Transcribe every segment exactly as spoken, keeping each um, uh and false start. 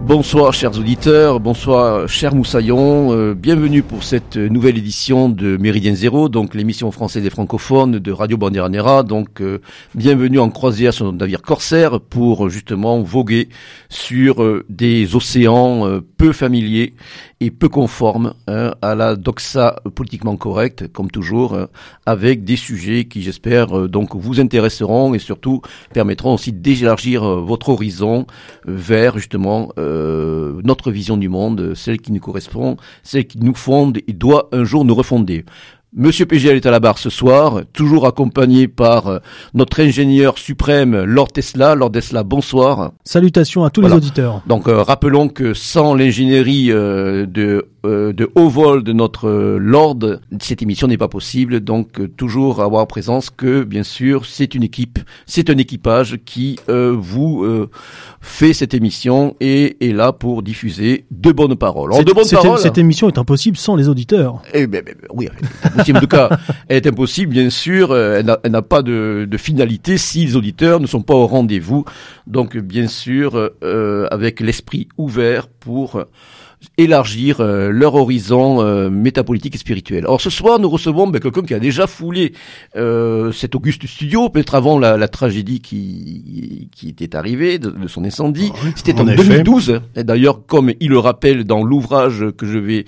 Bonsoir chers auditeurs, bonsoir cher Moussaillon, euh, bienvenue pour cette nouvelle édition de Méridien Zéro, donc l'émission française et francophone de Radio Bandiera Nera, donc euh, bienvenue en croisière sur notre navire Corsair pour justement voguer sur euh, des océans euh, peu familiers et peu conformes hein, à la doxa politiquement correcte, comme toujours, hein, avec des sujets qui j'espère euh, donc vous intéresseront et surtout permettront aussi d'élargir euh, votre horizon euh, vers justement euh, notre vision du monde, celle qui nous correspond, celle qui nous fonde et doit un jour nous refonder. Monsieur P G L est à la barre ce soir, toujours accompagné par euh, notre ingénieur suprême, Lord Tesla. Lord Tesla, bonsoir. Salutations à tous voilà. les auditeurs. Donc euh, rappelons que sans l'ingénierie euh, de euh, de haut vol de notre euh, Lord, cette émission n'est pas possible. Donc euh, toujours avoir présence que bien sûr c'est une équipe, c'est un équipage qui euh, vous euh, fait cette émission et est là pour diffuser de bonnes paroles. Alors, de bonnes cette, paroles. Cette émission est impossible sans les auditeurs. Eh ben, ben oui. En tout cas, elle est impossible, bien sûr. Elle n'a, elle n'a pas de, de finalité si les auditeurs ne sont pas au rendez-vous. Donc, bien sûr, euh, avec l'esprit ouvert pour élargir euh, leur horizon euh, métapolitique et spirituel. Alors ce soir, nous recevons ben, quelqu'un qui a déjà foulé euh, cet auguste studio, peut-être avant la, la tragédie qui, qui était arrivée, de, de son incendie. Oh, C'était en, en deux mille douze. Et d'ailleurs, comme il le rappelle dans l'ouvrage que je vais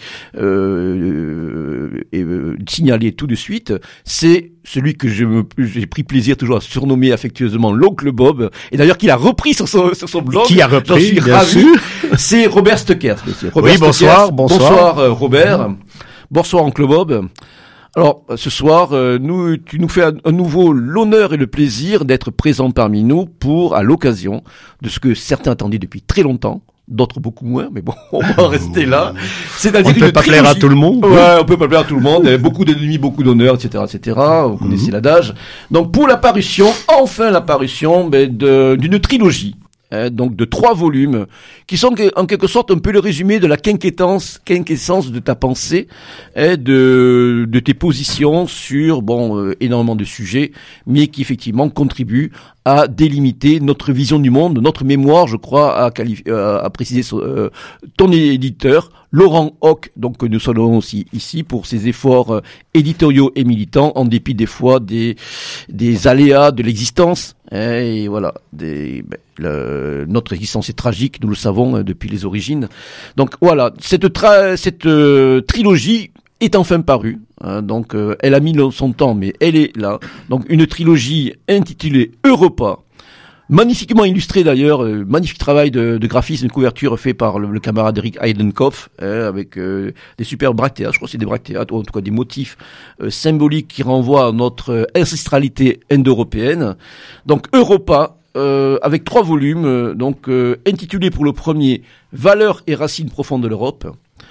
euh, euh, euh, signaler tout de suite, c'est celui que je me, j'ai pris plaisir toujours à surnommer affectueusement l'oncle Bob, et d'ailleurs qu'il a repris sur son, sur son blog. Qui a repris, j'en suis bien ravi. sûr. C'est Robert Stuckert. Robert oui, bonsoir, Stuckert. bonsoir. Bonsoir, euh, Robert. Mmh. Bonsoir, oncle Bob. Alors, ce soir, euh, nous, tu nous fais à, à nouveau l'honneur et le plaisir d'être présent parmi nous pour, à l'occasion de ce que certains attendaient depuis très longtemps, d'autres beaucoup moins, mais bon, on va rester là. C'est-à-dire on ne peut pas plaire à tout le monde. Ouais, on peut pas plaire à tout le monde. Beaucoup d'ennemis, beaucoup d'honneur, et cetera, et cetera. Vous connaissez mmh. l'adage. Donc, pour l'apparition, enfin l'apparition ben, de, d'une trilogie. Hein, donc de trois volumes qui sont en quelque sorte un peu le résumé de la quinquessence, quinquessence de ta pensée, hein, de de tes positions sur bon euh, énormément de sujets, mais qui effectivement contribuent à délimiter notre vision du monde, notre mémoire, je crois, à, qualifier, euh, à préciser euh, ton éditeur, Laurent Hoc, donc que nous saluons aussi ici pour ses efforts euh, éditoriaux et militants, en dépit des fois des des aléas de l'existence. Hein, et voilà, des, ben, le, notre existence est tragique, nous le savons hein, depuis les origines. Donc voilà, cette tra- cette euh, trilogie est enfin parue. Hein, donc euh, elle a mis son temps, mais elle est là. Donc une trilogie intitulée Europa, magnifiquement illustrée d'ailleurs, euh, magnifique travail de, de graphisme, de couverture fait par le, le camarade Eric Heidenkopf, hein, avec euh, des superbes bractéates, je crois que c'est des bractéates, ou en tout cas des motifs euh, symboliques qui renvoient à notre ancestralité indo-européenne. Donc Europa, euh, avec trois volumes, euh, donc euh, intitulé pour le premier « Valeurs et racines profondes de l'Europe »,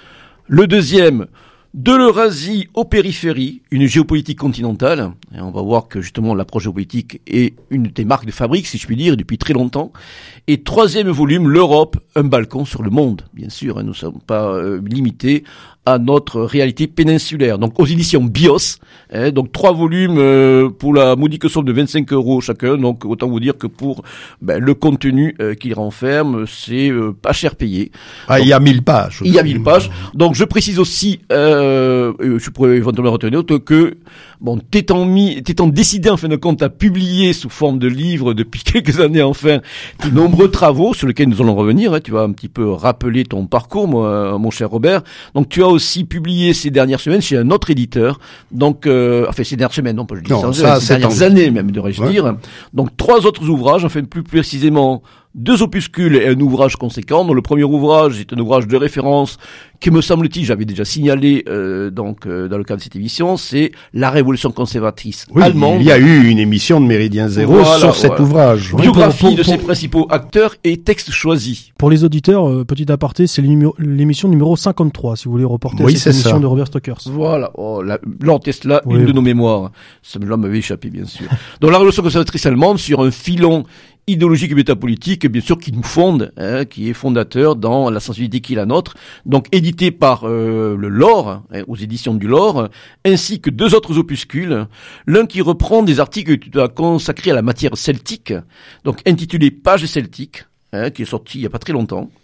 le deuxième « De l'Eurasie aux périphéries, une géopolitique continentale ». Et on va voir que justement l'approche géopolitique est une des marques de fabrique, si je puis dire, depuis très longtemps. Et troisième volume, l'Europe, un balcon sur le monde. Bien sûr, hein, nous ne sommes pas euh, limités à notre réalité péninsulaire. Donc aux éditions BIOS, hein, donc trois volumes euh, pour la modique somme de vingt-cinq euros chacun. Donc autant vous dire que pour ben, le contenu euh, qu'il renferme, c'est euh, pas cher payé. Ah, donc, il y a mille pages. Il y a mille pages. Donc je précise aussi, euh, je pourrais éventuellement retenir que bon, t'étant mis, t'étant décidé en fin de compte à publier sous forme de livre depuis quelques années enfin de nombreux travaux sur lesquels nous allons revenir. Hein, tu vas un petit peu rappeler ton parcours, moi, mon cher Robert. Donc tu as aussi publié ces dernières semaines chez un autre éditeur, donc euh, enfin ces dernières semaines, non pas je dis non, ça, ça, ces dernières années même devrais-je ouais. dire. Donc trois autres ouvrages, enfin plus précisément deux opuscules et un ouvrage conséquent. Donc le premier ouvrage est un ouvrage de référence qui, me semble-t-il, j'avais déjà signalé euh, donc euh, dans le cadre de cette émission, c'est La Révolution conservatrice oui, allemande. Il y a eu une émission de Méridien Zéro voilà, sur cet voilà. ouvrage. Biographie oui, pour, de pour, ses principaux acteurs et textes choisis. Pour les auditeurs, euh, petit aparté, c'est l'émission numéro cinquante-trois, si vous voulez reporter oui, cette émission ça. de Robert Stuckert. Voilà, oh, la, Lord Tesla, oui. une de nos mémoires. Cela m'avait échappé, bien sûr. Donc La Révolution conservatrice allemande sur un filon idéologique et métapolitique, bien sûr, qui nous fonde, hein, qui est fondateur dans la sensibilité qui est la nôtre, donc édité par euh, le Lore, hein, aux éditions du Lore, ainsi que deux autres opuscules, l'un qui reprend des articles que tu as consacrés à la matière celtique, donc intitulé Pages celtiques, hein, qui est sorti il y a pas très longtemps,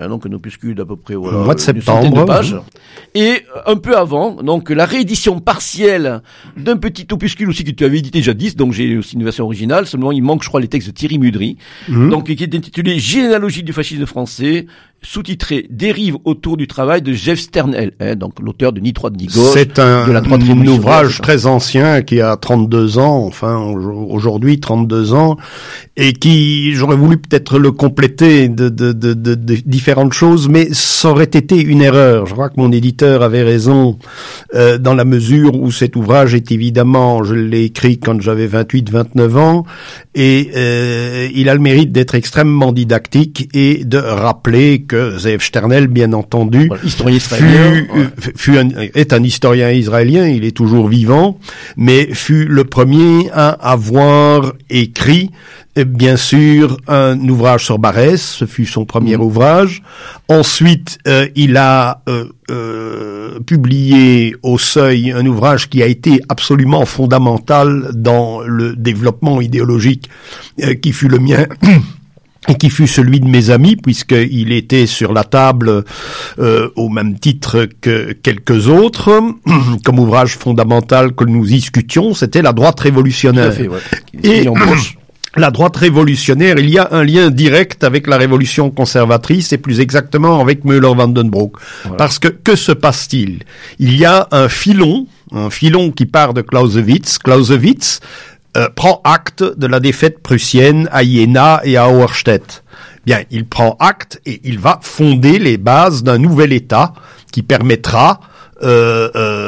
Hein, donc un opuscule d'à peu près voilà, au mois de une septembre, centaine de pages. Et un peu avant, donc la réédition partielle d'un petit opuscule aussi que tu avais édité jadis, donc j'ai aussi une version originale, seulement il manque je crois les textes de Thierry Mudry, mmh. donc qui est intitulé Généalogie du fascisme français, sous-titré Dérive autour du travail de Jeff Sternhell, hein, donc l'auteur de Ni droite ni gauche. C'est un, de la droite un ouvrage très ancien qui a trente-deux ans, enfin aujourd'hui trente-deux ans, et qui, j'aurais voulu peut-être le compléter de, de, de, de, de différentes choses, mais ça aurait été une erreur. Je crois que mon éditeur avait raison euh, dans la mesure où cet ouvrage est évidemment, je l'ai écrit quand j'avais vingt-huit vingt-neuf ans, et euh, il a le mérite d'être extrêmement didactique et de rappeler que Zeev Sternhell, bien entendu, voilà, historien fut, israélien, ouais. fut un, est un historien israélien, il est toujours vivant, mais fut le premier à avoir écrit, bien sûr, un ouvrage sur Barès, ce fut son premier mmh. ouvrage. Ensuite, euh, il a euh, euh, publié au Seuil un ouvrage qui a été absolument fondamental dans le développement idéologique euh, qui fut le mien et qui fut celui de mes amis, puisqu'il était sur la table euh, au même titre que quelques autres, comme ouvrage fondamental que nous discutions, c'était La droite révolutionnaire. Tout à fait, ouais. Et la droite révolutionnaire, il y a un lien direct avec la révolution conservatrice et plus exactement avec Müller-Vandenbroek. Voilà. Parce que, que se passe-t-il? Il y a un filon, un filon qui part de Clausewitz. Clausewitz euh, prend acte de la défaite prussienne à Iéna et à Auerstedt. Bien, il prend acte et il va fonder les bases d'un nouvel État qui permettra Euh,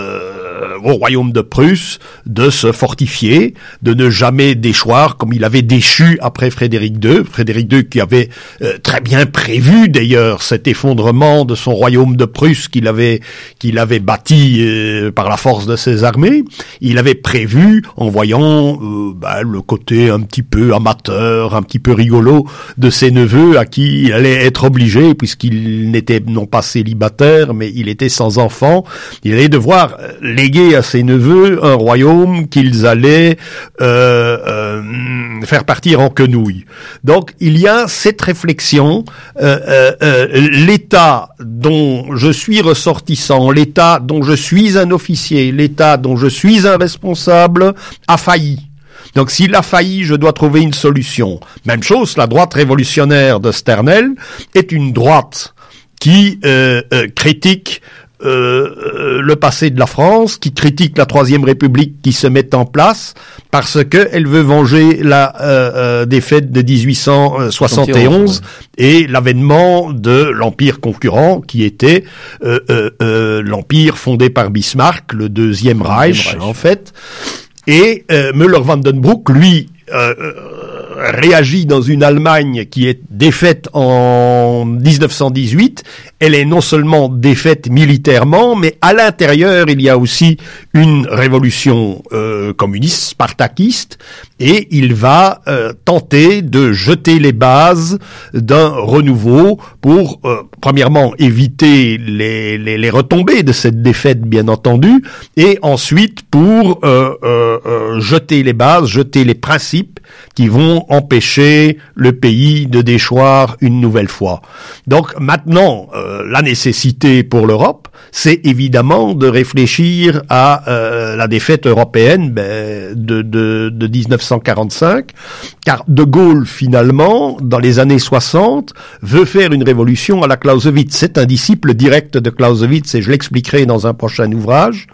euh, au royaume de Prusse de se fortifier, de ne jamais déchoir comme il avait déchu après Frédéric deux. Frédéric deux qui avait euh, très bien prévu d'ailleurs cet effondrement de son royaume de Prusse qu'il avait qu'il avait bâti euh, par la force de ses armées. Il avait prévu en voyant euh, bah, le côté un petit peu amateur, un petit peu rigolo de ses neveux à qui il allait être obligé puisqu'il n'était non pas célibataire mais il était sans enfant. Il allait devoir léguer à ses neveux un royaume qu'ils allaient euh, euh, faire partir en quenouille. Donc il y a cette réflexion, euh, euh, euh, l'État dont je suis ressortissant, l'État dont je suis un officier, l'État dont je suis un responsable a failli. Donc s'il a failli, je dois trouver une solution. Même chose, la droite révolutionnaire de Sternhell est une droite qui euh, euh, critique Euh, le passé de la France, qui critique la Troisième République qui se met en place parce que elle veut venger la euh, euh, défaite de dix-huit cent soixante et onze ouais. et l'avènement de l'empire concurrent qui était euh, euh, euh, l'empire fondé par Bismarck, le Deuxième Reich, Reich. en fait. Et euh, Müller-Vandenbroek, lui, euh, euh, réagit dans une Allemagne qui est défaite en dix-neuf cent dix-huit. Elle est non seulement défaite militairement, mais à l'intérieur, il y a aussi une révolution euh, communiste, spartakiste, et il va euh, tenter de jeter les bases d'un renouveau pour, euh, premièrement, éviter les, les, les retombées de cette défaite, bien entendu, et ensuite pour euh, euh, euh, jeter les bases, jeter les principes qui vont empêcher le pays de déchoir une nouvelle fois. Donc maintenant, euh, la nécessité pour l'Europe, c'est évidemment de réfléchir à euh, la défaite européenne ben, de, de, de dix-neuf cent quarante-cinq, car De Gaulle, finalement, dans les années soixante, veut faire une révolution à la Clausewitz. C'est un disciple direct de Clausewitz, et je l'expliquerai dans un prochain ouvrage.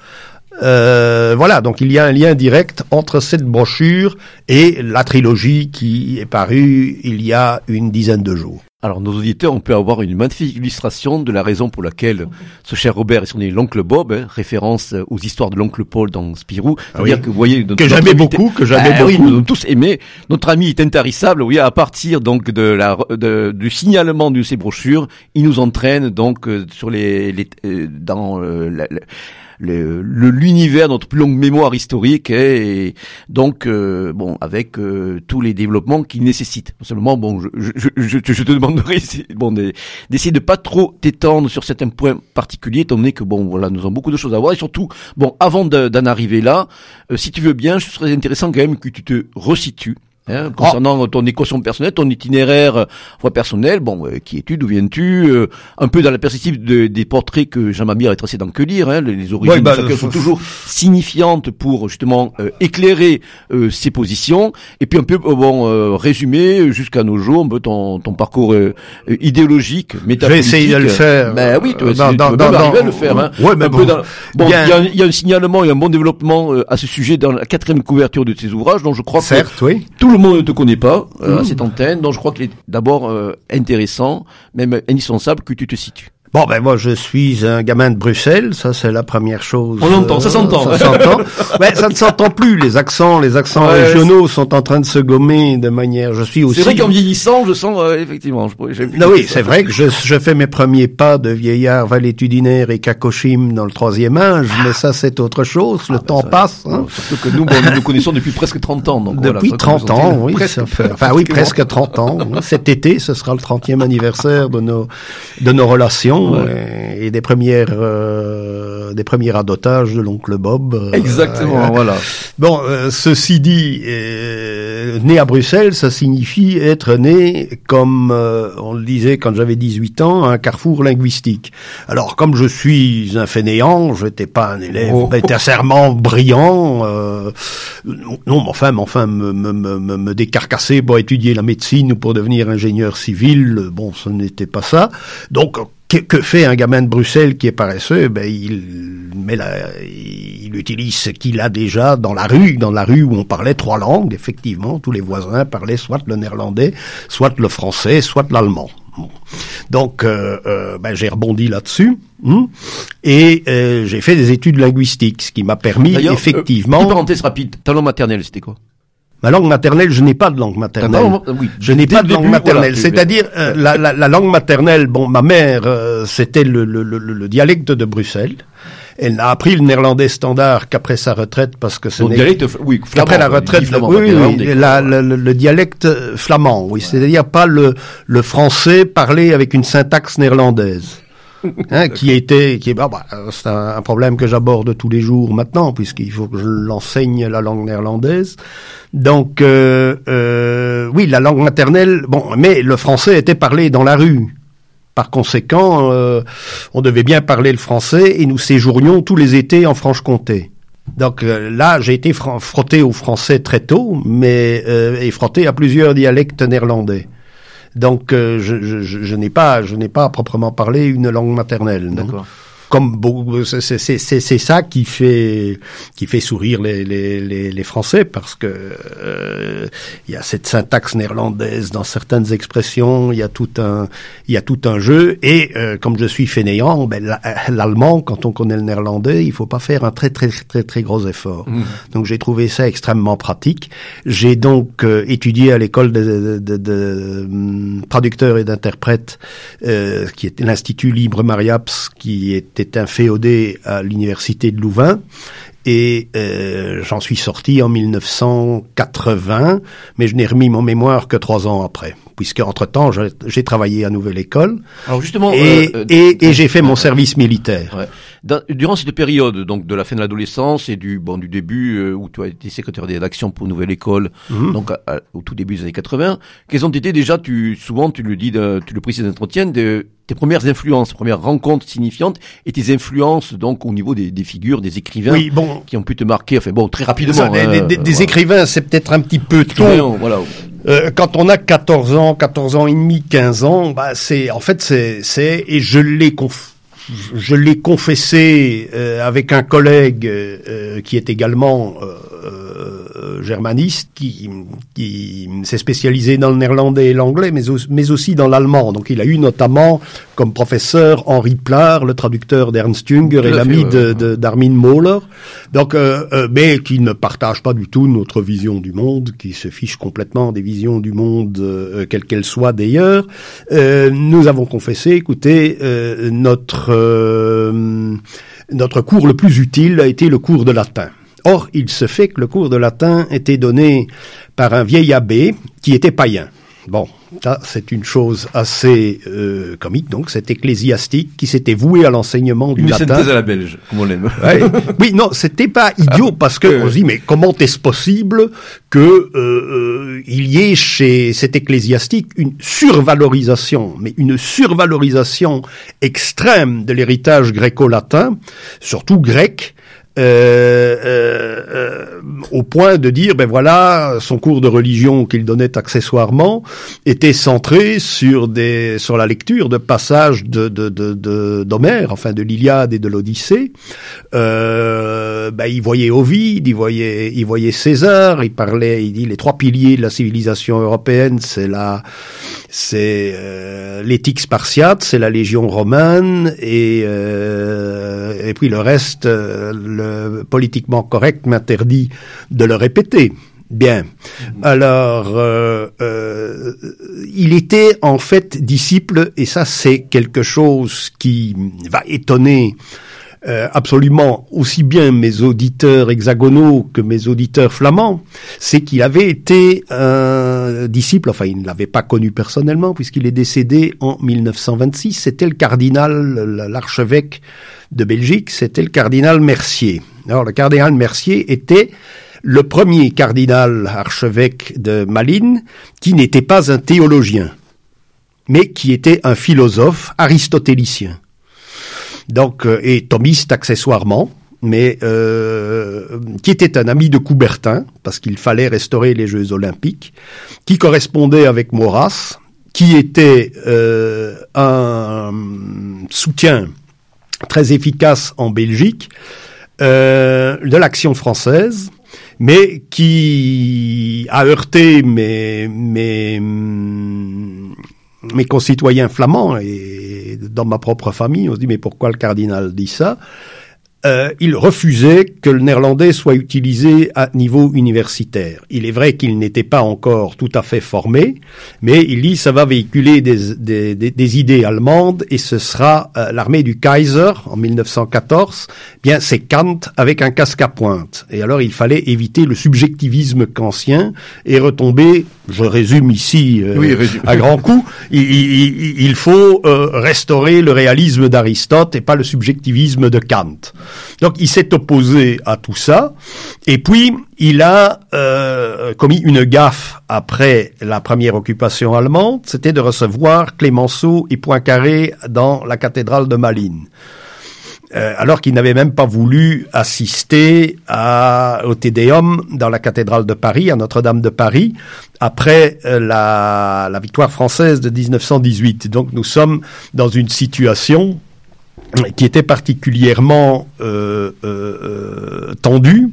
Euh, voilà, donc il y a un lien direct entre cette brochure et la trilogie qui est parue il y a une dizaine de jours. Alors, nos auditeurs, on peut avoir une magnifique illustration de la raison pour laquelle ce cher Robert est surnommé l'oncle Bob, hein, référence aux histoires de l'oncle Paul dans Spirou. Ah oui. Dire que vous voyez, que j'aimais beaucoup, que j'aimais ah, beaucoup. Oui, nous avons tous aimé. Notre ami est intarissable. Oui, à partir donc de la de, du signalement de ces brochures, il nous entraîne donc euh, sur les, les euh, dans euh, la, la Le, le, l'univers de notre plus longue mémoire historique et, et donc euh, bon avec euh, tous les développements qu'il nécessite. Seulement bon, je, je, je, je te demanderai bon d'essayer de pas trop t'étendre sur certains points particuliers, étant donné que bon voilà nous avons beaucoup de choses à voir et surtout bon avant de, d'en arriver là, euh, si tu veux bien, ce serait intéressant quand même que tu te resitues Hein, concernant oh. ton équation personnelle, ton itinéraire voie personnelle, bon, euh, qui es-tu, d'où viens-tu, euh, un peu dans la perspective de, des portraits que Jean Mamire a tracés dans Que lire, hein, les, les origines ouais, bah, de chacun sont toujours signifiantes pour justement euh, éclairer euh, ses positions, et puis un peu euh, bon euh, résumer jusqu'à nos jours un peu ton, ton parcours euh, idéologique, métapolitique. Je vais essayer de le faire. Ben oui, tu vas dans, tu dans, vas dans, arriver dans, à le faire. Hein, ouais, mais un bon, peu dans, bon, il y a, y a un signalement et un bon développement euh, à ce sujet dans la quatrième couverture de tes ouvrages, donc je crois Certes, que oui. tout le monde ne te connaît pas euh, mmh. à cette antenne, donc je crois qu'il est d'abord euh, intéressant, même indispensable que tu te situes. Bon, ben moi, je suis un gamin de Bruxelles, ça c'est la première chose. On l'entend, ça s'entend. Ça s'entend. Ben, ça ne s'entend plus, les accents, les accents ouais, régionaux sont en train de se gommer de manière... Je suis aussi... C'est vrai qu'en vieillissant, je sens, euh, effectivement... Je, non, oui, c'est vrai que je, je fais mes premiers pas de vieillard valétudinaire et cacochime dans le troisième âge, ah. mais ça c'est autre chose, le ah, temps ça, passe. Hein. Surtout que nous, bon, nous nous connaissons depuis presque trente ans. Donc depuis voilà, trente ans, oui. Presque, ça fait, enfin oui, presque trente ans. Cet été, ce sera le trentième anniversaire de nos, de nos relations. Ouais. Et des premières euh, des premiers radotages de l'oncle Bob. Euh, Exactement, euh, voilà. Bon, euh, ceci dit, euh, né à Bruxelles, ça signifie être né, comme euh, on le disait quand j'avais dix-huit ans, à un carrefour linguistique. Alors, comme je suis un fainéant, je n'étais pas un élève oh. nécessairement brillant. Euh, non, mais enfin, mais enfin, me, me, me, me décarcasser pour étudier la médecine ou pour devenir ingénieur civil, bon, ce n'était pas ça. Donc, Que, que fait un gamin de Bruxelles qui est paresseux? Ben, il met la, il utilise ce qu'il a déjà dans la rue, dans la rue où on parlait trois langues, effectivement. Tous les voisins parlaient soit le néerlandais, soit le français, soit l'allemand. Bon. Donc, euh, euh, ben, j'ai rebondi là-dessus, hein, et euh, j'ai fait des études linguistiques, ce qui m'a permis D'ailleurs, effectivement... Euh, une parenthèse rapide, ta langue maternelle, c'était quoi? Ma langue maternelle, je n'ai pas de langue maternelle. Non, oui. Je n'ai pas de langue début, maternelle. Voilà, C'est-à-dire euh, la, la, la langue maternelle. Bon, ma mère, euh, c'était le, le, le, le dialecte de Bruxelles. Elle n'a appris le néerlandais standard qu'après sa retraite, parce que ce n'est dialecte, oui, qu'après la retraite. Flamand, oui, oui, oui la, le, le dialecte flamand. Oui, ouais. C'est-à-dire pas le, le français parlé avec une syntaxe néerlandaise. Hein, qui était, qui est, bah, bah, c'est un, un problème que j'aborde tous les jours maintenant, puisqu'il faut que je l'enseigne la langue néerlandaise. Donc, euh, euh, oui, la langue maternelle, bon, mais le français était parlé dans la rue. Par conséquent, euh, on devait bien parler le français et nous séjournions tous les étés en Franche-Comté. Donc euh, là, j'ai été fr- frotté au français très tôt, mais euh, et frotté à plusieurs dialectes néerlandais. Donc, euh, je, je, je n'ai pas, je n'ai pas à proprement parler une langue maternelle. Non. D'accord. Comme beaucoup, c'est, c'est, c'est, c'est ça qui fait, qui fait sourire les, les, les, les Français, parce que euh, il y a cette syntaxe néerlandaise dans certaines expressions, il y a tout un, il y a tout un jeu. Et euh, comme je suis fainéant, ben l'allemand, quand on connaît le néerlandais, il faut pas faire un très très très très gros effort. Mmh. Donc j'ai trouvé ça extrêmement pratique. J'ai donc euh, étudié à l'école de, de, de, de, de traducteurs et d'interprètes, euh, qui est l'Institut Libre Mariapps, qui est C'était un féodé à l'université de Louvain, et euh, j'en suis sorti en mille neuf cent quatre-vingts, mais je n'ai remis mon mémoire que trois ans après, puisque entre-temps j'ai, j'ai travaillé à Nouvelle École. Alors justement, et, euh, et, et j'ai fait mon service militaire. Ouais. Dans, durant cette période, donc de la fin de l'adolescence et du bon du début euh, où tu as été secrétaire de rédaction pour Nouvelle École, mmh. donc à, à, au tout début des années quatre-vingts, quelles ont été déjà, tu souvent tu le dis, de, tu le précises d'entretien, de tes premières influences, premières rencontres signifiantes et tes influences donc au niveau des, des figures, des écrivains oui, bon, qui ont pu te marquer, enfin bon, très rapidement. Ça, hein, des, des, des voilà. Écrivains, c'est peut-être un petit peu tôt. Voilà. Euh, quand on a quatorze ans, quatorze ans et demi, quinze ans, bah c'est en fait c'est c'est et je l'ai conf... je l'ai confessé euh, avec un collègue euh, qui est également euh, euh, germaniste, qui, qui s'est spécialisé dans le néerlandais et l'anglais, mais, au, mais aussi dans l'allemand. Donc il a eu notamment comme professeur Henri Plard, le traducteur d'Ernst Jünger et l'ami fait, ouais. de, de, d'Armin Mohler. Donc, euh, euh, mais qui ne partage pas du tout notre vision du monde, qui se fiche complètement des visions du monde, euh, quelles qu'elles soient d'ailleurs. Euh, nous avons confessé, écoutez, euh, notre euh, notre cours le plus utile a été le cours de latin. Or, il se fait que le cours de latin était donné par un vieil abbé qui était païen. Bon, Ça, c'est une chose assez euh, comique, donc, cet ecclésiastique qui s'était voué à l'enseignement du une latin. Une synthèse à la belge, comme on l'aime. Ouais. Oui, non, c'était pas idiot, parce que euh... on se dit, mais comment est-ce possible que euh, euh, il y ait chez cet ecclésiastique une survalorisation, mais une survalorisation extrême de l'héritage gréco-latin, surtout grec, Euh, euh, euh, au point de dire, ben voilà, son cours de religion qu'il donnait accessoirement était centré sur des, sur la lecture de passages de, de, de, de d'Homère, enfin de l'Iliade et de l'Odyssée. Euh, ben il voyait Ovide, il voyait, il voyait César, il parlait, il dit les trois piliers de la civilisation européenne, c'est la, c'est euh, l'éthique spartiate, c'est la légion romaine et euh, et puis le reste. Euh, le politiquement correct m'interdit de le répéter. Bien. Alors, euh, euh, il était en fait disciple, et ça c'est quelque chose qui va étonner euh, absolument aussi bien mes auditeurs hexagonaux que mes auditeurs flamands, c'est qu'il avait été un disciple, enfin il ne l'avait pas connu personnellement puisqu'il est décédé en mille neuf cent vingt-six, c'était le cardinal, l'archevêque de Belgique, c'était le cardinal Mercier. Alors le cardinal Mercier était le premier cardinal archevêque de Malines qui n'était pas un théologien, mais qui était un philosophe aristotélicien. Donc, euh, et thomiste accessoirement, mais euh, qui était un ami de Coubertin, parce qu'il fallait restaurer les Jeux Olympiques, qui correspondait avec Maurras, qui était euh, un soutien très efficace en Belgique euh, de l'action française, mais qui a heurté mes mes mes concitoyens flamands et dans ma propre famille. On se dit mais pourquoi le cardinal dit ça? Euh, il refusait que le néerlandais soit utilisé à niveau universitaire. Il est vrai qu'il n'était pas encore tout à fait formé, mais il dit ça va véhiculer des, des, des, des idées allemandes et ce sera euh, l'armée du Kaiser en mille neuf cent quatorze. Bien, c'est Kant avec un casque à pointe. Et alors il fallait éviter le subjectivisme kantien et retomber, je résume ici euh, oui, résume. à grands coups, il, il, il faut euh, restaurer le réalisme d'Aristote et pas le subjectivisme de Kant. Donc il s'est opposé à tout ça, et puis il a euh, commis une gaffe après la première occupation allemande, c'était de recevoir Clémenceau et Poincaré dans la cathédrale de Malines. Euh, alors qu'il n'avait même pas voulu assister à, au Te Deum dans la cathédrale de Paris, à Notre-Dame de Paris, après euh, la, la victoire française de dix-neuf cent dix-huit. Donc nous sommes dans une situation qui était particulièrement euh, euh, tendue.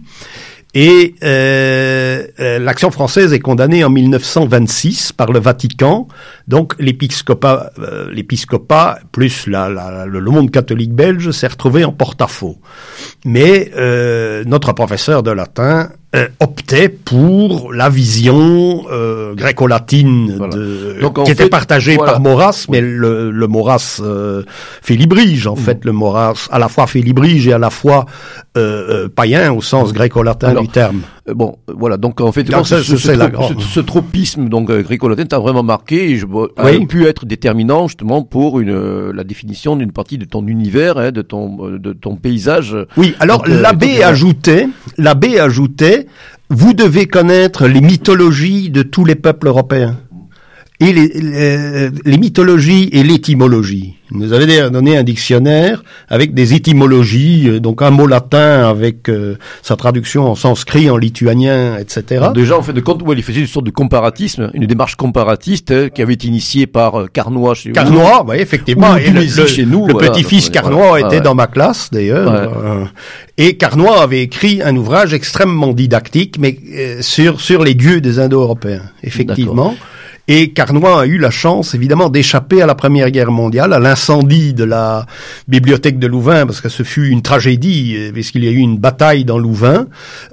Et euh, euh, l'action française est condamnée en mille neuf cent vingt-six par le Vatican. Donc l'épiscopat, euh, l'épiscopat plus la, la, le monde catholique belge s'est retrouvé en porte-à-faux. Mais euh, notre professeur de latin euh, optait pour la vision euh, gréco-latine voilà. de, Donc, qui était fait, partagée voilà. par Maurras, mais le, le Maurras euh, Félibrige, en mmh. fait, le Maurras à la fois Félibrige et à la fois euh, euh, païen au sens gréco-latin Alors, du terme. Euh, bon, voilà. Donc en fait, donc, ce, ce, ce, trop, ce, ce tropisme donc euh, gréco-latin t'a vraiment marqué et je, a oui. pu être déterminant justement pour une euh, la définition d'une partie de ton univers, hein, de ton euh, de ton paysage. Oui. Alors donc, l'abbé euh, ajoutait, l'abbé ajoutait, vous devez connaître les mythologies de tous les peuples européens. Et les, les, les mythologies et l'étymologie. Il nous avait donné un dictionnaire avec des étymologies, donc un mot latin avec euh, sa traduction en sanskrit, en lituanien, et cetera. Donc déjà, en fait, de compte, ouais, il faisait une sorte de comparatisme, une démarche comparatiste euh, qui avait été initiée par euh, Carnoy chez Carnoy, oui, effectivement. Et le, le, chez nous, le voilà, petit-fils Carnoy voilà. était ah, ouais. dans ma classe, d'ailleurs. Ouais. Euh, et Carnoy avait écrit un ouvrage extrêmement didactique, mais euh, sur sur les dieux des Indo-Européens, effectivement. D'accord. Et Carnoy a eu la chance, évidemment, d'échapper à la Première Guerre mondiale, à l'incendie de la bibliothèque de Louvain, parce que ce fut une tragédie, puisqu'il y a eu une bataille dans Louvain,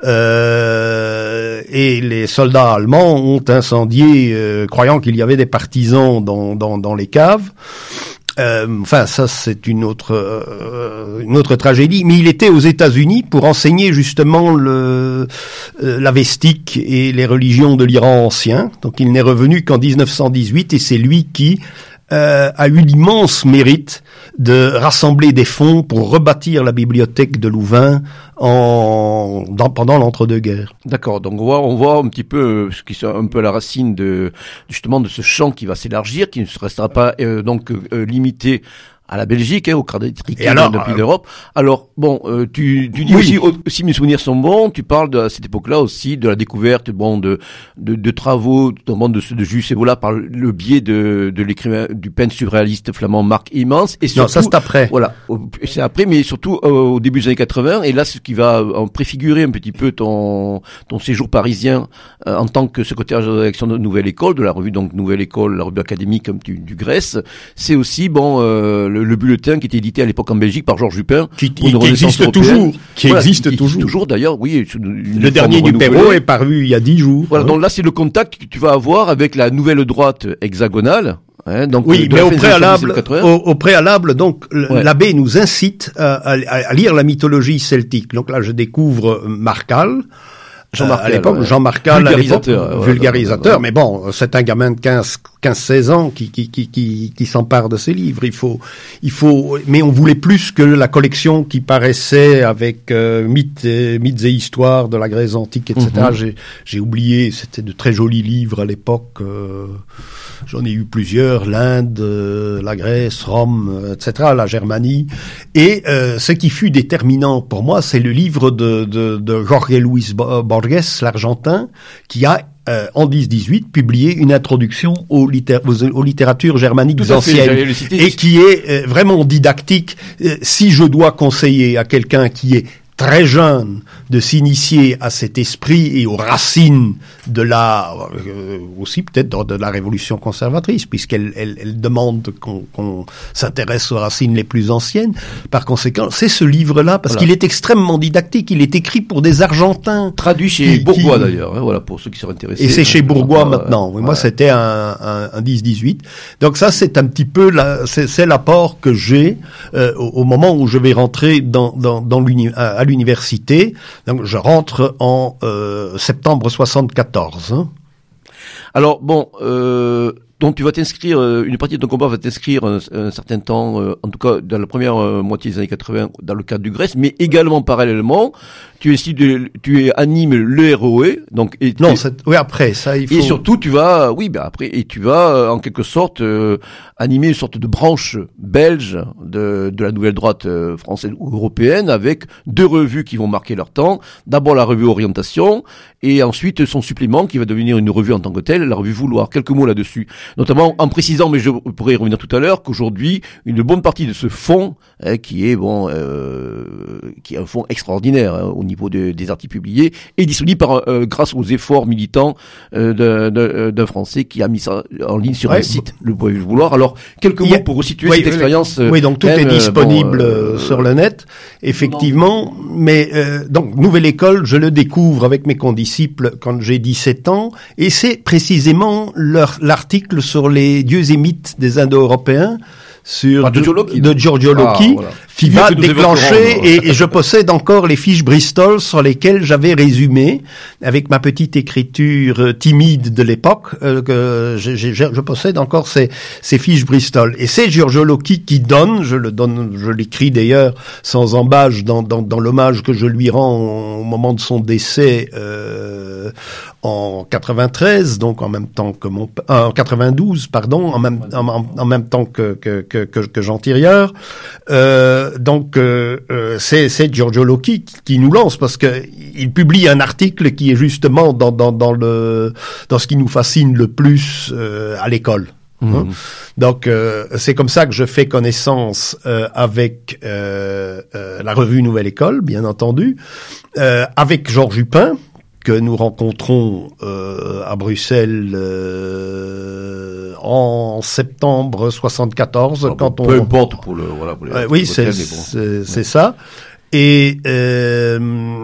euh, et les soldats allemands ont incendié, euh, croyant qu'il y avait des partisans dans, dans, dans les caves. Euh, enfin, ça c'est une autre euh, une autre tragédie. Mais il était aux États-Unis pour enseigner justement le euh, l'avestique et les religions de l'Iran ancien. Donc il n'est revenu qu'en dix-neuf cent dix-huit et c'est lui qui euh, a eu l'immense mérite de rassembler des fonds pour rebâtir la bibliothèque de Louvain en dans, pendant l'entre-deux-guerres. D'accord. Donc on voit, on voit un petit peu ce qui est un peu la racine de justement de ce champ qui va s'élargir, qui ne se restera pas euh, donc euh, limité à la Belgique, hein, au caractéristiques d'un pays d'Europe. Alors, bon, euh, tu, tu dis oui. aussi, si mes souvenirs sont bons, tu parles de, à cette époque-là aussi de la découverte, bon, de, de, de travaux, notamment de ceux de Jules Evola par le biais de, de l'écrivain, du peintre surréaliste flamand Marc Emmons. Et surtout, non, ça c'est après. Voilà. C'est après, mais surtout, euh, au début des années quatre-vingts. Et là, ce qui va en préfigurer un petit peu ton, ton séjour parisien, euh, en tant que secrétaire de rédaction de Nouvelle École, de la revue, donc, Nouvelle École, la revue académique du, du Grèce. C'est aussi, bon, euh, le, le bulletin qui était édité à l'époque en Belgique par Georges Dupin, qui, qui, qui existe toujours, qui voilà, existe qui, toujours, qui toujours d'ailleurs, oui. Le dernier du Perrault est paru il y a dix jours. Voilà, hein. Donc là c'est le contact que tu vas avoir avec la nouvelle droite hexagonale. Hein, donc oui, mais au préalable, au, au préalable, donc ouais. L'abbé nous incite à, à, à lire la mythologie celtique. Donc là, je découvre Marcal. Jean Marcal, à l'époque, ouais. Jean Marcal, vulgarisateur, à l'époque, ouais, vulgarisateur. Ouais. Mais bon, c'est un gamin de quinze, seize ans qui, qui, qui, qui, qui s'empare de ses livres. Il faut, il faut, mais on voulait plus que la collection qui paraissait avec euh, mythes, et, mythes et histoires de la Grèce antique, et cetera. Mm-hmm. J'ai, j'ai oublié. C'était de très jolis livres à l'époque. Euh, j'en ai eu plusieurs. L'Inde, euh, la Grèce, Rome, et cetera. La Germanie. Et euh, ce qui fut déterminant pour moi, c'est le livre de, de, de Jorge Luis Borges, l'Argentin, qui a euh, en dix dix-huit publié une introduction aux, littér- aux, aux littératures germaniques Tout anciennes et qui est euh, vraiment didactique. Euh, si je dois conseiller à quelqu'un qui est très jeune de s'initier à cet esprit et aux racines de la euh, aussi peut-être de, de la révolution conservatrice, puisqu'elle elle, elle demande qu'on, qu'on s'intéresse aux racines les plus anciennes. Par conséquent, c'est ce livre-là parce voilà. qu'il est extrêmement didactique. Il est écrit pour des Argentins, traduit chez qui, Bourgois qui... d'ailleurs. Hein, voilà pour ceux qui sont intéressés. Et c'est chez Bourgois euh, maintenant. Oui, ouais. Moi, c'était un, un, un dix dix-huit. Donc ça, c'est un petit peu la, c'est, c'est l'apport que j'ai euh, au, au moment où je vais rentrer dans dans, dans l'uni, à, à l'université. Donc je rentre en euh, septembre soixante-quatorze. Hein. Alors bon, euh, donc tu vas t'inscrire, euh, une partie de ton combat va t'inscrire un, un certain temps, euh, en tout cas dans la première euh, moitié des années quatre-vingts, dans le cadre du Grèce, mais également parallèlement, tu es, tu es animes le R O E, donc et, non, c'est, oui après ça il faut. Et surtout tu vas, oui, ben après et tu vas en quelque sorte euh, animer une sorte de branche belge de de la nouvelle droite euh, française ou européenne avec deux revues qui vont marquer leur temps. D'abord la revue Orientation et ensuite son supplément qui va devenir une revue en tant que telle, la revue Vouloir. Quelques mots là-dessus, notamment en précisant, mais je pourrais y revenir tout à l'heure, qu'aujourd'hui une bonne partie de ce fonds hein, qui est bon, euh, qui est un fonds extraordinaire hein, au niveau de, des articles publiés, est disponible par, euh, grâce aux efforts militants euh, d'un, d'un, d'un Français qui a mis ça en ligne sur ouais, un site, le Revue Vouloir. Alors quelques mots a, pour resituer oui, cette oui, expérience. Oui, donc tout même, est disponible bon, euh, sur le net, effectivement. Non. Mais euh, donc Nouvelle École, je le découvre avec mes condisciples quand j'ai dix-sept ans, et c'est précisément leur, l'article sur les dieux et mythes des Indo-Européens sur ah, de, Giorgio de Giorgio Locchi, ah, voilà. qui va déclencher, et, et je possède encore les fiches Bristol sur lesquelles j'avais résumé, avec ma petite écriture timide de l'époque, euh, que je, je, je possède encore ces, ces fiches Bristol. Et c'est Giorgio Locchi qui donne, je le donne, je l'écris d'ailleurs sans embâche dans, dans, dans l'hommage que je lui rends au moment de son décès euh, en quatre-vingt-treize, donc en même temps que mon, euh, en quatre-vingt-douze, pardon, en même, en, en même temps que, que, que, que, que Jean Thirieur. Euh, donc euh, euh, c'est, c'est Giorgio Locchi qui, qui nous lance parce que il publie un article qui est justement dans, dans, dans le, dans ce qui nous fascine le plus euh, à l'école. Mmh. Hein? Donc euh, c'est comme ça que je fais connaissance euh, avec euh, euh, la revue Nouvelle École, bien entendu, euh, avec Georges Dupin, que nous rencontrons euh, à Bruxelles euh, en septembre soixante-quatorze. Alors, quand peu on peu importe pour le voilà pour les, euh, oui c'est, bon. c'est c'est ça. Et euh,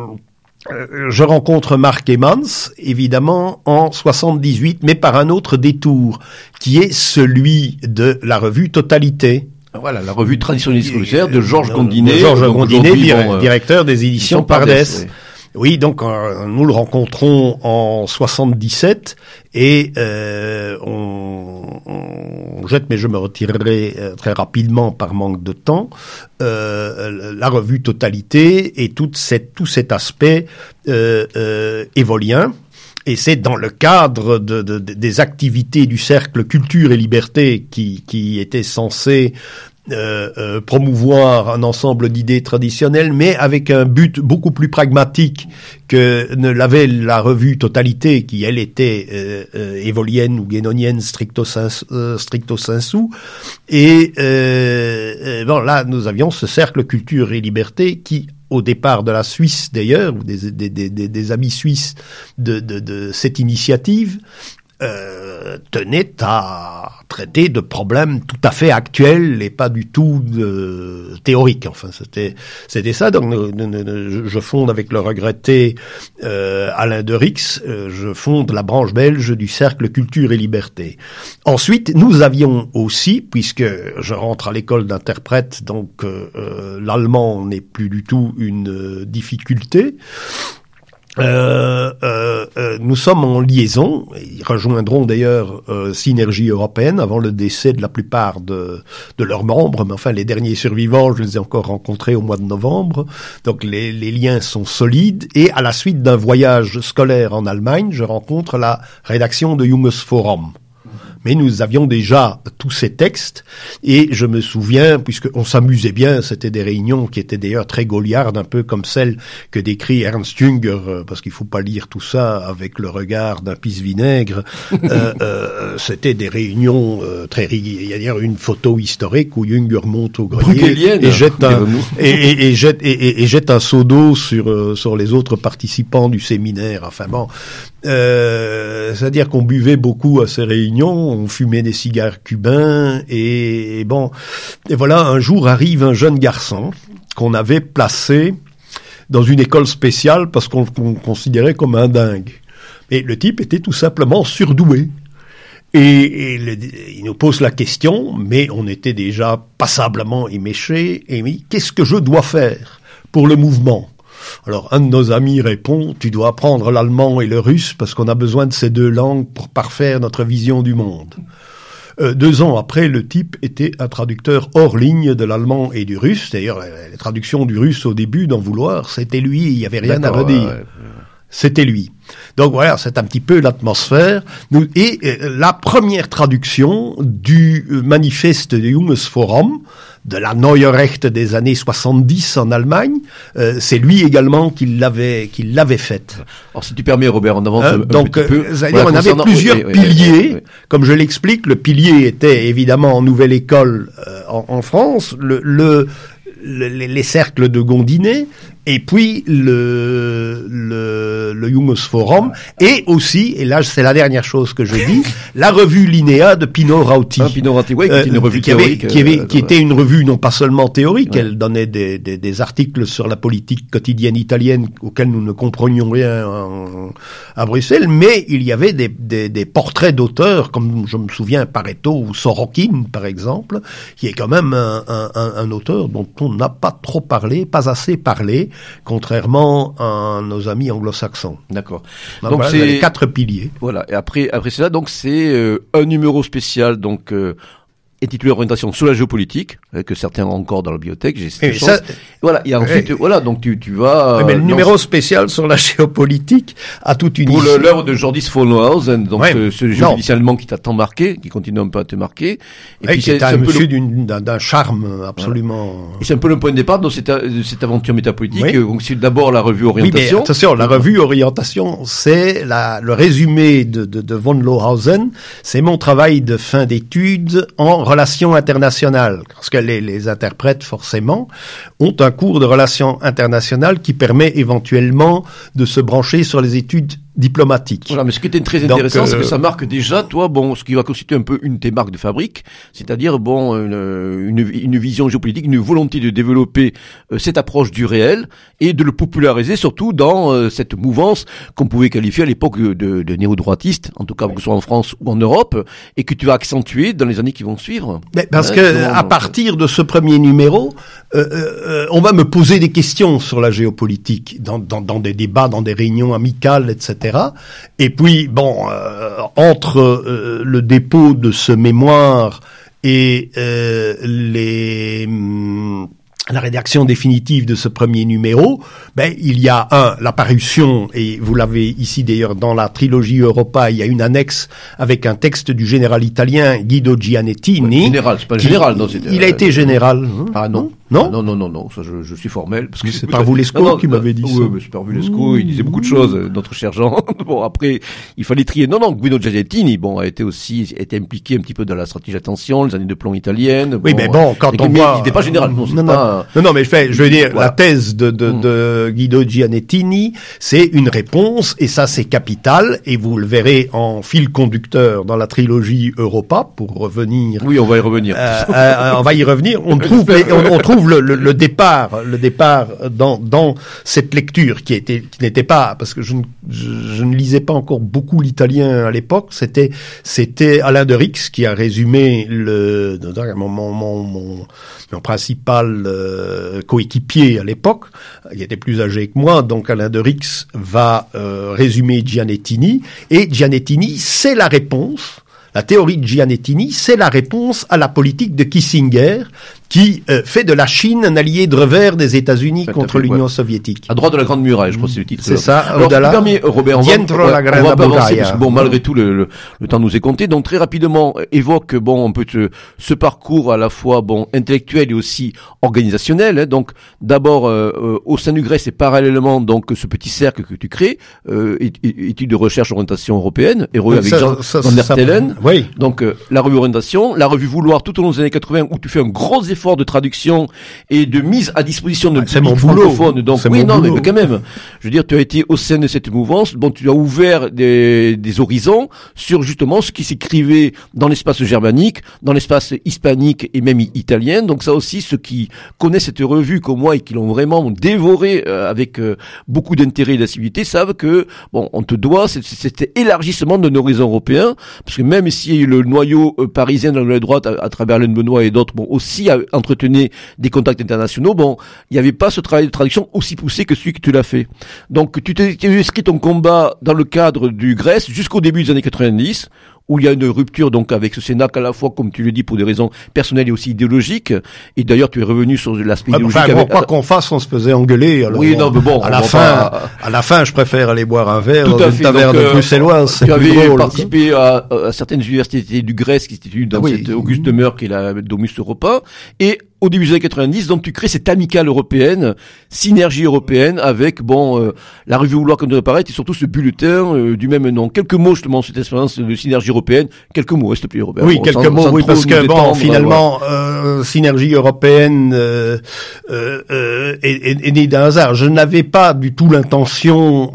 je rencontre Marc Emmons évidemment en soixante-dix-huit, mais par un autre détour qui est celui de la revue Totalité. Voilà, la revue traditionnaliste révolutionnaire de Georges Gondinet. Georges Gondinet, dir- bon, euh, directeur des éditions Pardès. Pardès. Ouais. Oui, donc euh, nous le rencontrons en soixante-dix-sept et euh, on, on jette, mais je me retirerai euh, très rapidement par manque de temps, euh, la revue Totalité et toute cette, tout cet aspect euh, euh, évolien. Et c'est dans le cadre de, de, de, des activités du cercle Culture et Liberté qui, qui était censé Euh, euh, promouvoir un ensemble d'idées traditionnelles, mais avec un but beaucoup plus pragmatique que ne l'avait la revue Totalité, qui elle était euh, euh, évolienne ou guénonienne stricto, sens, euh, stricto sensu. Et euh, euh, bon, là, nous avions ce cercle Culture et Liberté qui, au départ de la Suisse d'ailleurs, ou des, des, des, des amis suisses de, de, de cette initiative, Euh, tenait à traiter de problèmes tout à fait actuels et pas du tout de, théoriques. Enfin, c'était c'était ça. Donc, nous, nous, nous, je fonde avec le regretté euh, Alain Derix, euh, je fonde la branche belge du Cercle Culture et Liberté. Ensuite, nous avions aussi, puisque je rentre à l'école d'interprète, donc euh, euh, l'allemand n'est plus du tout une euh, difficulté. Euh, euh, euh, nous sommes en liaison, ils rejoindront d'ailleurs euh, Synergie Européenne avant le décès de la plupart de, de leurs membres, mais enfin les derniers survivants, je les ai encore rencontrés au mois de novembre, donc les, les liens sont solides, et à la suite d'un voyage scolaire en Allemagne, je rencontre la rédaction de Junges Forum. Mais nous avions déjà tous ces textes, et je me souviens, puisqu'on s'amusait bien, c'était des réunions qui étaient d'ailleurs très gauliardes, un peu comme celles que décrit Ernst Jünger, parce qu'il faut pas lire tout ça avec le regard d'un pisse-vinaigre. euh, euh, c'était des réunions euh, très rigoureuses. Il y a d'ailleurs une photo historique où Jünger monte au grenier et jette un, et, et, et, jette, et, et, et jette un seau d'eau sur, euh, sur les autres participants du séminaire. Enfin bon, euh, c'est-à-dire qu'on buvait beaucoup à ces réunions, on fumait des cigares cubains, et, et bon, et voilà, un jour arrive un jeune garçon qu'on avait placé dans une école spéciale parce qu'on le considérait comme un dingue. Et le type était tout simplement surdoué. Et, et le, il nous pose la question, mais on était déjà passablement éméchés, et il dit, qu'est-ce que je dois faire pour le mouvement? Alors, un de nos amis répond, tu dois apprendre l'allemand et le russe parce qu'on a besoin de ces deux langues pour parfaire notre vision du monde. Euh, deux ans après, le type était un traducteur hors ligne de l'allemand et du russe. D'ailleurs, les traductions du russe au début, d'en vouloir, c'était lui, il n'y avait rien D'accord, à redire. Ouais, ouais. C'était lui. Donc voilà, c'est un petit peu l'atmosphère. Nous, et euh, la première traduction du euh, manifeste de Junges Forum, de la Neue Recht des années soixante-dix en Allemagne, euh, c'est lui également qui l'avait, qui l'avait faite. Alors si tu permets, Robert, on avance euh, un, un donc, petit peu. C'est-à-dire, voilà, on avait plusieurs oui, oui, piliers. Oui, oui, oui. Comme je l'explique, le pilier était évidemment en Nouvelle École euh, en, en France, le, le, le les, les cercles de Gondinet, et puis le le, le Junges Forum, et aussi, et là c'est la dernière chose que je dis, la revue Linéa de Pino Rauti. Ah, Pino Rauti, oui, qui était une revue euh, qui avait, théorique. Qui, avait, euh, qui était une revue non pas seulement théorique, ouais. Elle donnait des, des, des articles sur la politique quotidienne italienne auxquels nous ne comprenions rien en, à Bruxelles, mais il y avait des, des, des portraits d'auteurs, comme je me souviens Pareto ou Sorokin par exemple, qui est quand même un, un, un, un auteur dont on n'a pas trop parlé, pas assez parlé, contrairement à nos amis anglo-saxons. D'accord. Donc, donc voilà, c'est les quatre piliers. Voilà. Et après, après cela, donc c'est euh, un numéro spécial, donc euh, intitulé Orientation sur la géopolitique, euh, que certains ont encore dans la bibliothèque. J'ai cette chance. Ça, voilà. Et ensuite, euh, voilà. Donc tu tu vas. Oui, mais le euh, numéro spécial sur la géopolitique a toute une. Pour l'œuvre de Jordis von Oerhausen, donc ouais, ce, ce jeu allemand qui t'a tant marqué, qui continue un peu à te marquer. Et ouais, puis c'est un monsieur le... d'un, d'un charme absolument. Voilà. Et c'est un peu le point de départ de cette, de cette aventure métapolitique. Oui. Donc c'est d'abord la revue Orientation. Oui, mais attention, la revue Orientation, c'est la, le résumé de, de, de von Oerhausen. C'est mon travail de fin d'études en relations internationales, parce que les, les interprètes forcément ont un cours de relations internationales qui permet éventuellement de se brancher sur les études diplomatique. Voilà, mais ce qui était très intéressant, Donc, euh... c'est que ça marque déjà, toi, bon, ce qui va constituer un peu une de tes marques de fabrique, c'est-à-dire, bon, une, une, une vision géopolitique, une volonté de développer euh, cette approche du réel et de le populariser surtout dans euh, cette mouvance qu'on pouvait qualifier à l'époque de, de, de néo-droitiste, en tout cas que ce soit en France ou en Europe, et que tu vas accentuer dans les années qui vont suivre. Mais parce ouais, que à partir de ce premier numéro, euh, euh, on va me poser des questions sur la géopolitique dans, dans, dans des débats, dans des réunions amicales, et cetera. Et puis, bon, euh, entre euh, le dépôt de ce mémoire et euh, les... Hum, la rédaction définitive de ce premier numéro, ben, il y a un, la parution, et vous l'avez ici d'ailleurs dans la trilogie Europa, il y a une annexe avec un texte du général italien Guido Gianettini. Ouais, général, c'est pas le général, non, c'est, il a été général. Ah non. Non? Ah, non, non, non, non, ça je, je suis formel. Parce que c'est par Vulesco qui m'avait dit oui, ça. Oui, mais c'est par Vulesco, il disait beaucoup de choses, notre cher Jean. Bon, après, il fallait trier. Non, non, Guido Gianettini, bon, a été aussi, été impliqué un petit peu dans la stratégie d'attention, les années de plomb italiennes. Oui, bon, mais bon, quand on mais voit... il n'était pas général, non, c'est non, pas... non, non, mais je fais, je veux dire, voilà. La thèse de, de, de Guido Gianettini, c'est une réponse, et ça c'est capital, et vous le verrez en fil conducteur dans la trilogie Europa, pour revenir... Oui, on va y revenir. Euh, euh, on va y revenir. On trouve, on, on trouve le, le, le départ, le départ dans, dans cette lecture qui était, qui n'était pas, parce que je ne, je, je ne lisais pas encore beaucoup l'italien à l'époque, c'était, c'était Alain de Rix qui a résumé le, mon, mon, mon, mon, mon principal euh, coéquipier à l'époque, qui était plus âgé que moi, donc Alain de Rix va euh, résumer Gianettini, et Gianettini, c'est la réponse. La théorie de Gianettini, c'est la réponse à la politique de Kissinger, qui euh, fait de la Chine un allié de revers des États-Unis fait, contre fait, l'Union ouais. soviétique. À droite de la Grande Muraille, je crois que c'est le titre. C'est ça. Alors, au-delà, permis, Robert, on va, dietro ouais, la on va grande pas avancer, parce muraglia. que bon, malgré tout, le, le, le temps nous est compté. Donc, très rapidement, évoque, bon, un peu te, ce parcours à la fois, bon, intellectuel et aussi organisationnel. Hein. Donc, d'abord, euh, euh, au sein du Grèce et parallèlement, donc, ce petit cercle que tu crées, euh, études de recherche orientation européenne, héros avec ça, Jean ça, Van der Tellen. Oui. Donc, euh, la revue orientation, la revue Vouloir tout au long des années quatre-vingts, où tu fais un gros effort de traduction et de mise à disposition de c'est public mon boulot. francophone. Donc, c'est oui, mon non, boulot. mais quand même, je veux dire, tu as été au sein de cette mouvance, bon, tu as ouvert des, des horizons sur justement ce qui s'écrivait dans l'espace germanique, dans l'espace hispanique et même italien. Donc ça aussi, ceux qui connaissent cette revue comme moi et qui l'ont vraiment dévorée euh, avec euh, beaucoup d'intérêt et d'assiduité savent que, bon, on te doit cet, cet élargissement de nos horizons européens, parce que même si le noyau euh, parisien dans la droite, à, à travers Alain Benoît et d'autres, bon, aussi a, entretenait des contacts internationaux, bon, il n'y avait pas ce travail de traduction aussi poussé que celui que tu l'as fait. Donc, tu t'es, tu as inscrit ton combat dans le cadre du Grèce jusqu'au début des années quatre-vingt-dix, où il y a une rupture donc avec ce Cénacle à la fois, comme tu le dis, pour des raisons personnelles et aussi idéologiques. Et d'ailleurs, tu es revenu sur l'aspect ouais, idéologique. Enfin, avec... quoi qu'on fasse, on se faisait engueuler. Alors oui, bon, non, mais bon, à la fin, pas... à la fin, je préfère aller boire un verre Tout dans à une fait. taverne donc, euh, bruxelloise. Tu avais drôle, participé à, à certaines universités du Grèce qui étaient dans oui. cette Auguste Demeure qui est la Domus Europa. Et au début des années quatre-vingt-dix, donc tu crées cette amicale européenne, synergie européenne, avec bon euh, la revue Vouloir comme de paraître et surtout ce bulletin euh, du même nom. Quelques mots justement sur cette expérience de synergie européenne. Quelques mots, s'il te plaît, Robert. Oui, bon, quelques sans, mots, sans oui, trop parce que nous bon, étendre, finalement, euh, synergie européenne euh, euh, euh, est, est, est née d'un hasard. Je n'avais pas du tout l'intention,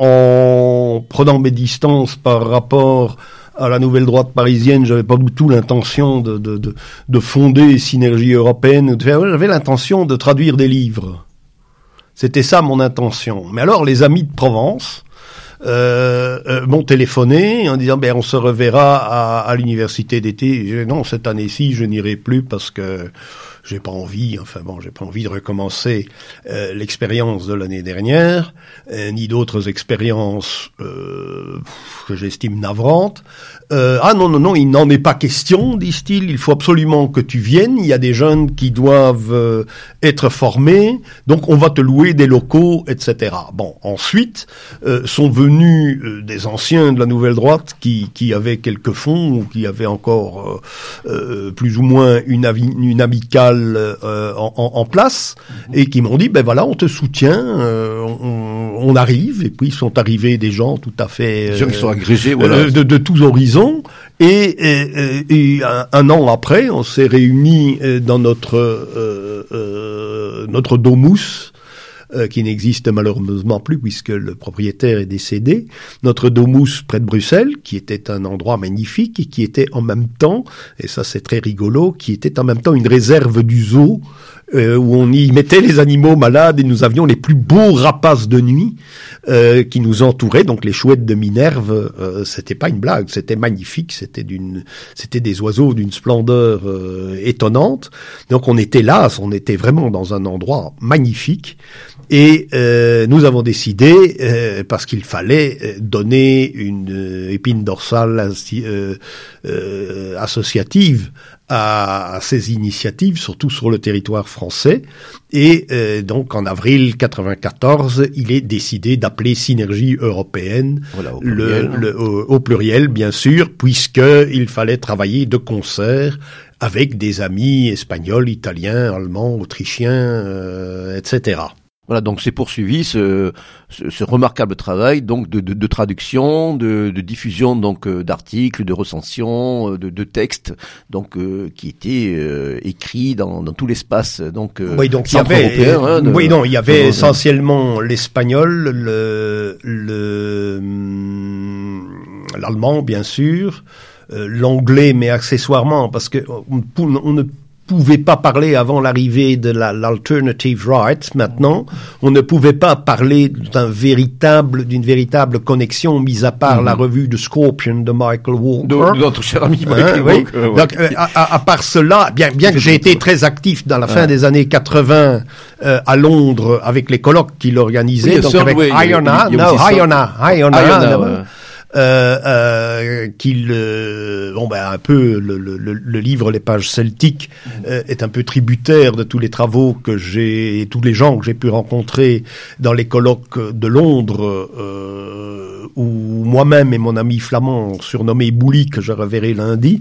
en prenant mes distances par rapport à la nouvelle droite parisienne, j'avais pas du tout l'intention de, de, de, de fonder Synergie européenne. J'avais l'intention de traduire des livres. C'était ça mon intention. Mais alors, les amis de Provence euh, euh, m'ont téléphoné en disant, ben, on se reverra à, à l'université d'été. J'ai dit, non, cette année-ci, je n'irai plus parce que j'ai pas envie, enfin bon, j'ai pas envie de recommencer euh, l'expérience de l'année dernière, euh, ni d'autres expériences euh, que j'estime navrantes. Euh, ah non, non, non, il n'en est pas question, disent-ils, il faut absolument que tu viennes, il y a des jeunes qui doivent euh, être formés, donc on va te louer des locaux, et cetera. Bon, ensuite, euh, sont venus euh, des anciens de la nouvelle droite qui, qui avaient quelques fonds, ou qui avaient encore euh, euh, plus ou moins une, avi- une amicale Euh, en, en, en place, et qui m'ont dit ben voilà, on te soutient, euh, on, on arrive. Et puis sont arrivés des gens tout à fait euh, des gens qui sont agrégés, voilà, euh, de, de tous horizons. Et, et, et un, un an après, on s'est réunis dans notre euh, euh, notre domus euh, qui n'existe malheureusement plus puisque le propriétaire est décédé. Notre Domus près de Bruxelles, qui était un endroit magnifique et qui était en même temps, et ça c'est très rigolo, qui était en même temps une réserve du zoo, Euh, où on y mettait les animaux malades et nous avions les plus beaux rapaces de nuit euh, qui nous entouraient. Donc les chouettes de Minerve, euh, c'était pas une blague, c'était magnifique, c'était d'une, c'était des oiseaux d'une splendeur euh, étonnante. Donc on était là, on était vraiment dans un endroit magnifique et euh, nous avons décidé, euh, parce qu'il fallait donner une euh, épine dorsale euh, euh, associative à, à ces initiatives, surtout sur le territoire français. Et euh, donc en avril quatre-vingt-quatorze, il est décidé d'appeler Synergie européenne, voilà, au pluriel, le, le, au, au pluriel bien sûr, puisqu'il fallait travailler de concert avec des amis espagnols, italiens, allemands, autrichiens, euh, et cetera. Voilà, donc c'est poursuivi ce, ce, ce remarquable travail donc de, de, de traduction, de, de diffusion donc euh, d'articles, de recensions, euh, de, de textes donc euh, qui étaient euh, écrits dans, dans tout l'espace donc, euh, oui, donc il y avait, européen. Hein, de, oui, non, il y avait de, essentiellement l'espagnol, le, le, l'allemand bien sûr, euh, l'anglais mais accessoirement parce que on, on ne pouvait pas parler avant l'arrivée de la, l'alternative right. Maintenant, on ne pouvait pas parler d'un véritable, d'une véritable connexion, mis à part mm-hmm. la revue de Scorpion de Michael Walker. De, de notre cher ami Michael hein, Walker. Oui. Ouais. Donc, euh, à, à part cela, bien, bien que j'ai été très actif dans la fin ouais. des années quatre-vingts euh, à Londres avec les colloques qu'il organisait, oui, donc avec Iona, non, Iona, Iona, Euh, euh, qu'il euh, bon ben un peu le, le, le livre Les Pages Celtiques euh, est un peu tributaire de tous les travaux que j'ai et tous les gens que j'ai pu rencontrer dans les colloques de Londres euh, où moi-même et mon ami flamand surnommé Bouli que je reverrai lundi.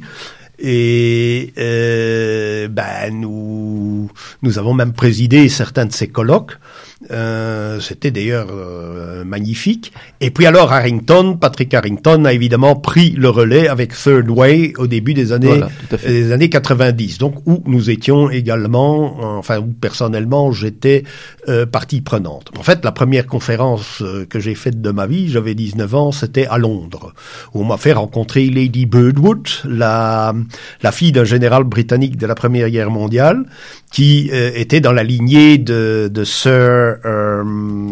Et euh, ben nous nous avons même présidé certains de ces colloques. Euh, c'était d'ailleurs euh, magnifique. Et puis alors Harrington, Patrick Harrington a évidemment pris le relais avec Third Way au début des années voilà, des années quatre-vingt-dix. Donc où nous étions également, enfin où personnellement j'étais euh, partie prenante. En fait, la première conférence euh, que j'ai faite de ma vie, j'avais dix-neuf ans, c'était à Londres, où on m'a fait rencontrer Lady Birdwood, la la fille d'un général britannique de la Première Guerre mondiale, qui euh, était dans la lignée de, de Sir euh,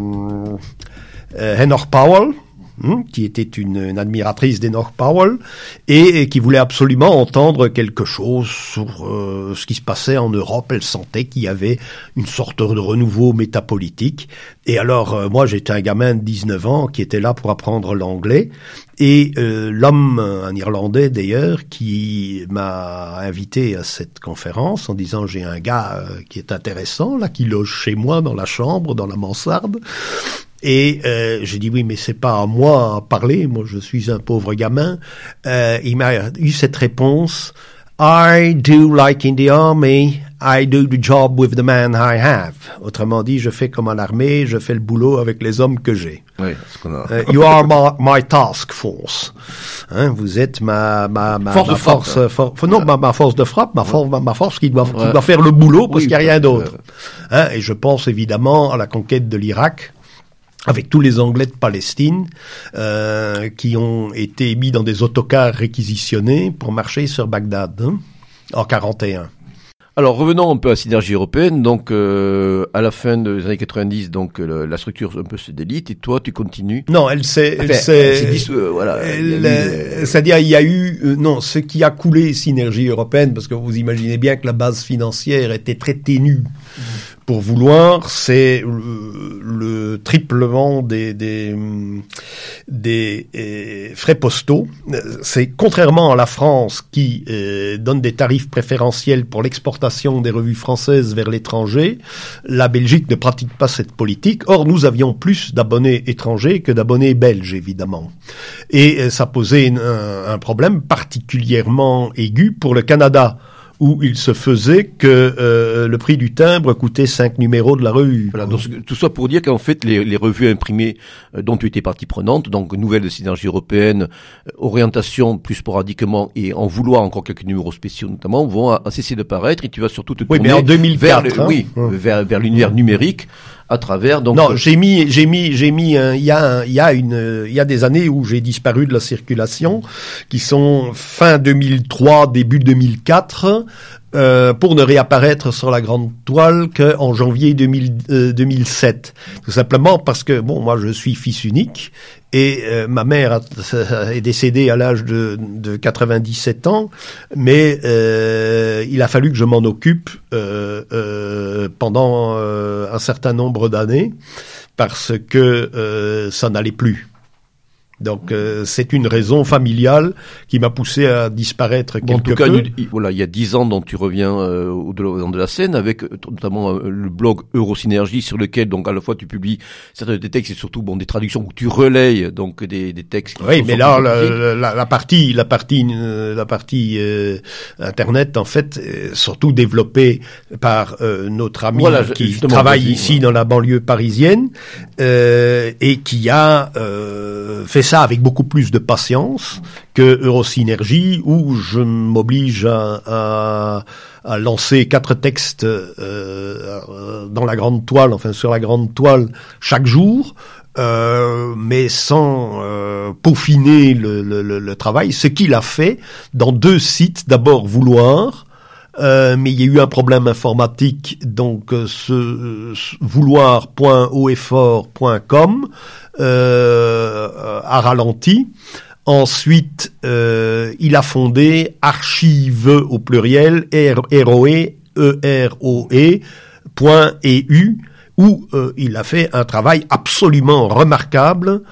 euh, Enoch Powell, hein, qui était une, une admiratrice d'Enoch Powell, et, et qui voulait absolument entendre quelque chose sur euh, ce qui se passait en Europe. Elle sentait qu'il y avait une sorte de renouveau métapolitique. Et alors, euh, moi, j'étais un gamin de dix-neuf ans qui était là pour apprendre l'anglais. Et euh, l'homme, un Irlandais d'ailleurs, qui m'a invité à cette conférence en disant « J'ai un gars euh, qui est intéressant, là, qui loge chez moi dans la chambre, dans la mansarde. » Et euh, j'ai dit « Oui, mais c'est pas à moi à parler, moi je suis un pauvre gamin. Euh, » Il m'a eu cette réponse « I do like in the army, I do the job with the man I have. » Autrement dit, je fais comme à l'armée, je fais le boulot avec les hommes que j'ai. Oui, ce qu'on a... uh, you are my, my task force. Hein, vous êtes ma ma ma force ma de frappe. Force, for, for, non, ma, ma force de frappe, ma, for, ma, ma force qui doit, ouais. qui doit faire le boulot parce oui, qu'il n'y a rien d'autre. Ouais. Hein, et je pense évidemment à la conquête de l'Irak, avec tous les Anglais de Palestine euh, qui ont été mis dans des autocars réquisitionnés pour marcher sur Bagdad hein, en quarante et un. Alors revenons un peu à la Synergie européenne. Donc euh, à la fin des années quatre-vingt-dix, donc le, la structure un peu se délite et toi tu continues. Non, elle s'est, enfin, elle s'est, elle s'est dis, euh, voilà. Elle, euh, c'est-à-dire il y a eu euh, non, ce qui a coulé Synergie européenne, parce que vous imaginez bien que la base financière était très ténue. Mmh. Pour vouloir, c'est le, le triplement des des, des euh, frais postaux. C'est contrairement à la France qui euh, donne des tarifs préférentiels pour l'exportation des revues françaises vers l'étranger, la Belgique ne pratique pas cette politique. Or, nous avions plus d'abonnés étrangers que d'abonnés belges, évidemment. Et euh, ça posait une, un, un problème particulièrement aigu pour le Canada, où il se faisait que euh, le prix du timbre coûtait cinq numéros de la revue. Voilà, donc tout ça pour dire qu'en fait les, les revues imprimées euh, dont tu étais partie prenante, donc nouvelles de Synergie européenne, euh, orientation plus sporadiquement et en vouloir encore quelques numéros spéciaux notamment, vont à, à cesser de paraître et tu vas surtout te oui, tourner mais en deux mille quatre, vers, le, hein, oui, hein. vers, vers l'univers numérique à travers. Donc non, j'ai mis, j'ai mis, j'ai mis. Un, il y a, un, il y a une, il y a des années où j'ai disparu de la circulation, qui sont fin deux mille trois, début deux mille quatre. Euh, pour ne réapparaître sur la grande toile qu'en janvier deux mille, euh, deux mille sept. Tout simplement parce que, bon, moi je suis fils unique et euh, ma mère a, est décédée à l'âge de, de quatre-vingt-dix-sept ans, mais euh, il a fallu que je m'en occupe euh, euh, pendant euh, un certain nombre d'années parce que euh, ça n'allait plus. Donc euh, c'est une raison familiale qui m'a poussé à disparaître quelque peu. En tout cas, peu. Il, voilà, il y a dix ans, donc tu reviens euh, au devant de la scène avec notamment euh, le blog Eurosynergie sur lequel donc à la fois tu publies certains des textes et surtout bon des traductions où tu relayes donc des, des textes. Qui oui, sont mais là la, la, la partie la partie euh, la partie euh, internet en fait est surtout développée par euh, notre ami voilà, qui travaille ici voilà. dans la banlieue parisienne euh, et qui a euh, fait ça avec beaucoup plus de patience que Eurosynergie, où je m'oblige à, à, à lancer quatre textes euh, dans la grande toile, enfin sur la grande toile chaque jour, euh, mais sans euh, peaufiner le, le, le, le travail. Ce qu'il a fait dans deux sites, d'abord Vouloir, Euh, mais il y a eu un problème informatique, donc euh, ce, ce vouloir point haut et fort point com euh, a ralenti. Ensuite, euh, il a fondé Archive au pluriel R O E E R O E point E U où euh, il a fait un travail absolument remarquable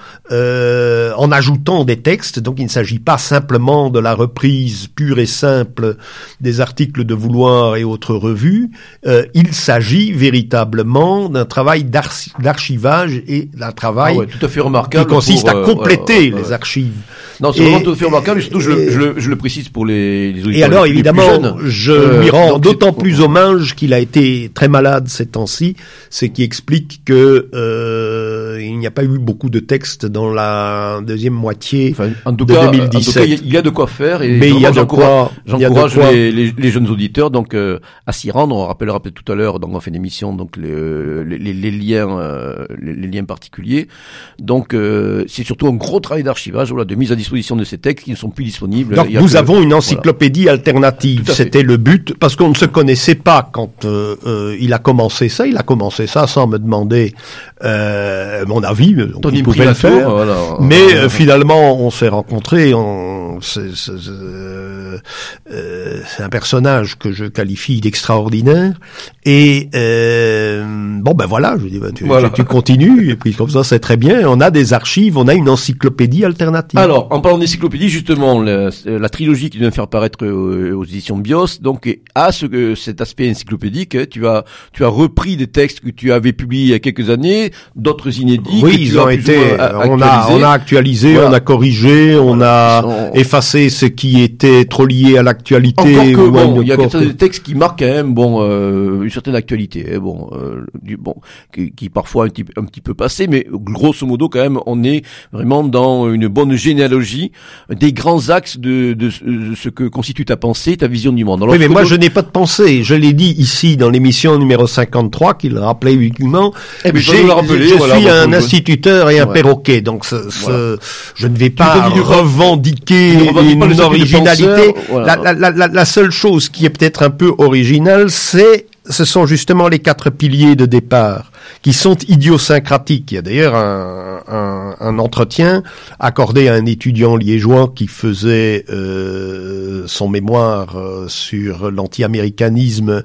euh, en ajoutant des textes. Donc il ne s'agit pas simplement de la reprise pure et simple des articles de Vouloir et autres revues. Euh, il s'agit véritablement d'un travail d'archi- d'archivage et d'un travail ah ouais, tout à fait remarquable qui consiste pour, à compléter euh, euh, les archives. Non, c'est et, vraiment tout à fait remarquable. Surtout, je, le, je, le, je le précise pour les, les auditeurs. Et alors, les évidemment, plus jeunes. je euh, lui rends donc, d'autant plus hommage qu'il a été très malade ces temps-ci, c'est qui explique que euh, il n'y a pas eu beaucoup de textes dans la deuxième moitié enfin, en tout de cas, deux mille dix-sept. En tout cas, il y a de quoi faire. Et mais il y a de quoi. J'encourage les, les, les jeunes auditeurs donc euh, à s'y rendre. On rappellera peut-être tout à l'heure, donc on fait une émission, donc les, les, les, les liens, euh, les, les liens particuliers. Donc euh, c'est surtout un gros travail d'archivage, voilà, de mise à disposition de ces textes qui ne sont plus disponibles. Donc nous que, avons une encyclopédie voilà. alternative. C'était le but, parce qu'on ne se connaissait pas quand euh, euh, il a commencé ça. Il a commencé ça sans me demander euh, mon avis. Ton il pouvait le faire. Tour, voilà. Mais euh, finalement, on s'est rencontrés. On, c'est, c'est, c'est, euh, euh, c'est un personnage que je qualifie d'extraordinaire. Et euh, bon, ben voilà, je dis, ben, tu, voilà. tu, tu continues. Et puis comme ça, c'est très bien. On a des archives, on a une encyclopédie alternative. Alors, en parlant d'encyclopédie, justement, la, la trilogie qui vient de faire paraître aux, aux éditions BIOS, donc a ce, cet aspect encyclopédique. Tu as, tu as repris des textes que tu avais publiés il y a quelques années, d'autres inédits. Oui, que ils tu ont as été. On a, on a actualisé, voilà. on a corrigé, on voilà. a sont... effacé ce qui était trop lié à l'actualité. Encore que ou bon, il y a que... des textes qui marquent quand même bon euh, une certaine actualité, hein, bon, euh, du, bon, qui, qui parfois un petit, un petit peu passé, mais grosso modo quand même, on est vraiment dans une bonne généalogie des grands axes de, de, de ce que constitue ta pensée, ta vision du monde. Alors, oui, mais moi, je n'ai pas de pensée. Je l'ai dit ici dans l'émission numéro cinquante-trois, qu'il rappelait uniquement. Eh ben, J'ai, rappeler, je voilà, suis un jouer. instituteur et un ouais. perroquet, donc ce, ce, voilà. je ne vais pas tu revendiquer une pas originalité. Voilà. La, la, la, la seule chose qui est peut-être un peu originale, c'est ce sont justement les quatre piliers de départ qui sont idiosyncratiques. Il y a d'ailleurs un, un, un entretien accordé à un étudiant liégeois qui faisait euh, son mémoire euh, sur l'anti-américanisme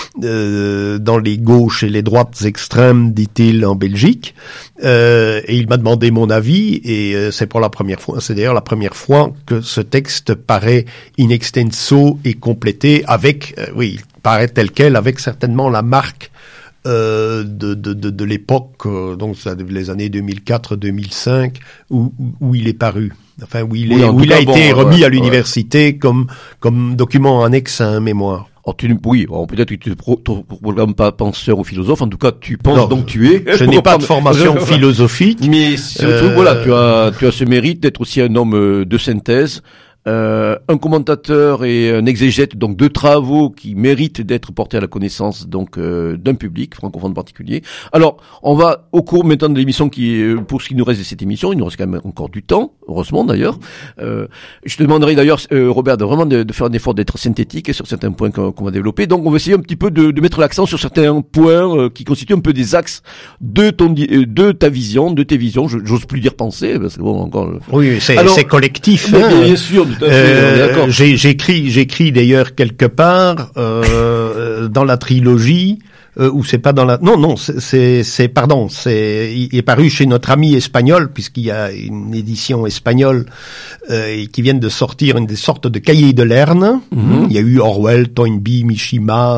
euh, dans les gauches et les droites extrêmes, dit-il, en Belgique. Euh, et il m'a demandé mon avis, et euh, c'est pour la première fois, c'est d'ailleurs la première fois que ce texte paraît in extenso et complété avec, euh, oui, il paraît tel quel, avec certainement la marque Euh, de, de, de, de l'époque, euh, donc ça, les années deux mille quatre deux mille cinq, où, où il est paru, enfin où il, est, oui, où il cas, a bon, été remis ouais, à l'université ouais. comme, comme document annexe à un mémoire. Alors, tu, oui, alors peut-être que tu ne programmes pas penseur ou philosophe, en tout cas tu penses non, donc tu es. Je n'ai pas de formation philosophique. Mais surtout, euh... voilà, tu as, tu as ce mérite d'être aussi un homme de synthèse, euh, un commentateur et un exégète, donc deux travaux qui méritent d'être portés à la connaissance donc euh, d'un public francophone en particulier. Alors, on va au cours maintenant de l'émission qui, pour ce qui nous reste de cette émission, il nous reste quand même encore du temps, heureusement d'ailleurs. Euh, je te demanderai d'ailleurs, euh, Robert, de vraiment de, de faire un effort d'être synthétique sur certains points qu'on, qu'on va développer. Donc, on va essayer un petit peu de, de mettre l'accent sur certains points euh, qui constituent un peu des axes de ton, de ta vision, de tes visions. Je, j'ose plus dire penser parce que bon encore. Oui, c'est, Alors, c'est collectif. Mais, hein. mais bien sûr, tout à fait. Euh, d'accord. J'ai, j'écris, j'écris d'ailleurs quelque part euh, dans la trilogie. Euh, ou c'est pas dans la non non c'est c'est, c'est pardon c'est il est paru chez notre ami espagnol puisqu'il y a une édition espagnole euh, qui vient de sortir une des sortes de cahiers de Lerne. Mm-hmm. Il y a eu Orwell, Toynbee, Mishima,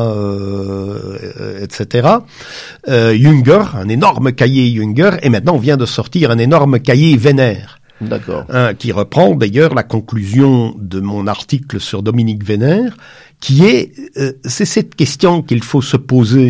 euh, euh, et cetera. Euh, Junger, un énorme cahier Junger, et maintenant on vient de sortir un énorme cahier Vénère. D'accord. Hein, qui reprend d'ailleurs la conclusion de mon article sur Dominique Vénère, qui est euh, c'est cette question qu'il faut se poser.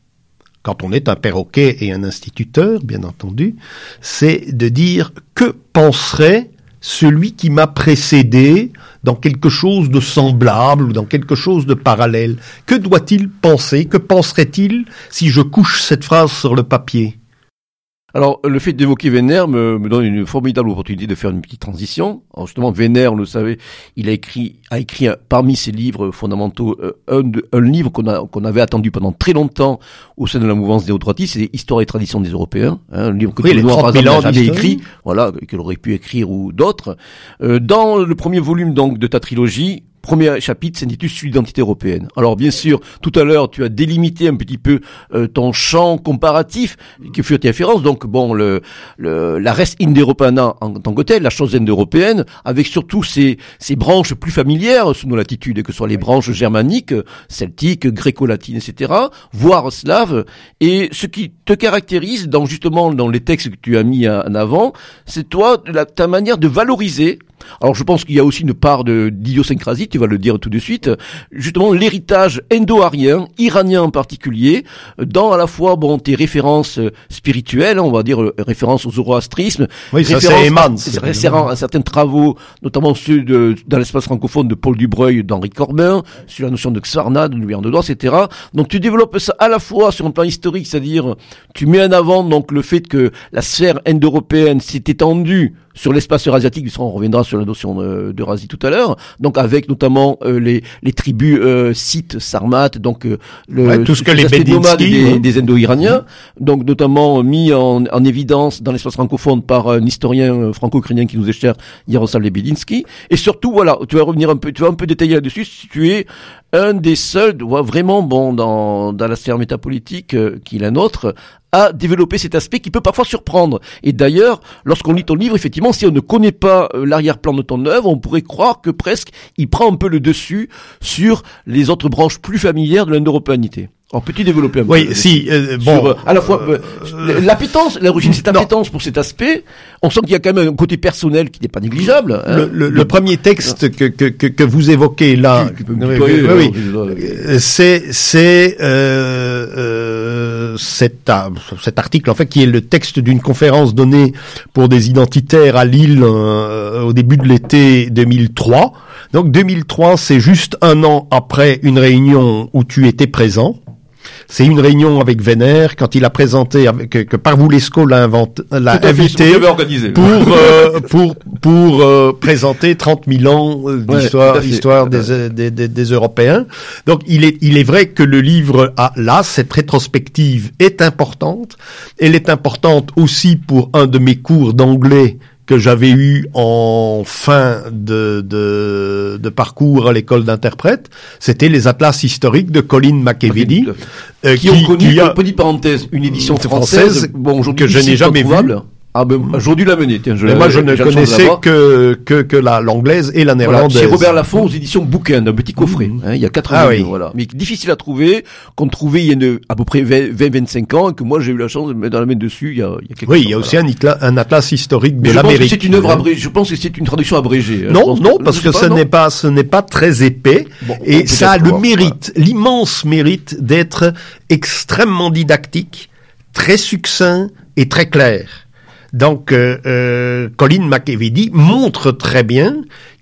Quand on est un perroquet et un instituteur, bien entendu, c'est de dire que penserait celui qui m'a précédé dans quelque chose de semblable ou dans quelque chose de parallèle. Que doit-il penser? Que penserait-il si je couche cette phrase sur le papier? Alors, le fait d'évoquer Vénère me, me donne une formidable opportunité de faire une petite transition. Alors, justement, Vénère, on le savait, il a écrit, a écrit un, parmi ses livres fondamentaux, euh, un, de, un livre qu'on a, qu'on avait attendu pendant très longtemps au sein de la mouvance néo-droitiste, c'est Histoire et tradition des Européens, hein, un livre que oui, Benoît, par exemple, n'a jamais écrit, voilà, qu'il aurait pu écrire ou d'autres. Euh, dans le premier volume, donc, de ta trilogie, premier chapitre s'intitule sur l'identité européenne. Alors bien sûr, tout à l'heure, tu as délimité un petit peu euh, ton champ comparatif qui fut tes références. Donc bon, le, le la res indo-européana en tant que telle, la chose indo-européenne, avec surtout ces ces branches plus familières sous nos latitudes, que ce soit les branches germaniques, celtiques, gréco-latines, et cetera, voire slaves. Et ce qui te caractérise, dans justement dans les textes que tu as mis en avant, c'est toi la, ta manière de valoriser. Alors je pense qu'il y a aussi une part de d'idiosyncrasie, tu vas le dire tout de suite, justement l'héritage indo-arien, iranien en particulier, dans à la fois bon tes références spirituelles, on va dire références au zoroastrisme, oui, ça c'est Eman, référant à certains travaux, notamment ceux de dans l'espace francophone de Paul Dubreuil, d'Henri Corbin, sur la notion de Xarna, de Louis de Droit, et cetera. Donc tu développes ça à la fois sur un plan historique, c'est-à-dire tu mets en avant donc le fait que la sphère indo-européenne s'est étendue sur l'espace eurasiatique, on reviendra sur la notion d'Eurasie tout à l'heure, donc avec notamment euh, les, les tribus euh, scythes, sarmates, donc euh, le, ouais, tout ce que les nomades des, hein. des Indo-Iraniens, donc notamment mis en, en évidence dans l'espace francophone par un historien franco-ukrainien qui nous est cher, Yaroslav Lebedinsky, et surtout voilà, tu vas revenir un peu, tu vas un peu détailler là-dessus, si tu es un des seuls, vraiment bon dans dans la sphère métapolitique euh, qui est la nôtre, à développer cet aspect qui peut parfois surprendre. Et d'ailleurs, lorsqu'on lit ton livre, effectivement, si on ne connaît pas euh, l'arrière-plan de ton œuvre, on pourrait croire que presque il prend un peu le dessus sur les autres branches plus familières de l'indo-européanité. Alors, peux-tu développer un peu? Oui, si, euh, bon. Sur, euh, à la fois, euh, l'appétence, l'origine, cette appétence pour cet aspect, on sent qu'il y a quand même un côté personnel qui n'est pas négligeable. Hein. Le, le, le premier texte que, que, que, que vous évoquez là, tu, tu peux oui, oui, oui, oui, oui. c'est, c'est, euh, euh, cet, cet article, en fait, qui est le texte d'une conférence donnée pour des identitaires à Lille euh, au début de l'été deux mille trois. Donc, deux mille trois, c'est juste un an après une réunion où tu étais présent. C'est une réunion avec Vénère quand il a présenté avec, que, que Parvulesco l'a, inventé, l'a invité organisé, pour euh, pour pour euh, présenter trente mille ans d'histoire ouais, histoire des, des, des des Européens. Donc il est il est vrai que le livre a là cette rétrospective est importante. Elle est importante aussi pour un de mes cours d'anglais que j'avais eu en fin de, de, de parcours à l'école d'interprète, c'était les atlas historiques de Colin McEvedy, euh, qui, qui ont connu, qui a, petite parenthèse, une édition française, française bon, que je n'ai jamais vue. Ah ben, j'aurais dû l'amener, tiens, je Mais moi, je ne connaissais que, que, que la, l'anglaise et la néerlandaise. Voilà, chez Robert Laffont, aux éditions Bouquin, d'un petit coffret, mmh. hein, il y a quatre ah, millions, oui. voilà. Mais difficile à trouver, qu'on trouvait il y a une, à peu près vingt à vingt-cinq ans, et que moi, j'ai eu la chance de mettre dans la main dessus, il y a, il y a quelques Oui, temps, il y a voilà. aussi un, itla, un atlas historique Mais de je l'Amérique. pense que c'est une œuvre abrégée, je pense que c'est une traduction abrégée. Non, hein, non, que, parce que pas, ce non n'est pas, ce n'est pas très épais, bon, et ça a le voir, mérite, voilà. l'immense mérite d'être extrêmement didactique, très succinct et très clair. Donc, euh, euh, Colin McEvedy montre très bien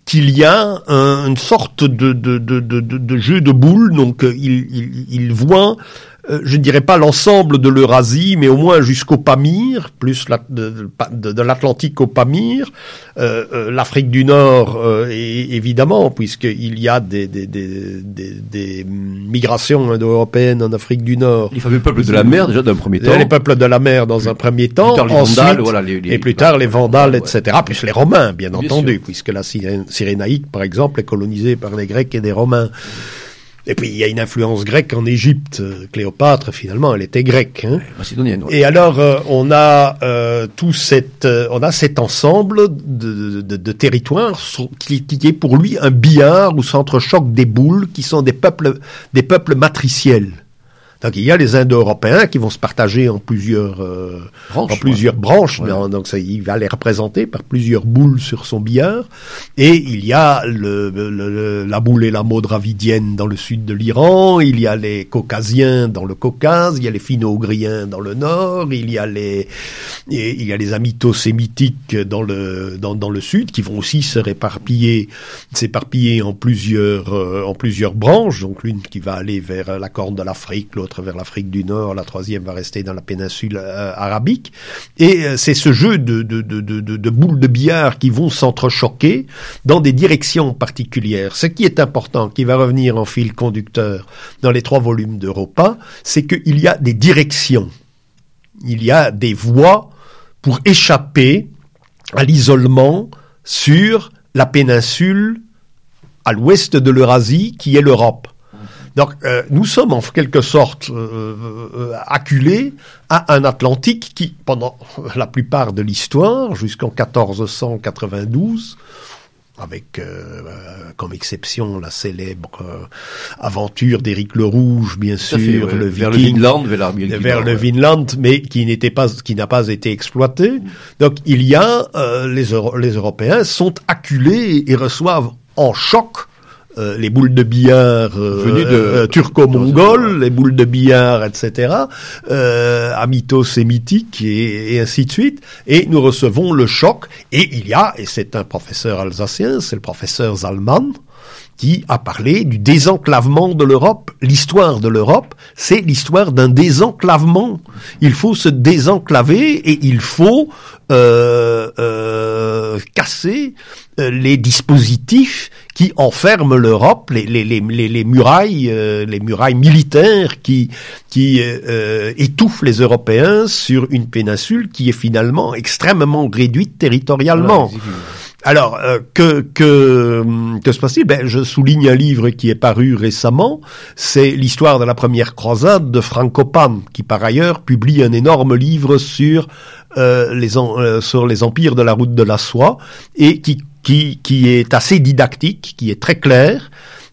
qu'il y a un, une sorte de, de, de, de, de jeu de boules. Donc, il, il, il voit, euh, je ne dirais pas l'ensemble de l'Eurasie, mais au moins jusqu'au Pamir, plus la, de, de, de l'Atlantique au Pamir, euh, euh, l'Afrique du Nord, euh, et, évidemment, puisqu'il y a des, des, des, des, des migrations indo-européennes en Afrique du Nord. Les fameux peuples de la mer, déjà, d'un premier temps. Les peuples de la mer, dans un premier temps. Plus tard, les Ensuite, Vandales, voilà, les, les, et plus tard, les Vandales, ouais. et cetera. Plus les Romains, bien, bien entendu, sûr. puisque la Cyrénaïque, par exemple, est colonisée par des Grecs et des Romains. Et puis, il y a une influence grecque en Égypte. Cléopâtre, finalement, elle était grecque. Hein. Macédonienne. Ouais. Et alors, euh, on a euh, tout cette, euh, on a cet ensemble de, de, de territoires qui, qui est pour lui un billard où s'entrechoquent des boules qui sont des peuples, des peuples matriciels. Donc il y a les Indo-Européens qui vont se partager en plusieurs euh, branches, en plusieurs ouais. branches, ouais. Mais, donc ça, il va les représenter par plusieurs boules sur son billard. Et il y a le, le, le, la boule et la mot dravidienne dans le sud de l'Iran, il y a les Caucasiens dans le Caucase, il y a les Finno-Ougriens dans le nord, il y a les et, il y a les amito-sémitiques dans le dans, dans le sud qui vont aussi se réparpiller, s'éparpiller en plusieurs euh, en plusieurs branches. Donc l'une qui va aller vers la Corne de l'Afrique, l'autre vers l'Afrique du Nord, la troisième va rester dans la péninsule euh, arabique. Et euh, c'est ce jeu de, de, de, de, de boules de billard qui vont s'entrechoquer dans des directions particulières. Ce qui est important, qui va revenir en fil conducteur dans les trois volumes d'Europa, c'est qu'il y a des directions. Il y a des voies pour échapper à l'isolement sur la péninsule à l'ouest de l'Eurasie, qui est l'Europe. Donc, euh, nous sommes en quelque sorte euh, euh, acculés à un Atlantique qui, pendant la plupart de l'histoire, jusqu'en quatorze cent quatre-vingt-douze, avec euh, comme exception la célèbre euh, aventure d'Éric le Rouge, bien sûr, fait, ouais. le vers Viking, le Vinland, vers, la, vers le ouais. Vinland, mais qui n'était pas, qui n'a pas été exploité. Mm. Donc, il y a euh, les, Euro- les Européens sont acculés et reçoivent en choc Euh, les boules de billard euh, de, euh, turco-mongoles, les boules de billard, et cetera, euh, amito-sémitiques et, et ainsi de suite. Et nous recevons le choc. Et il y a, et c'est un professeur alsacien, c'est le professeur Zalman, qui a parlé du désenclavement de l'Europe. L'histoire de l'Europe, c'est l'histoire d'un désenclavement. Il faut se désenclaver et il faut euh, euh, casser euh, les dispositifs qui enferment l'Europe, les, les, les, les, les murailles, euh, les murailles militaires qui, qui euh, étouffent les Européens sur une péninsule qui est finalement extrêmement réduite territorialement. Voilà, alors, euh, que, que, que se passe-t-il? Ben, je souligne un livre qui est paru récemment. C'est l'histoire de la première croisade de Franco Pan, qui par ailleurs publie un énorme livre sur, euh, les, en, euh, sur les empires de la route de la soie et qui, qui, qui est assez didactique, qui est très clair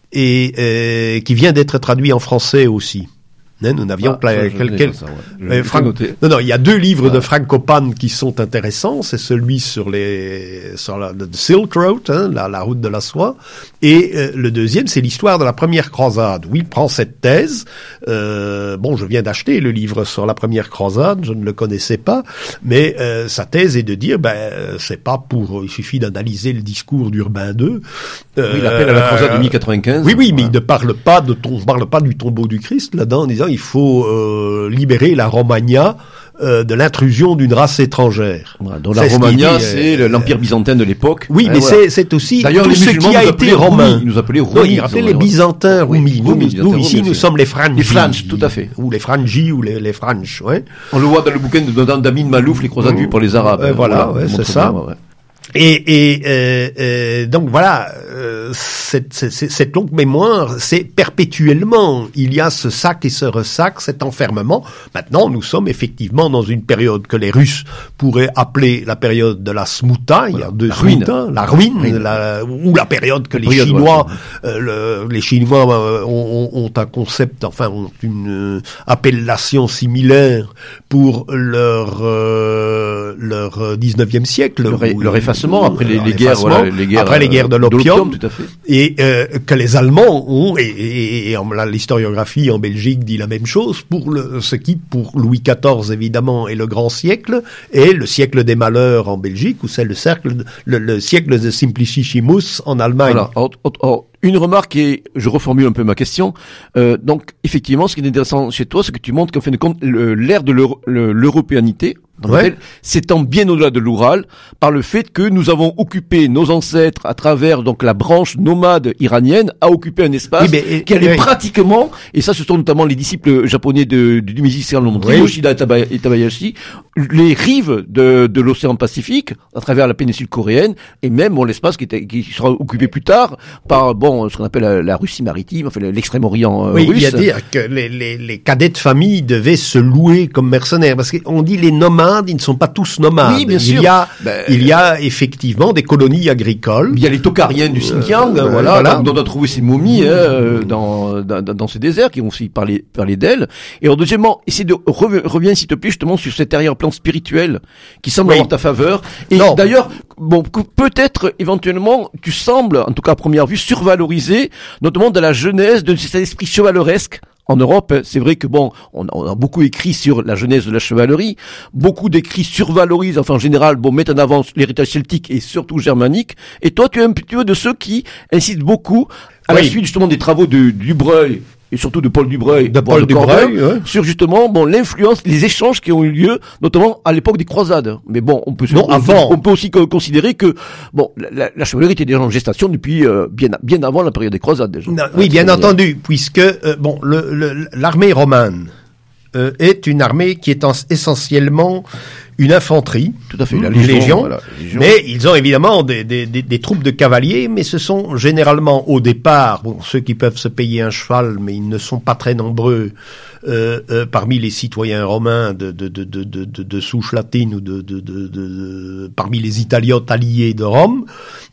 et euh, qui vient d'être traduit en français aussi. Nous n'avions ah, ça, quelques... Ça, ouais. Franck... Non, non, il y a deux livres ah. de Franco Pan qui sont intéressants. C'est celui sur les, sur la the Silk Road, hein, la, la route de la soie, et euh, le deuxième, c'est l'histoire de la première croisade, où il prend cette thèse. Euh, bon, je viens d'acheter le livre sur la première croisade, je ne le connaissais pas, mais euh, sa thèse est de dire, ben, c'est pas pour, il suffit d'analyser le discours d'Urbain deux. Euh, oui, il appelle à la croisade de mille quatre-vingt-quinze. Oui, oui, mais ouais. il ne parle pas de, on parle pas du tombeau du Christ là-dedans, en disant il faut euh, libérer la Romagna euh, de l'intrusion d'une race étrangère. Voilà, donc la Romagna, dit, c'est euh, l'empire byzantin de l'époque. Oui, hein, mais voilà. c'est, c'est aussi D'ailleurs, tout ce qui a été romain. Ils nous appelaient Roumi. Non, ils rappelaient les Byzantins Roumi. Nous, nous, nous ici, nous sommes les Frangi. Les Franges, tout à fait. Ou les Frangi ou les, les Franges, ouais. On le voit dans le bouquin de d'Amin Malouf, les croisades vues pour les Arabes. Euh, voilà, voilà ouais, c'est ça. Bien, ouais. Et, et euh, euh, donc voilà, euh, cette, cette, cette longue mémoire, c'est perpétuellement, il y a ce sac et ce ressac, cet enfermement. Maintenant, nous sommes effectivement dans une période que les Russes pourraient appeler la période de la Smouta, il y a deux la ruine, Smouta, la ruine, oui. la, ou la période que la les période, Chinois, ouais. euh, le, les Chinois euh, ont, ont un concept, enfin ont une euh, appellation similaire pour leur euh, leur dix-neuvième siècle, leur, où, leur effacement. l'effacement après les, Alors, les guerres, voilà, les guerres, après les guerres de l'opium, de l'opium tout à fait. Et euh, que les Allemands ont, et, et, et en, la, l'historiographie en Belgique dit la même chose, pour le, ce qui, pour Louis quatorze évidemment, est le grand siècle, et le siècle des malheurs en Belgique, ou c'est le, cercle, le, le siècle de Simplicissimus en Allemagne. Voilà. Or, or, or, une remarque, et je reformule un peu ma question. Euh, donc, effectivement, ce qui est intéressant chez toi, c'est que tu montres qu'en fin de compte, le, l'ère de l'euro, le, l'européanité ouais. s'étend bien au-delà de l'Oural par le fait que nous avons occupé, nos ancêtres, à travers donc la branche nomade iranienne, a occupé un espace oui, mais, qui allait oui. pratiquement, et ça ce sont notamment les disciples japonais de, de, du musicien oui. Yoshida et Tabayashi, les rives de, de l'océan Pacifique, à travers la péninsule coréenne, et même bon, l'espace qui, était, qui sera occupé plus tard par bon ce qu'on appelle la, la Russie maritime, enfin l'extrême-orient euh, oui, russe. Oui, il y a dire que les, les, les cadets de famille devaient se louer comme mercenaires, parce qu'on dit les nomades, ils ne sont pas tous nomades. Oui, bien il sûr. y a, ben, il y a effectivement des colonies agricoles. Il y a les Tokariens du Xinjiang, euh, voilà, voilà. Dont on a trouvé ces momies euh, dans, dans dans ce désert, qui vont aussi parler parler d'elles. Et alors deuxièmement, essaie de rev- reviens s'il te plaît justement sur cet arrière-plan spirituel qui semble oui. avoir ta faveur. Et non. D'ailleurs, bon, peut-être éventuellement, tu sembles, en tout cas à première vue, survaloriser, notamment dans la genèse de cet esprit chevaleresque. En Europe, c'est vrai que bon, on a, on a beaucoup écrit sur la genèse de la chevalerie, beaucoup d'écrits survalorisent, enfin en général, bon, mettent en avant l'héritage celtique et surtout germanique. Et toi, tu es un petit peu de ceux qui insistent beaucoup à oui. la suite justement des travaux de Dubreuil et surtout de Paul Dubreuil, de Paul Dubreuil, ouais. sur justement bon l'influence, les échanges qui ont eu lieu, notamment à l'époque des croisades. Mais bon, on peut non, on, avant. on peut aussi considérer que bon la, la chevalerie était déjà en gestation depuis euh, bien bien avant la période des croisades déjà. Non, oui, bien entendu, puisque euh, bon le, le, l'armée romane euh, est une armée qui est en, essentiellement une infanterie, tout à fait, la légion, légion, voilà, légion. Mais ils ont évidemment des, des, des, des troupes de cavaliers, mais ce sont généralement au départ, bon, ceux qui peuvent se payer un cheval, mais ils ne sont pas très nombreux euh, euh, parmi les citoyens romains de, de, de, de, de, de, de souche latine ou de, de, de, de, de parmi les Italiotes alliés de Rome.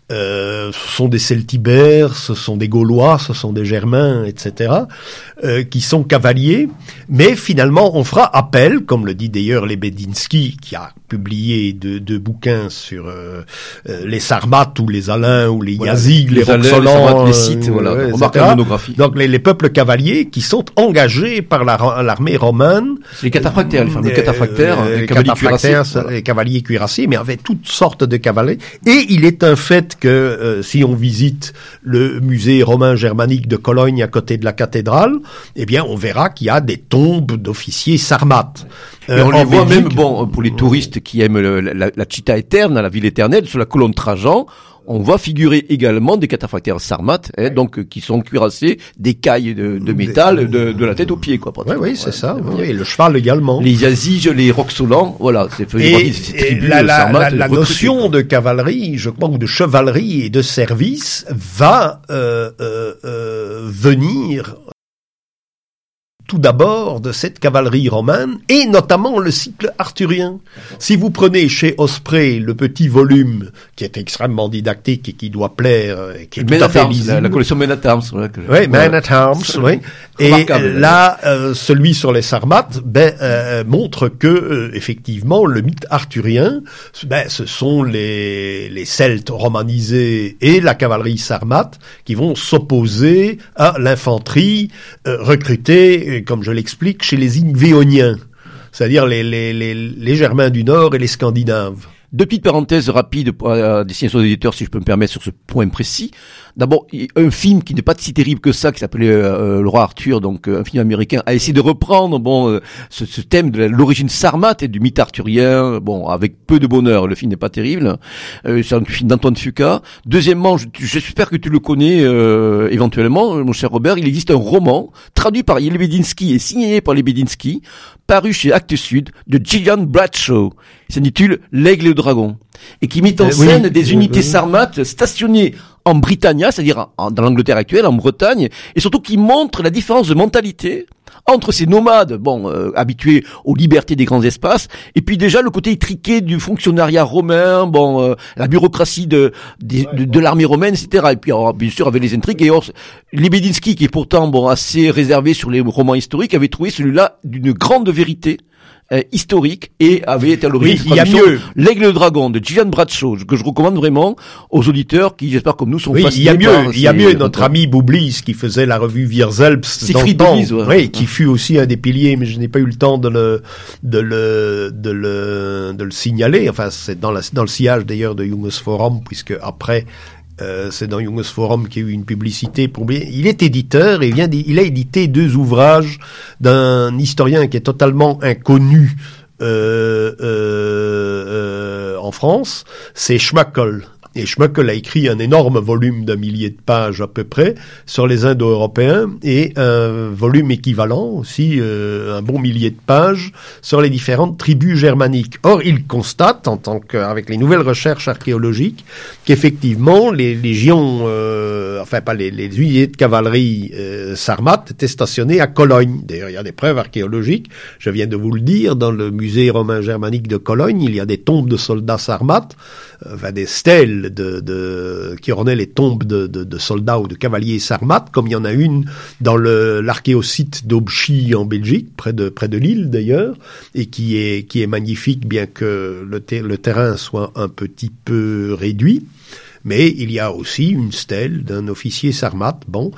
Euh, ce sont des Celtibères, ce sont des Gaulois, ce sont des Germains, et cetera, euh, qui sont cavaliers. Mais finalement, on fera appel, comme le dit d'ailleurs Lebedinsky, qui a publié deux, deux bouquins sur euh, euh, les Sarmates ou les Alains ou les voilà, Yazigs, les, les Roxolans, les Scythes, euh, voilà, euh, remarquable monographie. Donc les, les peuples cavaliers qui sont engagés par la, l'armée romane. C'est les cataphractaires, les fameux cataphractaires, euh, les, les cavaliers cataphractaires, cuirassés, voilà. Les cavaliers cuirassés, mais avec toutes sortes de cavaliers. Et il est un fait que euh, si on visite le musée romain germanique de Cologne à côté de la cathédrale, eh bien on verra qu'il y a des tombes d'officiers sarmates. Euh, et on les voit Belgique, même, bon, pour les touristes qui aiment le, la, la, la Città Eterna, la ville éternelle, sur la colonne Trajan, on voit figurer également des cataphractaires sarmates, hein, donc qui sont cuirassés d'écailles de, de métal de, de la tête aux pieds, quoi. Oui, oui, c'est ouais, ça. Oui, et le cheval également. Les Yaziges, les Roxolans, voilà, c'est fait et, ces tribus la, la, sarmates. La, la notion de cavalerie, je crois, ou de chevalerie et de service va euh, euh, euh, venir tout d'abord de cette cavalerie romane, et notamment le cycle arthurien. Si vous prenez chez Osprey le petit volume, qui est extrêmement didactique et qui doit plaire, qui est tout à fait lisible. La, la collection Man at Arms. Ouais, oui, Man at Arms, oui. Et là, euh, celui sur les Sarmates, ben, euh, montre que, euh, effectivement, le mythe arthurien, ben, ce sont les, les Celtes romanisés et la cavalerie sarmate qui vont s'opposer à l'infanterie euh, recrutée, comme je l'explique, chez les Ingvéoniens, c'est-à-dire les, les, les, les Germains du Nord et les Scandinaves. Deux petites parenthèses rapides à destination des éditeurs, si je peux me permettre, sur ce point précis. D'abord, un film qui n'est pas si terrible que ça, qui s'appelait euh, Le Roi Arthur, donc euh, un film américain, a essayé de reprendre bon euh, ce, ce thème de l'origine sarmate et du mythe arthurien, bon avec peu de bonheur. Le film n'est pas terrible. Euh, c'est un film d'Antoine Fuqua. Deuxièmement, je, j'espère que tu le connais euh, éventuellement, mon cher Robert. Il existe un roman traduit par Lebedinsky et signé par Lebedinsky, paru chez Actes Sud, de Gillian Bradshaw. Il s'intitule L'Aigle et le Dragon, et qui met en euh, scène oui, des unités oui. sarmates stationnées en Britannia, c'est-à-dire en, dans l'Angleterre actuelle, en Bretagne, et surtout qui montre la différence de mentalité entre ces nomades, bon, euh, habitués aux libertés des grands espaces, et puis déjà le côté étriqué du fonctionnariat romain, bon, euh, la bureaucratie de de, de, de l'armée romaine, et cetera. Et puis alors, bien sûr avec les intrigues. Et or, Lebedinsky, qui est pourtant bon assez réservé sur les romans historiques, avait trouvé celui-là d'une grande vérité euh, historique et avait été à l'origine oui, il y a mieux. L'Aigle et le Dragon de Gillian Bradshaw, que je recommande vraiment aux auditeurs qui, j'espère comme nous, sont oui, fascinés. Il y a mieux, par il y a ces, mieux notre ami Boublis qui faisait la revue Wierzhelps dans le temps, Bise, ouais. oui, qui fut aussi un des piliers, mais je n'ai pas eu le temps de le de le de le de le signaler. Enfin, c'est dans la dans le sillage d'ailleurs de Junges Forum, puisque après. Euh, c'est dans Junges Forum qu'il y a eu une publicité pour lui. Il est éditeur et vient il a édité deux ouvrages d'un historien qui est totalement inconnu euh, euh, euh, en France. C'est Schmöckel. Et Schmöckel a écrit un énorme volume d'un millier de pages à peu près sur les Indo-Européens et un volume équivalent aussi, euh, un bon millier de pages sur les différentes tribus germaniques. Or, il constate, en tant qu'avec les nouvelles recherches archéologiques, qu'effectivement les légions, euh, enfin pas les, les unités de cavalerie euh, sarmates étaient stationnées à Cologne. D'ailleurs, il y a des preuves archéologiques. Je viens de vous le dire, dans le musée romain germanique de Cologne, il y a des tombes de soldats sarmates, euh, enfin des stèles De, de, qui ornait les tombes de, de, de soldats ou de cavaliers sarmates, comme il y en a une dans le, l'archéosite d'Aubchy en Belgique, près de, près de Lille d'ailleurs, et qui est, qui est magnifique, bien que le, ter- le terrain soit un petit peu réduit. Mais il y a aussi une stèle d'un officier sarmate, bon,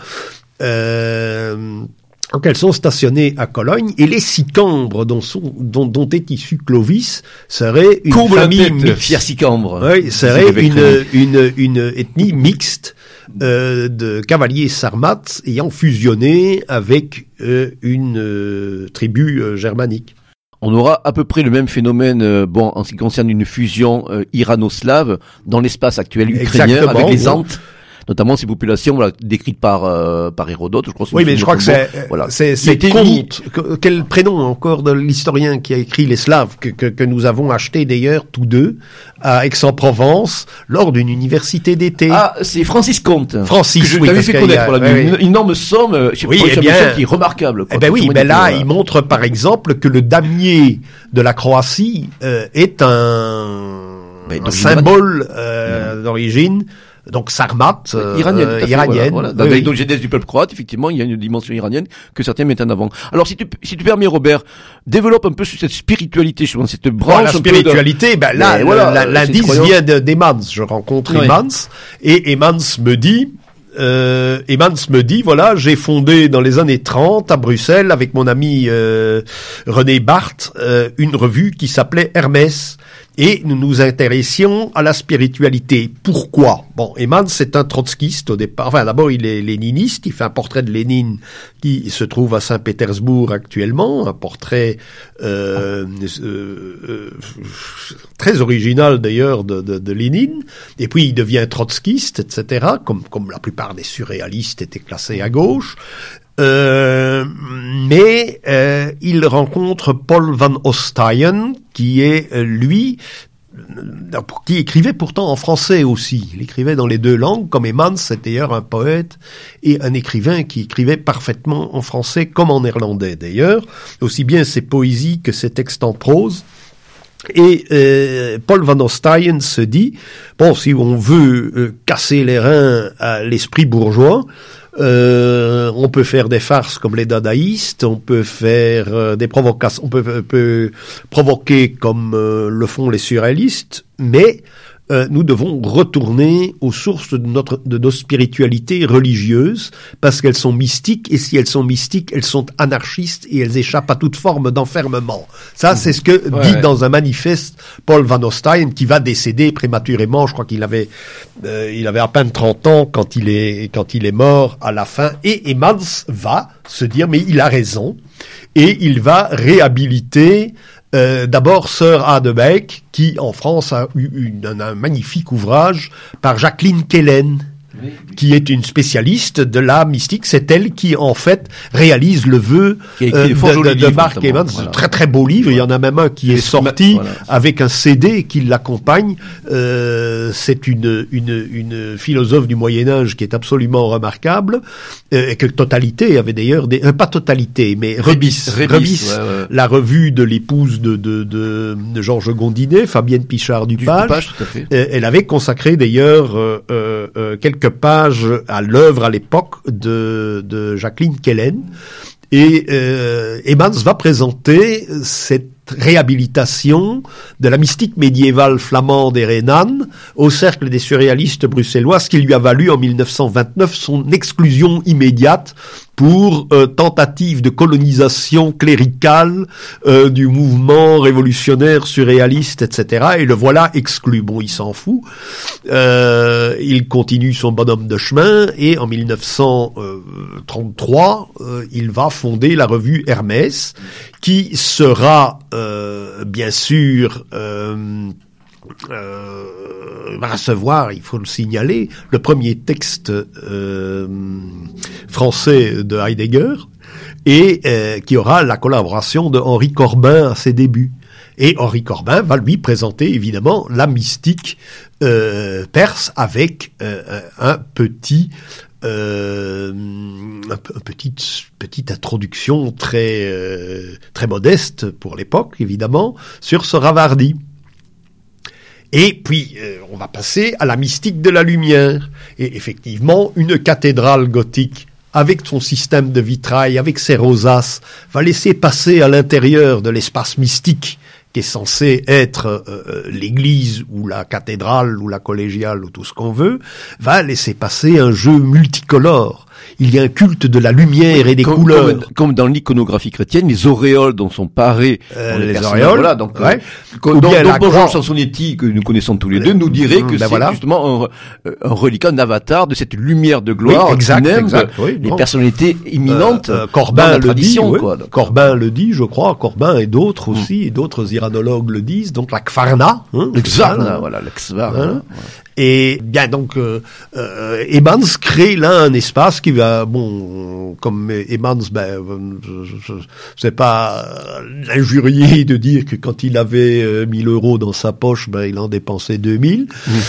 euh, Donc elles sont stationnées à Cologne, et les Sicambres dont, sont, dont, dont est issu Clovis seraient une Courbe famille la tête, mixte. fier Sicambre. Oui, serait une, une, une ethnie mixte euh, de cavaliers sarmates ayant fusionné avec euh, une euh, tribu euh, germanique. On aura à peu près le même phénomène, euh, bon, en ce qui concerne une fusion euh, irano-slave dans l'espace actuel ukrainien. Exactement, avec les Antes. Notamment ces populations, voilà, décrites par euh, par Hérodote, je crois. Oui, mais je crois que c'est voilà. c'est c'est Comte. Quel prénom encore de l'historien qui a écrit les Slaves que que, que nous avons acheté d'ailleurs tous deux à Aix-en-Provence lors d'une université d'été. Ah, c'est Francis Comte. Francis, que je oui, t'avais fait connaître, voilà, oui, une, oui. une énorme somme. Je oui, eh bien, une somme qui est remarquable. Quoi, eh ben oui, ben là, voilà. il montre par exemple que le damier de la Croatie euh, est un, ben, un symbole euh, d'origine. Donc sarmate, euh, iranienne, euh, fait, iranienne. Voilà, voilà. Oui, Avec oui. du peuple croate, effectivement, il y a une dimension iranienne que certains mettent en avant. Alors, si tu, si tu permets, Robert, développe un peu sur cette spiritualité, je pense, cette branche. Oh, la spiritualité, de... ben là, Mais voilà, la, l'indice vient de, d'Emans. Je rencontre oui. Emans, et Emans me dit, euh, Emans me dit, voilà, j'ai fondé dans les années trente à Bruxelles avec mon ami euh, René Barthes euh, une revue qui s'appelait Hermès. Et nous nous intéressions à la spiritualité. Pourquoi? Bon, Emans c'est un trotskiste au départ. Enfin, d'abord, il est léniniste. Il fait un portrait de Lénine qui se trouve à Saint-Pétersbourg actuellement. Un portrait euh, euh, euh, très original d'ailleurs de, de, de Lénine. Et puis, il devient trotskiste, et cetera. Comme, comme la plupart des surréalistes étaient classés à gauche. Euh, mais euh, il rencontre Paul van Ostaayen, qui est, euh, lui, euh, qui écrivait pourtant en français aussi. Il écrivait dans les deux langues, comme Emans, c'était d'ailleurs un poète et un écrivain qui écrivait parfaitement en français comme en néerlandais d'ailleurs, aussi bien ses poésies que ses textes en prose. Et euh, Paul van Ostaayen se dit, bon, si on veut euh, casser les reins à l'esprit bourgeois, Euh, on peut faire des farces comme les dadaïstes, on peut faire euh, des provocations, on peut, peut provoquer comme euh, le font les surréalistes, mais euh, nous devons retourner aux sources de notre de nos spiritualités religieuses parce qu'elles sont mystiques, et si elles sont mystiques, elles sont anarchistes et elles échappent à toute forme d'enfermement. Ça, c'est ce que ouais, dit ouais. dans un manifeste Paul van Ostaayen, qui va décéder prématurément. Je crois qu'il avait euh, il avait à peine trente ans quand il est quand il est mort à la fin. Et Emans va se dire mais il a raison, et il va réhabiliter Euh, d'abord Sœur Adebeck, qui en France a eu une, un, un magnifique ouvrage par Jacqueline Kellen, qui est une spécialiste de la mystique. C'est elle qui, en fait, réalise le vœu euh, de, de, de Mark Evans. Voilà. Très très beau livre. Voilà. Il y en a même un qui est, est sorti voilà. avec un C D qui l'accompagne. Euh, c'est une, une, une philosophe du Moyen-Âge qui est absolument remarquable, euh, et que Totalité avait d'ailleurs des, euh, pas Totalité, mais Rebis, Rebis, Rebis ouais, ouais. la revue de l'épouse de, de, de, de Georges Gondinet, Fabienne Pichard-Dupage. Dupage, tout à fait. Euh, elle avait consacré d'ailleurs euh, euh, quelques pages à l'œuvre à l'époque de, de Jacqueline Kellen. Et euh, Emmans va présenter cette réhabilitation de la mystique médiévale flamande et rhénane au cercle des surréalistes bruxellois, ce qui lui a valu en mille neuf cent vingt-neuf son exclusion immédiate pour euh, tentative de colonisation cléricale euh, du mouvement révolutionnaire surréaliste, et cetera. Et le voilà exclu. Bon, il s'en fout. Euh, il continue son bonhomme de chemin et en mille neuf cent trente-trois, euh, il va fonder la revue Hermès, qui sera euh, bien sûr euh, euh, va recevoir, il faut le signaler, le premier texte euh, français de Heidegger, et euh, qui aura la collaboration de Henri Corbin à ses débuts. Et Henri Corbin va lui présenter évidemment la mystique euh, perse avec euh, un petit Euh, une petite petite introduction très euh, très modeste pour l'époque évidemment sur Sohrawardi. Et puis euh, on va passer à la mystique de la lumière et effectivement une cathédrale gothique avec son système de vitrail, avec ses rosaces, va laisser passer à l'intérieur de l'espace mystique qui est censé être euh, l'église ou la cathédrale ou la collégiale ou tout ce qu'on veut, va laisser passer un jeu multicolore. Il y a un culte de la lumière et des comme, couleurs. Comme, comme dans l'iconographie chrétienne, les auréoles dont sont parés euh, les, les auréoles, voilà, donc, ouais. euh, donc, donc Bonjean Chansonetti, que nous connaissons tous les le, deux, nous dirait que ben c'est voilà. justement un, un reliquat, un avatar de cette lumière de gloire oui, exact, qui exact, oui, les bon. personnalités imminentes euh, euh, Corbin dans la le tradition. Dit, oui. Quoi, Corbin le dit, je crois, Corbin et d'autres aussi, mm. et d'autres iranologues le disent, donc la Kvarna. Hein, le Kvarna, voilà, le Kvarna. Hein, et bien donc, euh, euh, Emmans crée là un espace qui va, bon, comme Emmans, ben, je, je, c'est pas injurié de dire que quand il avait euh, mille euros dans sa poche, ben il en dépensait deux mille.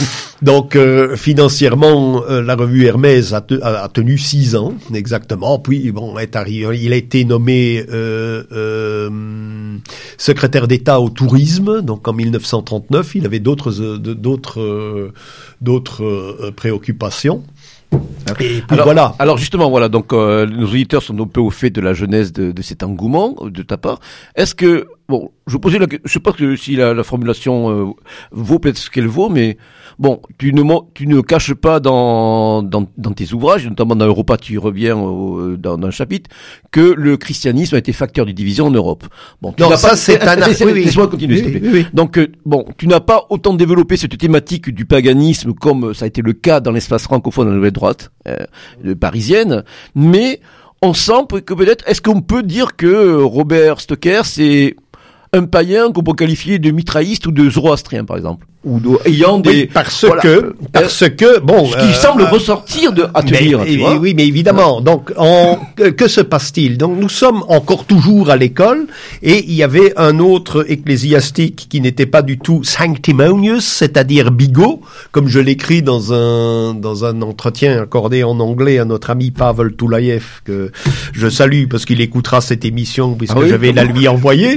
Donc euh, financièrement, euh, la revue Hermès a, te, a, a tenu six ans exactement. Puis bon, est arrivé, il a été nommé euh, euh, secrétaire d'État au tourisme. Donc en mille neuf cent trente-neuf, il avait d'autres euh, d'autres euh, d'autres euh, préoccupations. Et puis alors, voilà. Alors justement, voilà, donc euh, nos auditeurs sont un peu au fait de la genèse de, de cet engouement de ta part. Est-ce que, bon, je posais la, je sais pas que si la, la formulation euh, vaut peut-être ce qu'elle vaut, mais bon, tu ne tu ne caches pas dans dans, dans tes ouvrages, notamment dans Europa, tu y reviens au, dans, dans un chapitre, que le christianisme a été facteur de division en Europe. Bon, tu non, n'as ça pas, c'est un. Laisse-moi oui, oui. continuer, s'il te plaît. Oui, oui. Donc euh, bon, tu n'as pas autant développé cette thématique du paganisme comme ça a été le cas dans l'espace francophone de la Nouvelle Droite euh, parisienne, mais on sent que peut-être, est-ce qu'on peut dire que Robert Stocker c'est un païen qu'on peut qualifier de mitrailliste ou de zoroastrien, par exemple, ou de, ayant des oui, parce voilà, que parce euh, que bon ce qui euh, semble euh, ressortir de à te mais, lire, tu vois. Oui, mais évidemment. Ouais. Donc, en, que, que se passe-t-il? Donc, nous sommes encore toujours à l'école, et il y avait un autre ecclésiastique qui n'était pas du tout sanctimonious, c'est-à-dire bigot, comme je l'écris dans un dans un entretien accordé en anglais à notre ami Pavel Toulayev, que je salue parce qu'il écoutera cette émission puisque ah oui, je vais la lui envoyer.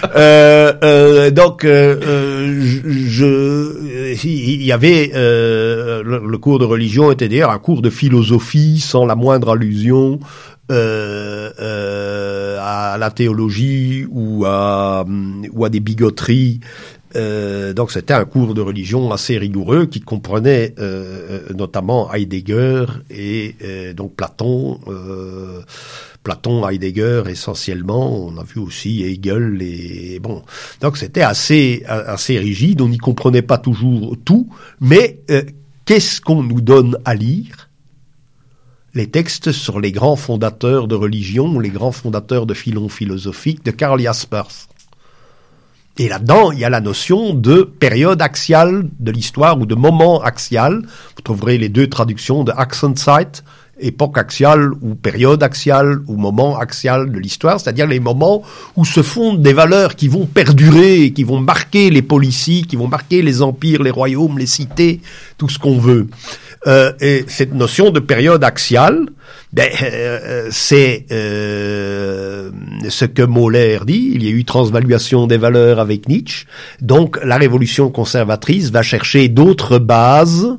euh, euh, donc, euh, euh, je il y avait euh, le, le cours de religion était d'ailleurs un cours de philosophie sans la moindre allusion euh, euh, à la théologie ou à ou à des bigoteries. Euh, donc c'était un cours de religion assez rigoureux qui comprenait euh, notamment Heidegger et euh, donc Platon. Euh, Platon, Heidegger essentiellement, on a vu aussi Hegel et bon. Donc c'était assez assez rigide, on n'y comprenait pas toujours tout, mais euh, qu'est-ce qu'on nous donne à lire? Les textes sur les grands fondateurs de religion, les grands fondateurs de filons philosophiques de Karl Jaspers. Et là-dedans, il y a la notion de période axiale de l'histoire ou de moment axial. Vous trouverez les deux traductions de Achsenzeit, époque axiale ou période axiale ou moment axial de l'histoire, c'est-à-dire les moments où se fondent des valeurs qui vont perdurer, qui vont marquer les policies, qui vont marquer les empires, les royaumes, les cités, tout ce qu'on veut. Euh, et cette notion de période axiale, ben, euh, c'est euh, ce que Mahler dit. Il y a eu transvaluation des valeurs avec Nietzsche. Donc, la révolution conservatrice va chercher d'autres bases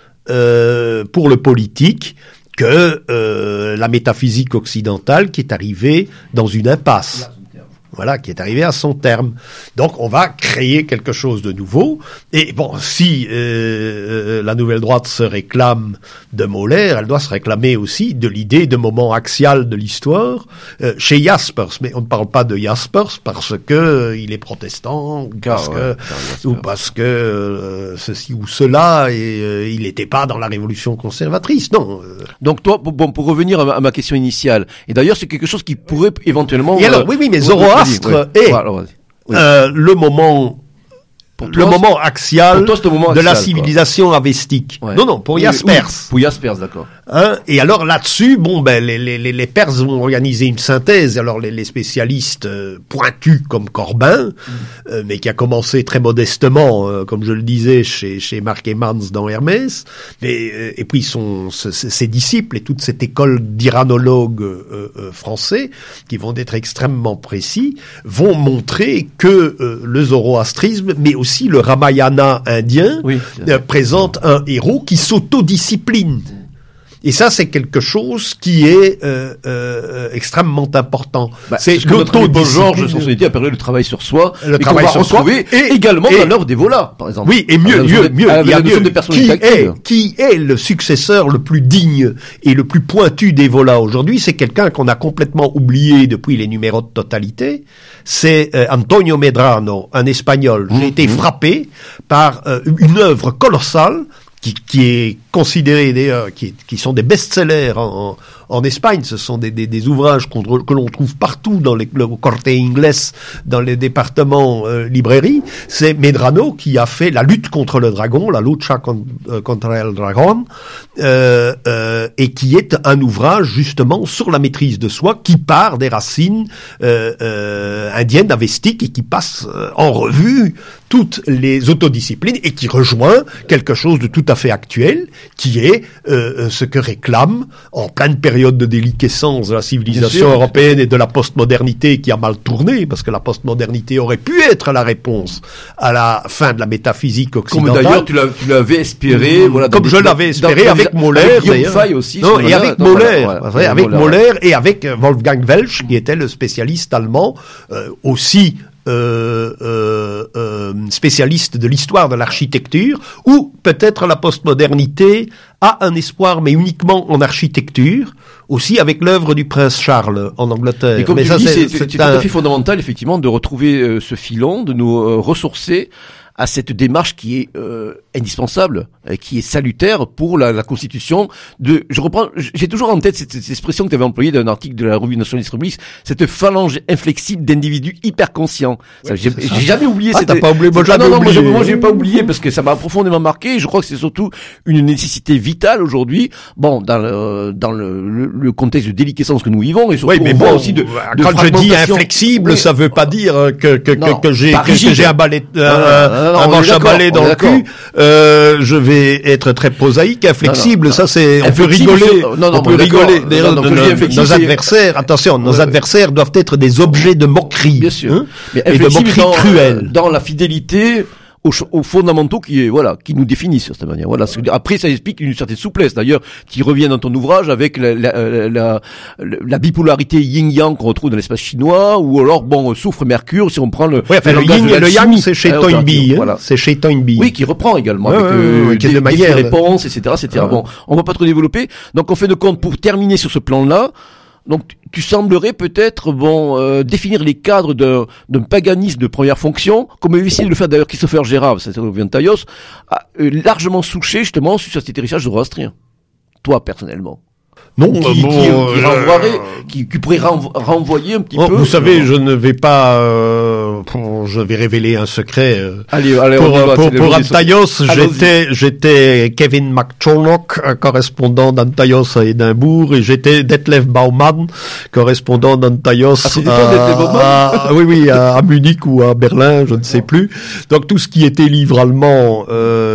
euh, pour le politique que euh, la métaphysique occidentale qui est arrivée dans une impasse. Voilà, qui est arrivé à son terme. Donc, on va créer quelque chose de nouveau. Et bon, si euh, la nouvelle droite se réclame de Mahler, elle doit se réclamer aussi de l'idée de moment axial de l'histoire euh, chez Jaspers. Mais on ne parle pas de Jaspers parce que euh, il est protestant, ou parce ouais, que, ou parce que euh, ceci ou cela, et euh, il n'était pas dans la révolution conservatrice. Non. Euh. Donc, toi, bon, pour revenir à ma, à ma question initiale, et d'ailleurs, c'est quelque chose qui pourrait éventuellement. Et alors, euh, oui, oui, mais Zoroastre Ouais. est Ouais, alors, oui. euh, le moment Pour le toi, moment axial toi, c'est le moment de la axial, civilisation avestique. Ouais. Non, non, pour Oui, Jaspers. oui, pour Jaspers, d'accord. Hein, et alors là-dessus, bon ben les, les, les Perses ont organisé une synthèse. Alors les, les spécialistes euh, pointus comme Corbin, mmh. euh, mais qui a commencé très modestement, euh, comme je le disais chez chez Marc Emmans dans Hermès, mais euh, et puis son ce, ses disciples et toute cette école d'iranologues euh, euh, français qui vont être extrêmement précis, vont montrer que euh, le zoroastrisme, mais aussi le Ramayana indien, oui, euh, présente un héros qui s'autodiscipline. Et ça, c'est quelque chose qui est euh, euh, extrêmement important. Bah, c'est ce que notre ami Paul Georges, son sonneté, a parlé le travail sur soi, le et travail qu'on va sur retrouver soi, et également et, dans l'œuvre des Volas, par exemple. Oui, et mieux, mieux, mieux, il y a mieux. Qui est, qui est le successeur le plus digne et le plus pointu des Volas aujourd'hui? C'est quelqu'un qu'on a complètement oublié depuis les numéros de totalité. C'est euh, Antonio Medrano, un Espagnol. J'ai mmh, été mmh. frappé par euh, une œuvre colossale qui, qui est considérée d'ailleurs, qui, qui sont des best-sellers en, en Espagne. Ce sont des, des, des ouvrages qu'on, que l'on trouve partout dans les, le Corte Inglés, dans les départements euh, librairies. C'est Medrano qui a fait La lutte contre le dragon, La lucha con, euh, contra el dragón, euh, euh, et qui est un ouvrage justement sur la maîtrise de soi, qui part des racines euh, euh, indiennes, avestiques, et qui passe euh, en revue toutes les autodisciplines, et qui rejoint quelque chose de tout à fait actuel, qui est euh, ce que réclame, en pleine période de déliquescence de la civilisation européenne et de la postmodernité qui a mal tourné, parce que la postmodernité aurait pu être la réponse à la fin de la métaphysique occidentale. Comme d'ailleurs tu, l'as, tu l'avais espéré, mmh, voilà. Comme je l'avais espéré avec Mahler, d'ailleurs. Aussi, non, et avec Mahler, voilà, voilà, avec Mahler et avec Wolfgang Welsch, qui était le spécialiste allemand, euh, aussi Euh, euh, euh, spécialiste de l'histoire de l'architecture, ou peut-être la postmodernité a un espoir, mais uniquement en architecture, aussi avec l'œuvre du prince Charles en Angleterre. Et comme mais tu ça, dis, c'est, c'est, c'est, c'est un... tout à fait fondamental, effectivement, de retrouver euh, ce filon, de nous euh, ressourcer à cette démarche qui est euh, indispensable, euh, qui est salutaire pour la, la constitution de. Je reprends, j'ai toujours en tête cette, cette expression que tu avais employée d'un article de la revue Nationaliste République, cette phalange inflexible d'individus hyper conscients. Ouais, ça, j'ai, j'ai jamais oublié. Ah, cette... t'as pas oublié, moi, ah, non, non, oublié. moi, moi j'ai pas oublié parce que ça m'a profondément marqué. Je crois que c'est surtout une nécessité vitale aujourd'hui. Bon, dans le dans le, le, le contexte de déliquescence que nous vivons, et surtout oui, mais bon, aussi de, de quand je dis inflexible, oui. Ça veut pas dire que que non, que, que j'ai que, que j'ai un balai euh, un manche à balai dans le cul. Euh, je vais être très prosaïque, inflexible. Non, non, ça c'est on peut rigoler. Sur... Non, non, on peut rigoler. Non, non, de, nos, nos adversaires, attention, nos ouais, adversaires doivent être des objets de moquerie, bien sûr, hein, mais et de moquerie dans, cruelle. Dans la fidélité aux, aux fondamentaux qui est voilà qui nous définissent de cette manière. Voilà. Après, ça explique une certaine souplesse d'ailleurs qui revient dans ton ouvrage avec la, la, la, la, la bipolarité yin-yang qu'on retrouve dans l'espace chinois, ou alors bon soufre Mercure si on prend le. Oui, enfin, le, le yin et le yang, c'est chez Toynbee. Hein, voilà. C'est chez Toynbee. Oui, qui reprend également ouais, avec ouais, euh, ouais, des, de manière, des réponses, et cetera, et cetera. Ouais. Bon, on va pas trop développer. Donc, en fait de compte, pour terminer sur ce plan-là. Donc, tu semblerais peut-être bon euh, définir les cadres d'un, d'un paganisme de première fonction, comme avait essayé de le faire d'ailleurs Christopher Gérard, ça vient de Taillos, euh, largement souché justement sur cet héritage zoroastrien. Toi, personnellement. Non, qui, bon, qui, qui, euh, renvoierait, qui, qui pourrait renvo- renvoyer un petit oh, peu. Vous savez, je ne vais pas euh, pour, je vais révéler un secret. Euh, allez, allez, pour va, pour, pour Antaios, j'étais, j'étais Kevin McCornock, correspondant d'Antaios à Édimbourg, et j'étais Detlef Baumann, correspondant d'Antaios ah, à, à, oui, oui, à, à Munich ou à Berlin, je ne sais plus. Donc tout ce qui était livre allemand,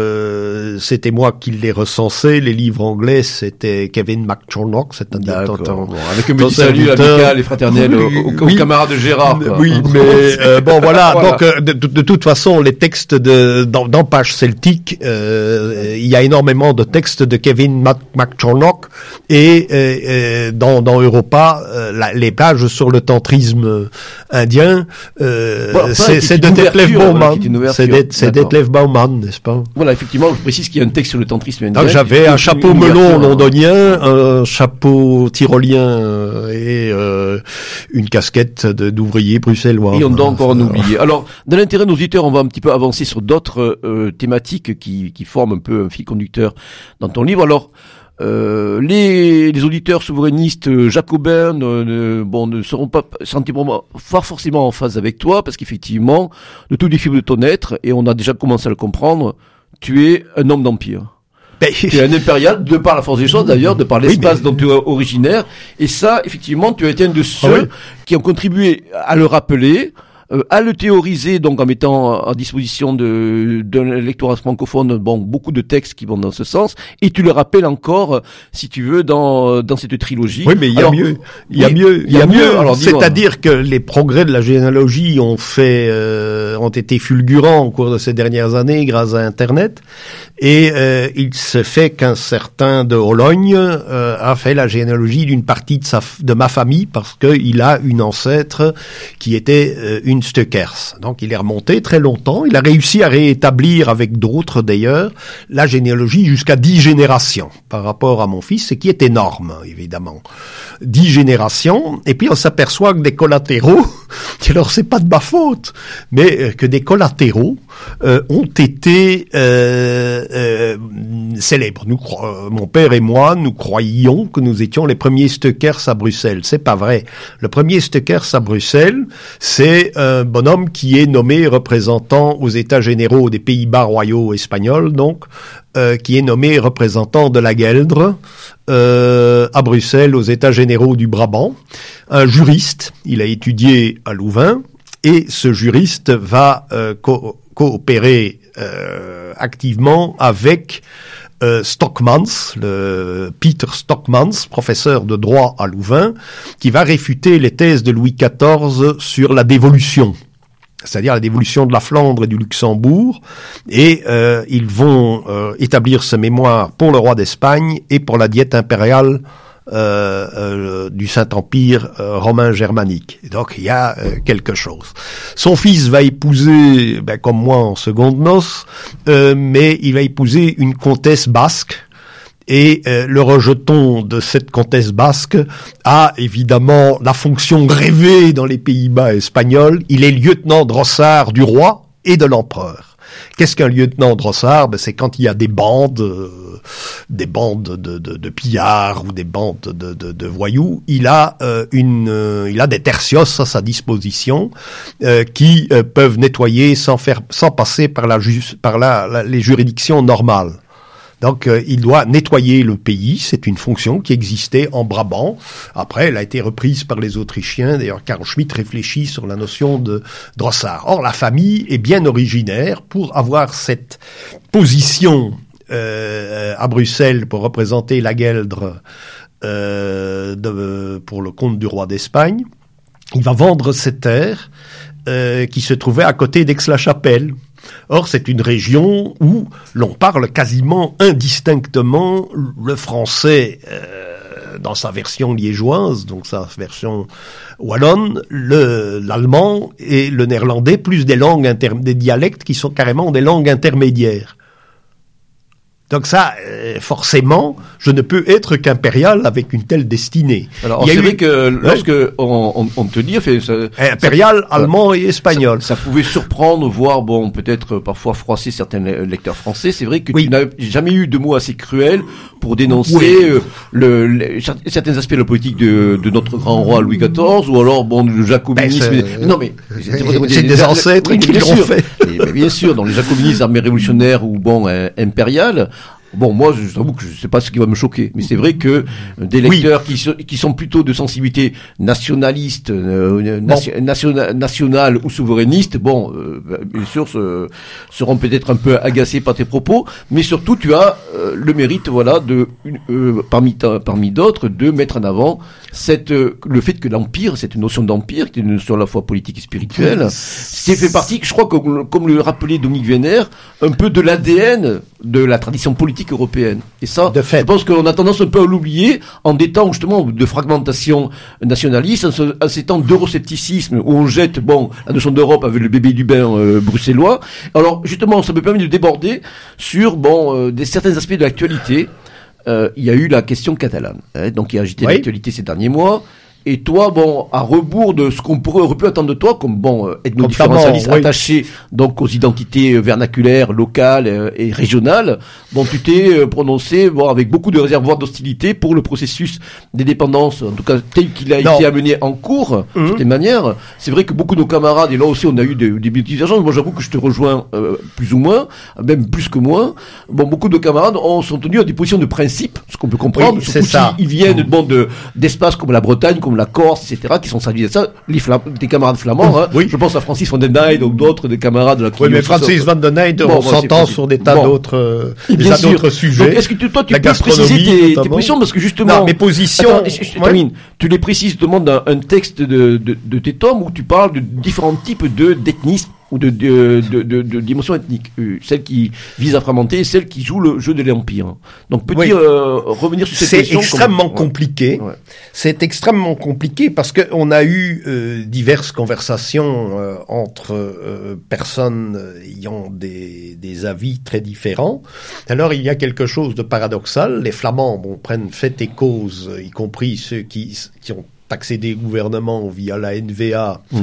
euh, c'était moi qui les recensais. Les livres anglais, c'était Kevin McCornock, c'est-à-dire bon, avec un petit salut amical et fraternel oui, aux, aux oui, camarades de Gérard. Quoi. Oui, mais euh, bon voilà. voilà. Donc euh, de, de toute façon, les textes de dans, dans Page Celtique, euh, il y a énormément de textes de Kevin McCornock et euh, dans dans Europa, euh, la, les pages sur le tantrisme indien, euh, voilà, c'est, c'est de Detlef Baumann. C'est Detlef Baumann, n'est-ce pas? Voilà, effectivement, je précise qu'il y a un texte sur le tantrisme indien. Donc j'avais un chapeau melon londonien, un chapeau tyrolien et euh, une casquette de, d'ouvrier bruxellois. Et on doit encore en oublier. Alors, dans l'intérêt de nos auditeurs, on va un petit peu avancer sur d'autres euh, thématiques qui, qui forment un peu un fil conducteur dans ton livre. Alors, Euh, les, les auditeurs souverainistes euh, jacobins euh, bon, ne seront pas sentiment, pas forcément en phase avec toi, parce qu'effectivement, de tous les fibres de ton être, et on a déjà commencé à le comprendre, tu es un homme d'empire. Ben, tu es un impérial, de par la force des choses d'ailleurs, de par l'espace oui, mais... dont tu es originaire, et ça, effectivement, tu as été un de ceux ah, oui. qui ont contribué à le rappeler, Euh, à le théoriser, donc en mettant à disposition de d'un lectorat francophone, bon, beaucoup de textes qui vont dans ce sens, et tu le rappelles encore, si tu veux, dans dans cette trilogie. Oui, mais il y a alors, mieux, il y a oui, mieux, il y a mieux. Alors, c'est-à-dire que les progrès de la généalogie ont fait, euh, ont été fulgurants au cours de ces dernières années grâce à Internet, et euh, il se fait qu'un certain de Hologne euh, a fait la généalogie d'une partie de sa de ma famille parce que il a une ancêtre qui était euh, une Stöckers. Donc il est remonté très longtemps, il a réussi à réétablir avec d'autres d'ailleurs la généalogie jusqu'à dix générations par rapport à mon fils, ce qui est énorme évidemment. Dix générations, et puis on s'aperçoit que des collatéraux, alors c'est pas de ma faute, mais que des collatéraux euh, ont été euh, euh, célèbres. Nous, euh, mon père et moi, nous croyions que nous étions les premiers Stöckers à Bruxelles. C'est pas vrai. Le premier Stöckers à Bruxelles, c'est un bonhomme qui est nommé représentant aux États généraux des Pays-Bas royaux espagnols, donc, euh, qui est nommé représentant de la Gueldre euh, à Bruxelles aux États généraux du Brabant. Un juriste, il a étudié à Louvain, et ce juriste va euh, co- coopérer euh, activement avec Euh, Stockmans, le Peter Stockmans, professeur de droit à Louvain, qui va réfuter les thèses de Louis quatorze sur la dévolution, c'est-à-dire la dévolution de la Flandre et du Luxembourg, et euh, ils vont euh, établir ce mémoire pour le roi d'Espagne et pour la diète impériale Euh, euh, du Saint-Empire euh, romain germanique. Et donc il y a euh, quelque chose. Son fils va épouser, ben, comme moi en seconde noces, euh, mais il va épouser une comtesse basque. Et euh, le rejeton de cette comtesse basque a évidemment la fonction rêvée dans les Pays-Bas espagnols. Il est lieutenant drossard du roi et de l'empereur. Qu'est-ce qu'un lieutenant drossard? Ben, c'est quand il y a des bandes, euh, des bandes de, de, de pillards ou des bandes de, de, de voyous. Il a euh, une, euh, il a des tertios à sa disposition euh, qui euh, peuvent nettoyer sans faire, sans passer par la, ju- par la, la les juridictions normales. Donc, euh, il doit nettoyer le pays. C'est une fonction qui existait en Brabant. Après, elle a été reprise par les Autrichiens. D'ailleurs, Carl Schmitt réfléchit sur la notion de drossard. Or, la famille est bien originaire pour avoir cette position euh, à Bruxelles pour représenter la Gueldre euh, de, pour le compte du roi d'Espagne. Il va vendre ses terres euh, qui se trouvaient à côté d'Aix-la-Chapelle. Or, c'est une région où l'on parle quasiment indistinctement le français euh, dans sa version liégeoise, donc sa version wallonne, le, l'allemand et le néerlandais, plus des langues inter- des dialectes qui sont carrément des langues intermédiaires. Donc ça, euh, forcément, je ne peux être qu'impérial avec une telle destinée. Alors, c'est eu... vrai que lorsque ouais. on, on, on te dit, fait, ça, impérial, ça, allemand et espagnol, ça, ça pouvait surprendre, voire bon, peut-être parfois froisser certains lecteurs français. C'est vrai que oui. tu n'as jamais eu de mots assez cruels pour dénoncer oui. euh, le, le, certains aspects de la politique de, de notre grand roi Louis quatorze, ou alors bon le jacobinisme. Ben, mais, non mais c'est, c'est des ancêtres oui, qui l'ont fait. Mais, bien sûr, dans les jacobinismes, armées révolutionnaires ou bon euh, impériales. Bon, moi, je t'avoue que je sais pas ce qui va me choquer, mais c'est vrai que des lecteurs oui. qui, so, qui sont plutôt de sensibilité nationaliste, euh, nation, bon. nationa, nationale ou souverainiste, bon, euh, bien sûr, se, seront peut-être un peu agacés par tes propos, mais surtout, tu as euh, le mérite, voilà, de euh, parmi ta, parmi d'autres, de mettre en avant cette euh, le fait que l'empire, cette notion d'empire, qui est une notion à la fois politique et spirituelle, c'est fait partie, je crois, que, comme le rappelait Dominique Vénère, un peu de l'A D N de la tradition politique européenne. Et ça, de fait. je pense qu'on a tendance un peu à l'oublier en des temps justement de fragmentation nationaliste, en, ce, en ces temps d'euroscepticisme où on jette bon la notion d'Europe avec le bébé du bain euh, bruxellois. Alors justement, ça me permet de déborder sur bon euh, des certains aspects de l'actualité. Euh, il y a eu la question catalane, hein, donc qui a agité oui. l'actualité ces derniers mois. Et toi, bon, à rebours de ce qu'on pourrait, aurait pu attendre de toi, comme bon, ethno-différentialiste oui. attaché donc aux identités vernaculaires, locales euh, et régionales, bon, tu t'es euh, prononcé, bon, avec beaucoup de réservoirs d'hostilité pour le processus des dépendances, en tout cas tel qu'il a non. été amené en cours, mmh. de cette manière. C'est vrai que beaucoup de nos camarades, et là aussi on a eu des, des divergences, moi j'avoue que je te rejoins euh, plus ou moins, même plus que moi. Bon, beaucoup de camarades ont, sont tenus à des positions de principe, ce qu'on peut comprendre, oui, surtout c'est ça. s'ils viennent bon, de, d'espaces comme la Bretagne, comme la Corse, et cetera, qui sont servis à ça, les flam- des camarades flamands, hein. Oui. Je pense à Francis van den Eyde ou d'autres des camarades de la Oui, mais Francis van den Eyde, bon, on bon, s'entend sur des tas bon. d'autres, euh, des tas d'autres sujets. Donc, est-ce que tu, toi, tu peux préciser tes, tes positions, parce que justement. Non, mes positions. Attends, je, je termine. Ouais. Tu les précises, tu demandes un, un texte de, de, de tes tomes où tu parles de différents types de, d'ethnisme ou de, de, de, de, de dimension ethnique, euh, celle qui vise à fragmenter et celle qui joue le jeu de l'empire. Donc, peux-tu oui. euh, revenir sur cette c'est question? C'est extrêmement comme... compliqué. Ouais. C'est extrêmement compliqué parce que on a eu euh, diverses conversations euh, entre euh, personnes ayant des, des avis très différents. Alors, il y a quelque chose de paradoxal. Les Flamands, bon, prennent fait et cause, y compris ceux qui, qui ont accédé au gouvernement via la N V A. Mmh.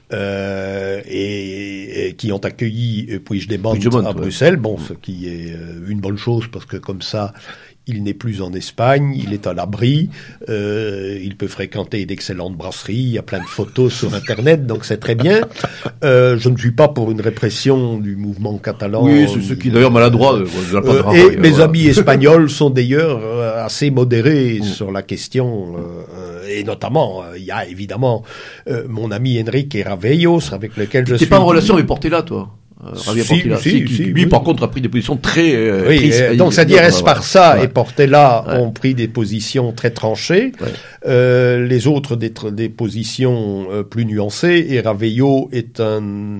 Euh, et, et qui ont accueilli euh, Puigdemont à ouais. Bruxelles, bon, ce qui est euh, une bonne chose parce que comme ça, il n'est plus en Espagne, il est à l'abri, euh, il peut fréquenter d'excellentes brasseries, il y a plein de photos sur Internet, donc c'est très bien. Euh, je ne suis pas pour une répression du mouvement catalan. Oui, c'est ce qui est d'ailleurs maladroit. Euh, euh, et euh, mes voilà. amis espagnols sont d'ailleurs euh, assez modérés mmh. sur la question, euh, et notamment, il euh, y a évidemment euh, mon ami Enrique Ravellos, avec lequel je T'es suis... T'es pas en relation avec Portela, toi? Euh, si, si, si, qui, si, lui, oui. par contre, a pris des positions très... Euh, oui, prises, euh, donc c'est-à-dire Esparza ouais. et Portela ouais. ont pris des positions très tranchées, ouais. euh, les autres des, des positions euh, plus nuancées, et Ravello est un...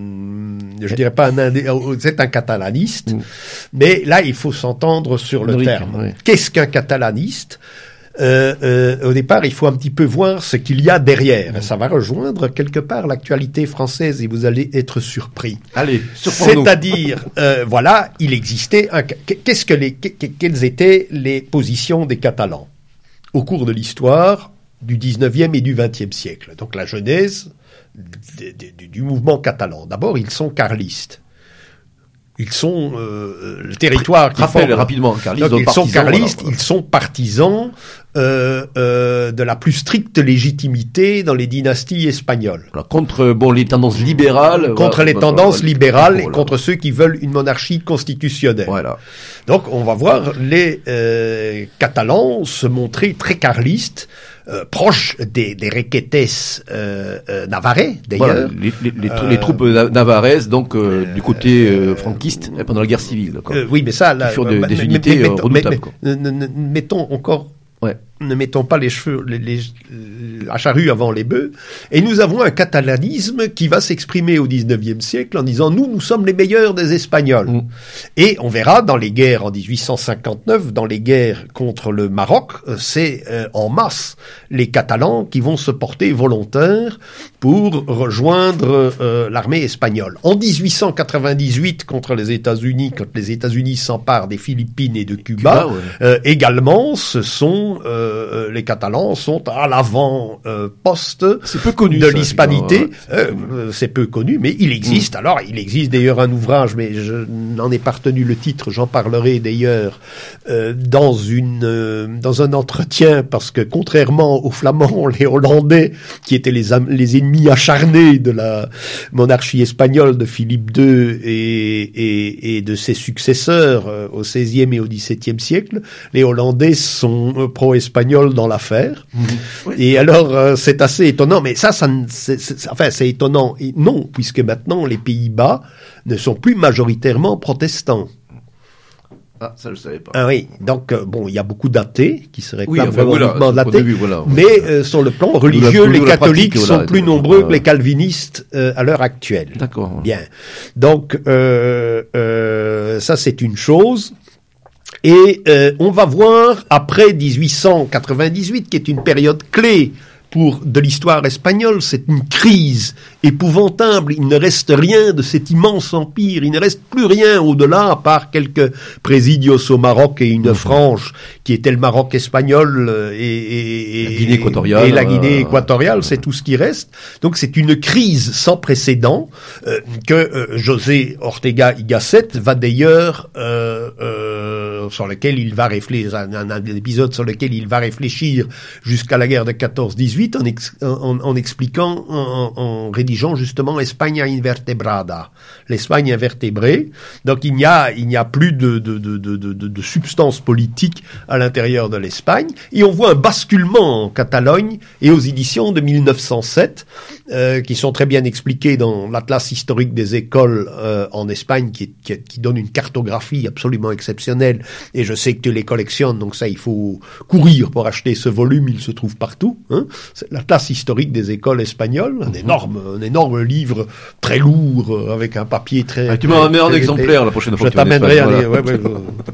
je dirais pas un... Indé, c'est un catalaniste, mm. mais là, il faut s'entendre sur le Enrique, terme. Ouais. Qu'est-ce qu'un catalaniste ? Euh, euh, au départ, il faut un petit peu voir ce qu'il y a derrière. Mmh. Ça va rejoindre quelque part l'actualité française et vous allez être surpris. Allez, surprends-nous. C'est-à-dire, euh, voilà, il existait un... Qu'est-ce que les... Quelles étaient les positions des Catalans au cours de l'histoire du dix-neuvième et du vingtième siècle? Donc la genèse du, du mouvement catalan. D'abord, ils sont carlistes. Ils sont euh, le territoire qui rappelle forme, rapidement carlistes. Donc, ils partisans, sont carlistes, voilà. Ils sont partisans euh, euh, de la plus stricte légitimité dans les dynasties espagnoles. Voilà, contre bon les tendances libérales. Contre voilà, les tendances voilà, libérales voilà. et contre ceux qui veulent une monarchie constitutionnelle. Voilà. Donc on va voir les euh, Catalans se montrer très carlistes. Euh, proche des, des requetes euh, euh, navarrais, d'ailleurs. Voilà, les, les, les, euh, les troupes navaraises, donc euh, euh, du côté euh, franquiste, euh, pendant la guerre civile. Quoi. Euh, oui, mais ça, là, sur de, euh, des mais, unités mais, euh, redoutables. Mais, mais, mettons encore ouais. ne mettons pas les cheveux, les, les, la charrue avant les bœufs, et nous avons un catalanisme qui va s'exprimer au dix-neuvième siècle en disant nous, nous sommes les meilleurs des Espagnols. Mmh. Et on verra dans les guerres en dix-huit cent cinquante-neuf, dans les guerres contre le Maroc, c'est euh, en masse les Catalans qui vont se porter volontaires pour rejoindre euh, l'armée espagnole. En dix-huit cent quatre-vingt-dix-huit, contre les États-Unis, quand les États-Unis s'emparent des Philippines et de Cuba, Cuba ouais. euh, également, ce sont euh, les Catalans sont à l'avant-poste euh, c'est peu connu, de ça, l'hispanité. Ouais. Euh, c'est peu connu, mais il existe. Mmh. Alors, il existe d'ailleurs un ouvrage, mais je n'en ai pas retenu le titre. J'en parlerai d'ailleurs euh, dans une euh, dans un entretien, parce que contrairement aux Flamands, les Hollandais, qui étaient les les ennemis acharnés de la monarchie espagnole de Philippe deux et et, et de ses successeurs euh, au seizième et au dix-septième siècle, les Hollandais sont euh, pro-espagnols dans l'affaire. Mmh. Oui. Et alors, euh, c'est assez étonnant, mais ça, ça c'est, c'est, enfin, c'est étonnant. Et non, puisque maintenant, les Pays-Bas ne sont plus majoritairement protestants. Ah, ça je savais pas. Ah oui, donc euh, bon, il y a beaucoup d'athées qui se réclament oui, enfin, voilà, d'athées, début, voilà, mais voilà. Euh, sur le plan religieux, les catholiques pratique, sont voilà, plus de, nombreux euh, que les calvinistes euh, à l'heure actuelle. D'accord. Bien. Donc euh, euh, ça c'est une chose. Et euh, on va voir après dix-huit cent quatre-vingt-dix-huit, qui est une période clé pour de l'histoire espagnole, c'est une crise épouvantable. Il ne reste rien de cet immense empire. Il ne reste plus rien au-delà, à part quelques présidios au Maroc et une frange qui était le Maroc espagnol et, et, et la Guinée équatoriale. Et la Guinée équatoriale, euh, c'est tout ce qui reste. Donc c'est une crise sans précédent euh, que euh, José Ortega y Gasset va d'ailleurs euh, euh, sur lequel il va réfléchir, un, un, un épisode sur lequel il va réfléchir jusqu'à la guerre de quatorze dix-huit. En, ex, en, en expliquant, en, en rédigeant justement España invertebrada, l'Espagne invertébrée. Donc il n'y a, il n'y a plus de, de, de, de, de, de substance politique à l'intérieur de l'Espagne. Et on voit un basculement en Catalogne et aux éditions de mille neuf cent sept, euh, qui sont très bien expliquées dans l'Atlas historique des écoles euh, en Espagne, qui, qui, qui donne une cartographie absolument exceptionnelle. Et je sais que tu les collectionnes, donc ça, il faut courir pour acheter ce volume. Il se trouve partout, hein. C'est l'Atlas historique des écoles espagnoles, un énorme, un énorme livre très lourd avec un papier très. Ah, tu m'en amènes un exemplaire la prochaine fois. Je t'amènerai. Voilà. Ouais, ouais,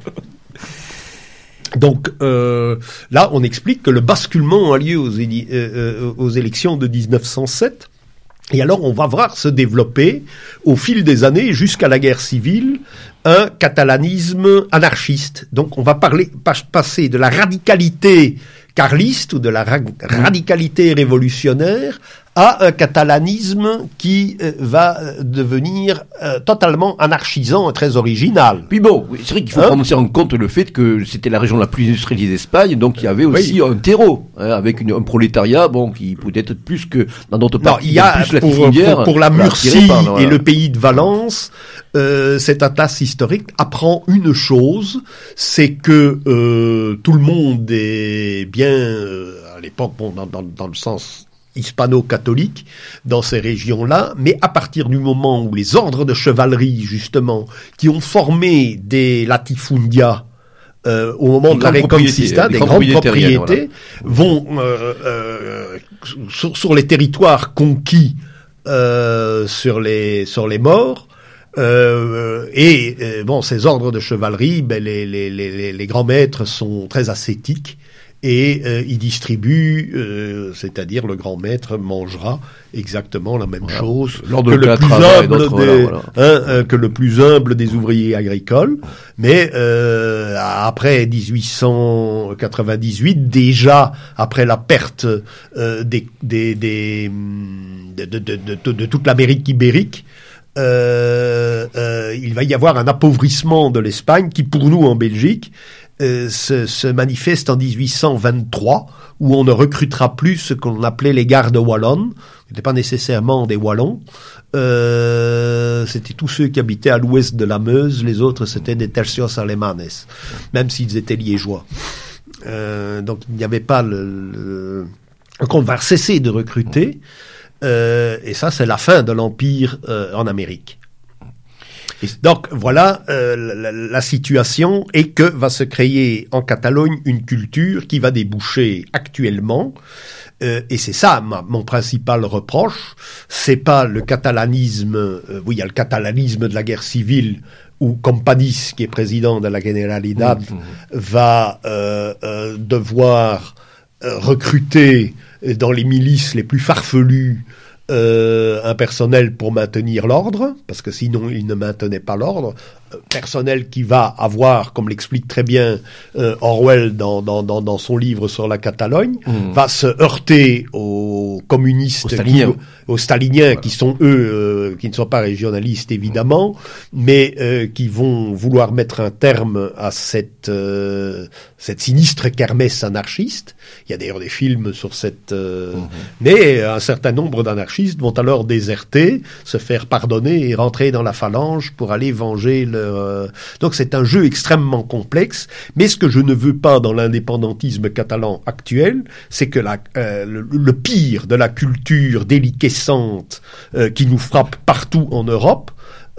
donc euh, là, on explique que le basculement a lieu aux, éli- euh, aux élections de dix-neuf cent sept. Et alors, on va voir se développer, au fil des années, jusqu'à la guerre civile, un catalanisme anarchiste. Donc, on va parler, passer de la radicalité carliste ou de la ra- radicalité révolutionnaire à un catalanisme qui euh, va devenir euh, totalement anarchisant et très original. Puis bon, oui, c'est vrai qu'il faut hein prendre aussi en compte le fait que c'était la région la plus industrialisée d'Espagne, donc il y avait aussi oui. un terreau, hein, avec une, un prolétariat, bon, qui peut-être plus que dans d'autres parties. Non, il y a plus pour, la pour, pour la Murcie par, voilà. et le pays de Valence, euh, cet atlas historique apprend une chose, c'est que euh, tout le monde est bien, euh, à l'époque, bon, dans, dans, dans le sens hispano-catholique dans ces régions-là, mais à partir du moment où les ordres de chevalerie, justement, qui ont formé des latifundia euh, au moment de la Reconquista, des grandes propriétés, voilà. vont euh, euh, sur, sur les territoires conquis euh, sur les sur les morts. Euh, et euh, bon, ces ordres de chevalerie, ben, les, les, les, les grands maîtres sont très ascétiques. Et euh, il distribue, euh, c'est-à-dire le grand maître mangera exactement la même voilà. chose que le, plus humble des, voilà, voilà. Hein, euh, que le plus humble des ouvriers agricoles. Mais euh, après dix-huit cent quatre-vingt-dix-huit, déjà après la perte euh, des, des, des de, de, de, de, de toute l'Amérique ibérique, euh, euh, il va y avoir un appauvrissement de l'Espagne qui, pour nous en Belgique, Euh, se, se manifeste en dix-huit cent vingt-trois, où on ne recrutera plus ce qu'on appelait les gardes wallonnes, qui n'étaient pas nécessairement des Wallons. Euh, c'était tous ceux qui habitaient à l'ouest de la Meuse, les autres c'était des tercios alemanes, même s'ils étaient liégeois. Euh, donc il n'y avait pas le... le... Donc on va cesser de recruter, euh, et ça c'est la fin de l'Empire euh, en Amérique. Et donc voilà euh, la, la situation est que va se créer en Catalogne une culture qui va déboucher actuellement. Euh, et c'est ça ma, mon principal reproche, c'est pas le catalanisme, euh, oui, il y a le catalanisme de la guerre civile où Companys, qui est président de la Generalidad, mmh, mmh. va euh, euh, devoir euh, recruter dans les milices les plus farfelues euh, un personnel pour maintenir l'ordre, parce que sinon il ne maintenait pas l'ordre. Personnel qui va avoir, comme l'explique très bien euh, Orwell dans, dans, dans, dans son livre sur la Catalogne, mmh. va se heurter aux communistes, aux staliniens, qui, aux staliniens voilà. qui sont eux, euh, qui ne sont pas régionalistes évidemment, mmh. mais euh, qui vont vouloir mettre un terme à cette, euh, cette sinistre kermesse anarchiste. Il y a d'ailleurs des films sur cette... Euh, mmh. Mais un certain nombre d'anarchistes vont alors déserter, se faire pardonner et rentrer dans la phalange pour aller venger le donc c'est un jeu extrêmement complexe, mais ce que je ne veux pas dans l'indépendantisme catalan actuel, c'est que la, euh, le, le pire de la culture déliquescente euh, qui nous frappe partout en Europe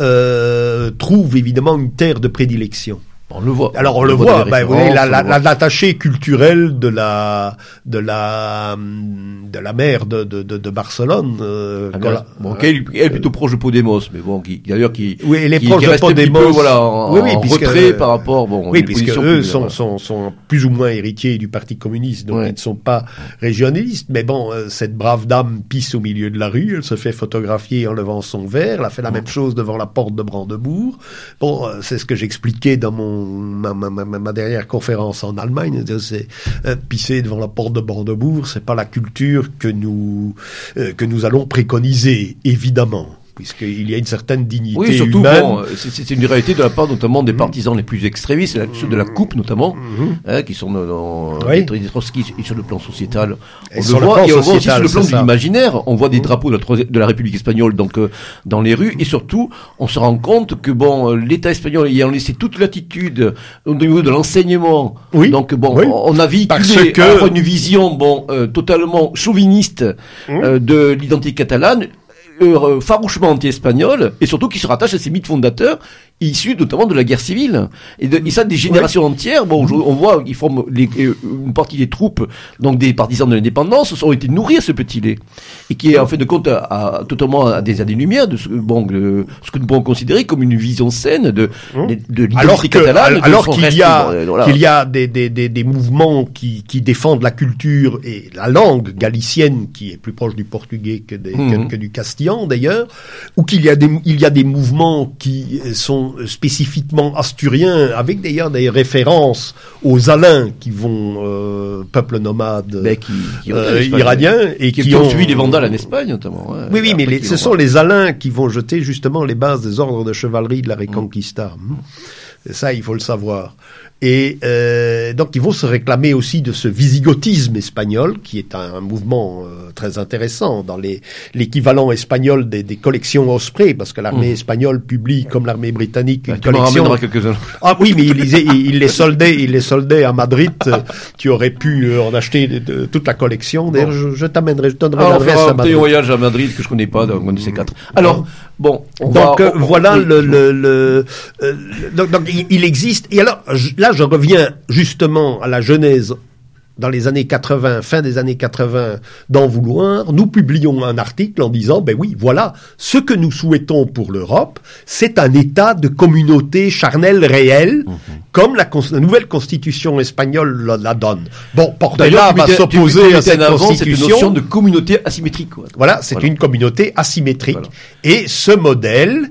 euh, trouve évidemment une terre de prédilection. On le voit. Alors on, on le voit, ben, vous voyez, la, la, la, l'attaché culturel de la de la de la maire de de de, de Barcelone. Euh, ah, la, bon, qui est, est plutôt proche de Podemos, mais bon, qui d'ailleurs qui oui, elle est qui, proche qui de Podemos, peu, voilà, en, oui, oui, en puisque, retrait par rapport, bon, oui, puisque eux sont, plus, sont sont plus ou moins héritiers du Parti communiste, donc ouais. ils ne sont pas régionalistes. Mais bon, euh, cette brave dame pisse au milieu de la rue, elle se fait photographier en levant son verre, elle a fait la ouais. même chose devant la porte de Brandebourg. Bon, euh, c'est ce que j'expliquais dans mon ma, ma, Ma, ma dernière conférence en Allemagne, c'est euh, pisser devant la porte de Brandebourg, c'est pas la culture que nous euh, que nous allons préconiser, évidemment. Puisqu'il y a une certaine dignité oui, surtout, humaine. Bon, c'est, c'est une réalité de la part notamment des partisans les plus extrémistes, ceux de la coupe notamment, mmh. hein, qui sont dans oui. des Trotsky sur le plan sociétal. On le voit, et on voit aussi sur le plan de l'imaginaire. On voit des drapeaux de la, de la République espagnole donc euh, dans les rues, et surtout, on se rend compte que bon, l'État espagnol ayant laissé toute latitude au niveau de l'enseignement, oui. donc bon, oui. on a véhiculé que... une vision bon euh, totalement chauviniste mmh. euh, de l'identité catalane. Euh, farouchement anti-espagnol, et surtout qui se rattache à ces mythes fondateurs issus notamment de la guerre civile. Et, de, et ça, des générations ouais. entières, bon, mmh. on voit qu'ils forment les, une partie des troupes, donc des partisans de l'indépendance, ont été nourris à ce petit lait. Et qui est, en fait, de compte, à, à, totalement à des années-lumière de ce, bon, de, ce que nous pouvons considérer comme une vision saine de, mmh. de, de l'identité catalane. Alors qu'il y a, bon, voilà. qu'il y a des, des, des, des mouvements qui, qui défendent la culture et la langue galicienne, qui est plus proche du portugais que, des, mmh. que, que du castillan, d'ailleurs, ou qu'il y a des, il y a des mouvements qui sont spécifiquement asturiens, avec d'ailleurs des références aux Alains qui vont euh, peuple nomade mais qui, qui euh, iranien et qui, qui, qui ont ont suivi les Vandales en Espagne notamment. Ouais, oui, oui, mais les, ce sont les Alains qui vont jeter justement les bases des ordres de chevalerie de la Reconquista. Mmh. Et ça, il faut le savoir. Et euh, donc, ils vont se réclamer aussi de ce wisigotisme espagnol, qui est un, un mouvement euh, très intéressant dans les, l'équivalent espagnol des, des collections Osprey, parce que l'armée mmh. espagnole publie, comme l'armée britannique, une bah, collection. Quelques-uns. Ah oui, mais il les, il les soldait, il les soldait à Madrid. Tu aurais pu euh, en acheter de, de, toute la collection. D'ailleurs, bon. je, je t'amènerai, je te donnerai ah, l'adresse à Madrid. Un voyage à Madrid que je connais pas, donc on de ces quatre. Alors, bon. On donc va, euh, on, voilà on, le, le, le, euh, donc, donc il, il existe. Et alors je, là, je reviens justement à la genèse dans les années quatre-vingts, fin des années quatre-vingts, d'En Vouloir. Nous publions un article en disant, ben oui, voilà, ce que nous souhaitons pour l'Europe, c'est un état de communauté charnelle réelle, mmh. comme la, la nouvelle constitution espagnole la, la donne. Bon, Portela va s'opposer à cette constitution. C'est une notion de communauté asymétrique. Quoi. Voilà, c'est voilà. une communauté asymétrique. Voilà. Et ce modèle,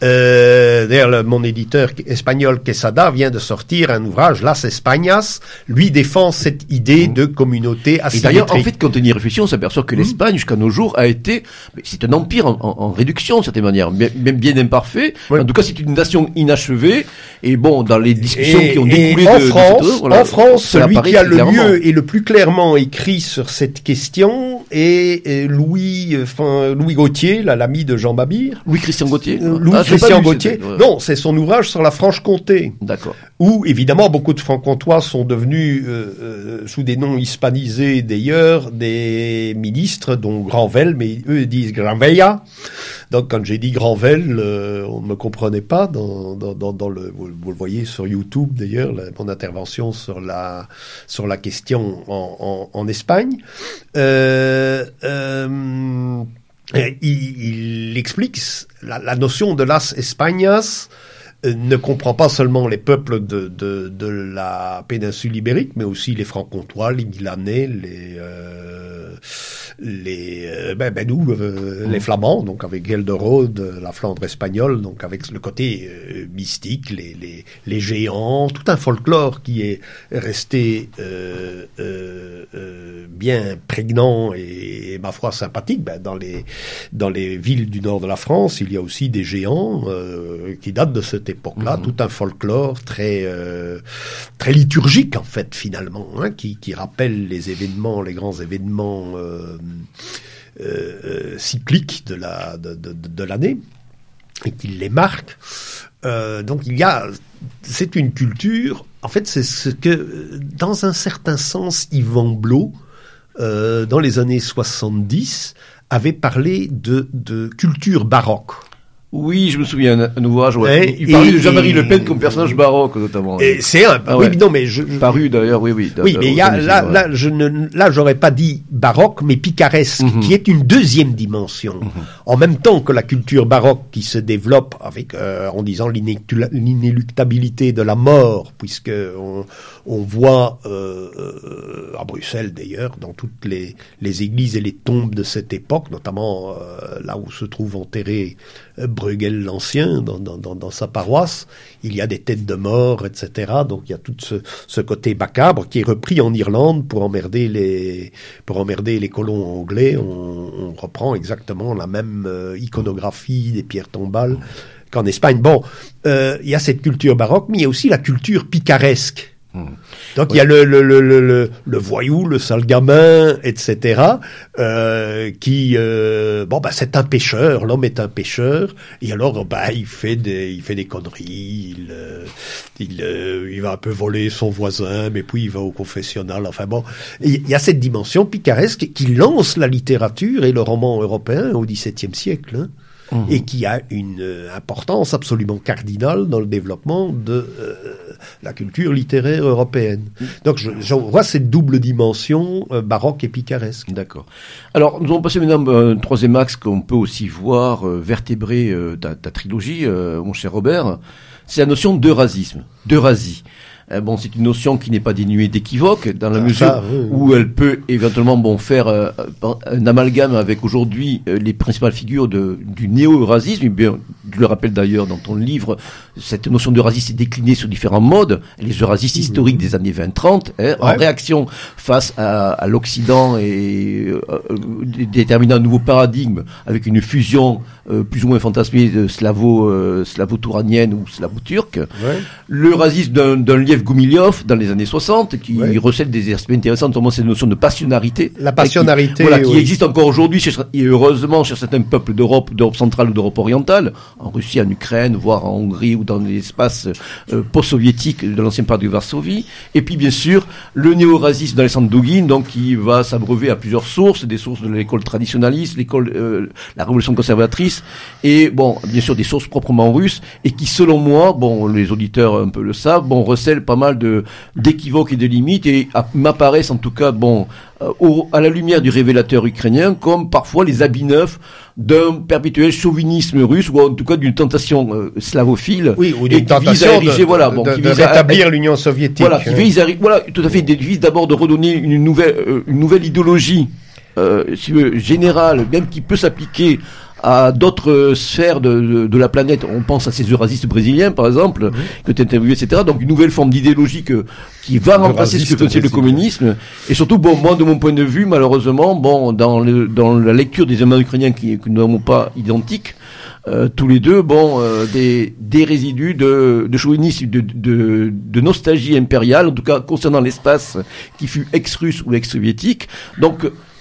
euh, d'ailleurs, le, mon éditeur espagnol Quesada vient de sortir un ouvrage, Las Españas, lui défend cette idée de communauté asymétrique. Et d'ailleurs, en fait, quand on y réfléchit, on s'aperçoit que mmh. l'Espagne, jusqu'à nos jours, a été, c'est un empire en, en, en réduction, de certaine manière, même bien imparfait. Oui. En tout cas, c'est une nation inachevée. Et bon, dans les discussions et, qui ont découlé en de, France, de cette, voilà, en France, celui qui a le clairement. mieux et le plus clairement écrit sur cette question est, est Louis, enfin, Louis Gauthier, là, l'ami de Jean Babir. Louis-Christian Gauthier. Euh, Louis, ah, Christian Gauthier. Ouais. Non, c'est son ouvrage sur la Franche-Comté. D'accord. Où, évidemment, beaucoup de francs-comtois sont devenus, euh, euh, sous des noms hispanisés d'ailleurs, des ministres, dont Granvelle, mais eux disent Granveia. Donc, quand j'ai dit Granvelle, euh, on ne me comprenait pas dans, dans, dans, dans le, vous, vous le voyez sur YouTube d'ailleurs, la, mon intervention sur la, sur la question en, en, en Espagne. Euh, euh, il, il explique la, la notion de las Españas euh, ne comprend pas seulement les peuples de, de, de la péninsule ibérique, mais aussi les francs-comtois, les milanais, les, euh, les, euh, ben, ben nous, euh, mmh. les flamands, donc avec Gelderode, la Flandre espagnole, donc avec le côté euh, mystique, les, les, les géants, tout un folklore qui est resté euh, euh, euh, bien prégnant et, et ma foi sympathique. Ben, dans les dans les villes du nord de la France, il y a aussi des géants euh, qui datent de cette époque-là, mmh. tout un folklore très euh, très liturgique en fait finalement, hein, qui qui rappelle les événements, les grands événements euh, euh, cycliques de la de, de, de l'année et qui les marque. Euh, donc il y a, c'est une culture. En fait, c'est ce que, dans un certain sens, Yvan Blot, euh, dans les années soixante-dix, avait parlé de de culture baroque. Oui, je me souviens, un, un ouvrage, ouais. Et, il parlait et, de Jean-Marie et, Le Pen comme personnage baroque, notamment. Et c'est un, ah, oui, ouais. non, mais je, je paru d'ailleurs, oui, oui. Oui, mais il y a, là, là, je ne, là, j'aurais pas dit baroque, mais picaresque, mm-hmm. qui est une deuxième dimension. Mm-hmm. En même temps que la culture baroque qui se développe avec, euh, en disant l'inéluctabilité de la mort, puisque on, on voit, euh, euh, à Bruxelles d'ailleurs, dans toutes les, les églises et les tombes de cette époque, notamment, euh, là où se trouve enterré euh, Bruegel l'Ancien, dans, dans, dans sa paroisse, il y a des têtes de mort, et cetera. Donc il y a tout ce, ce côté macabre qui est repris en Irlande pour emmerder les, pour emmerder les colons anglais. On, on reprend exactement la même euh, iconographie des pierres tombales qu'en Espagne. Bon, euh, il y a cette culture baroque, mais il y a aussi la culture picaresque. Mmh. Donc oui. il y a le le le le le voyou, le sale gamin, et cetera. Euh, qui euh, bon bah c'est un pêcheur, l'homme est un pêcheur, et alors bah il fait des il fait des conneries, il euh, il euh, il va un peu voler son voisin, mais puis il va au confessionnal. Enfin bon, il y a cette dimension picaresque qui lance la littérature et le roman européen au dix-septième siècle. Hein. Mmh. Et qui a une euh, importance absolument cardinale dans le développement de euh, la culture littéraire européenne. Mmh. Donc je, je vois cette double dimension euh, baroque et picaresque. D'accord. Alors nous allons passer maintenant à un troisième axe qu'on peut aussi voir euh, vertébrer euh, ta, ta trilogie, euh, mon cher Robert, c'est la notion d'eurasisme, d'eurasie. Euh, bon, c'est une notion qui n'est pas dénuée d'équivoque, dans la ah, mesure ça, oui, oui. où elle peut éventuellement bon faire euh, un amalgame avec aujourd'hui euh, les principales figures de, du néo-eurasisme. Bien, je le rappelle d'ailleurs dans ton livre, cette notion d'eurasisme est déclinée sur différents modes. Les eurasistes mmh. historiques des années vingt trente, hein, ouais. en réaction face à, à l'Occident et euh, déterminant un nouveau paradigme avec une fusion euh, plus ou moins fantasmée de slavo, euh, slavo-touranienne ou slavo-turque. Ouais. L'eurasisme d'un, d'un Liev Gumilyov dans les années soixante, qui ouais. recèle des aspects intéressants, notamment cette notion de passionnarité. La passionnarité, qui, voilà, oui. qui existe encore aujourd'hui, chez, et heureusement, chez certains peuples d'Europe, d'Europe centrale ou d'Europe orientale, en Russie, en Ukraine, voire en Hongrie ou dans l'espace euh, post-soviétique de l'ancien parc de Varsovie. Et puis, bien sûr, le néo-eurasisme d'Alexandre Douguin, donc, qui va s'abreuver à plusieurs sources, des sources de l'école traditionnaliste, l'école, euh, la révolution conservatrice, et bon, bien sûr, des sources proprement russes, et qui, selon moi, bon, les auditeurs un peu le savent, bon, recèlent pas mal de d'équivoques et de limites et à, m'apparaissent en tout cas bon euh, au, à la lumière du révélateur ukrainien comme parfois les habits neufs d'un perpétuel chauvinisme russe ou en tout cas d'une tentation euh, slavophile oui, ou d'une et tentation qui vise à ériger, de, voilà, de, bon, de, qui de vise rétablir à, l'Union soviétique. Voilà, qui vise à, voilà, tout à fait, qui vise d'abord de redonner une nouvelle euh, une nouvelle idéologie euh, si vous voulez, générale, même qui peut s'appliquer à d'autres sphères de, de, de la planète. On pense à ces eurasistes brésiliens, par exemple, mmh. que tu as interviewé, et cetera. Donc, une nouvelle forme d'idéologie que, qui va remplacer ce que faisait le communisme. Et surtout, bon, moi, de mon point de vue, malheureusement, bon, dans le, dans la lecture des éléments ukrainiens qui, que nous n'avons pas identiques, euh, tous les deux, bon, euh, des, des résidus de, de chauvinisme, de, de, de nostalgie impériale, en tout cas, concernant l'espace qui fut ex-russe ou ex-soviétique. Donc,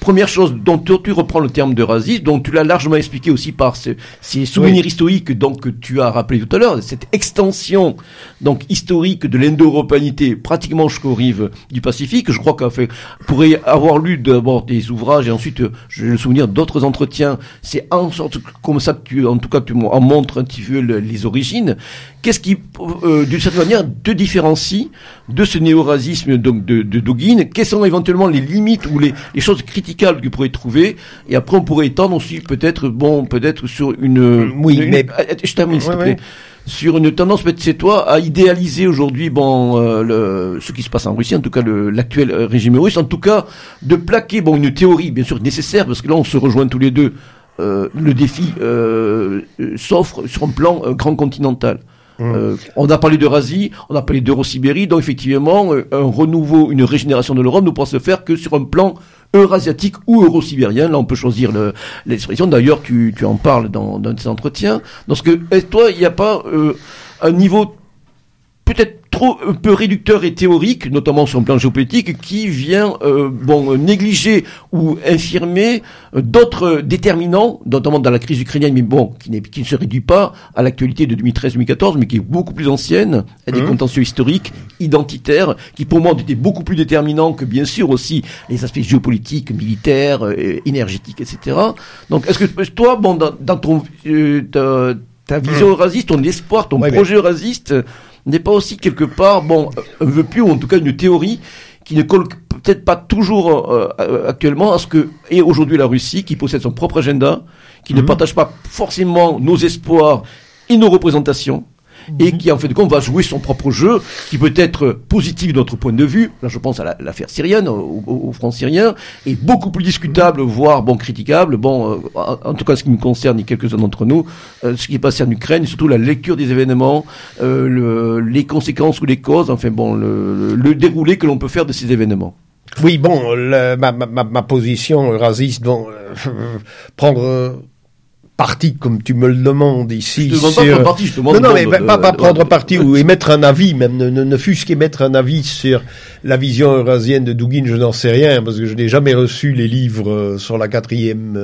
première chose, dont tu, tu reprends le terme de racisme, dont tu l'as largement expliqué aussi par ce, ces souvenirs oui. historiques donc que tu as rappelé tout à l'heure, cette extension donc historique de l'indo-européanité pratiquement jusqu'aux rives du Pacifique. Je crois qu'en fait, pourrait avoir lu d'abord des ouvrages et ensuite, j'ai le souvenir d'autres entretiens. C'est en sorte comme ça que tu, en tout cas, tu en montres un petit peu le, les origines. Qu'est-ce qui, euh, d'une certaine manière, te différencie de ce néo-racisme donc de, de Dugin? Quelles sont éventuellement les limites ou les, les choses critiquables que tu pourrais trouver? Et après, on pourrait étendre aussi peut-être, bon, peut-être sur une. Oui, une, mais une, je termine, s'il ouais, te plaît. Ouais. Sur une tendance, peut-être c'est toi, à idéaliser aujourd'hui, bon, euh, le, ce qui se passe en Russie, en tout cas le, l'actuel régime russe, en tout cas de plaquer, bon, une théorie bien sûr nécessaire, parce que là on se rejoint tous les deux. Euh, le défi euh, s'offre sur un plan euh, grand continental. Mmh. Euh, on a parlé d'Eurasie, on a parlé d'Eurosibérie, donc effectivement, euh, un renouveau, une régénération de l'Europe ne pourra se faire que sur un plan eurasiatique ou eurosibérien. Là, on peut choisir le, l'expression. D'ailleurs, tu, tu en parles dans, dans tes entretiens. Parce que, et toi, il n'y a pas euh, un niveau peut-être trop un peu réducteur et théorique, notamment sur le plan géopolitique, qui vient euh, bon négliger ou infirmer euh, d'autres déterminants, notamment dans la crise ukrainienne, mais bon, qui, n'est, qui ne se réduit pas à l'actualité de deux mille treize deux mille quatorze, mais qui est beaucoup plus ancienne, à des mmh. contentieux historiques, identitaires, qui pour moi étaient beaucoup plus déterminants que bien sûr aussi les aspects géopolitiques, militaires, euh, énergétiques, et cetera. Donc, est-ce que toi, bon, dans, dans ton euh, ta, ta vision mmh. eurasiste, ton espoir, ton ouais, projet eurasiste, n'est pas aussi quelque part, bon, un vœu pieux, ou en tout cas une théorie qui ne colle peut-être pas toujours euh, actuellement à ce que est aujourd'hui la Russie, qui possède son propre agenda, qui mmh. ne partage pas forcément nos espoirs et nos représentations, mmh. et qui en fait de compte va jouer son propre jeu, qui peut être positif de notre point de vue, là je pense à la, l'affaire syrienne, au, au, au front syrien, et beaucoup plus discutable, mmh. voire bon critiquable, bon, euh, en, en tout cas ce qui nous concerne et quelques-uns d'entre nous, euh, ce qui est passé en Ukraine, et surtout la lecture des événements, euh, le, les conséquences ou les causes, enfin bon, le, le, le déroulé que l'on peut faire de ces événements. Oui, bon, le, ma, ma, ma position raciste, bon, euh, prendre... Euh, parti comme tu me le demandes ici. Je te demande pas prendre parti, je te demande. Non, non, mais de, pas, de, pas de, prendre de, parti de, ou émettre un avis, même ne, ne, ne fût-ce qu'émettre un avis sur la vision eurasienne de Dugin, je n'en sais rien, parce que je n'ai jamais reçu les livres sur la quatrième,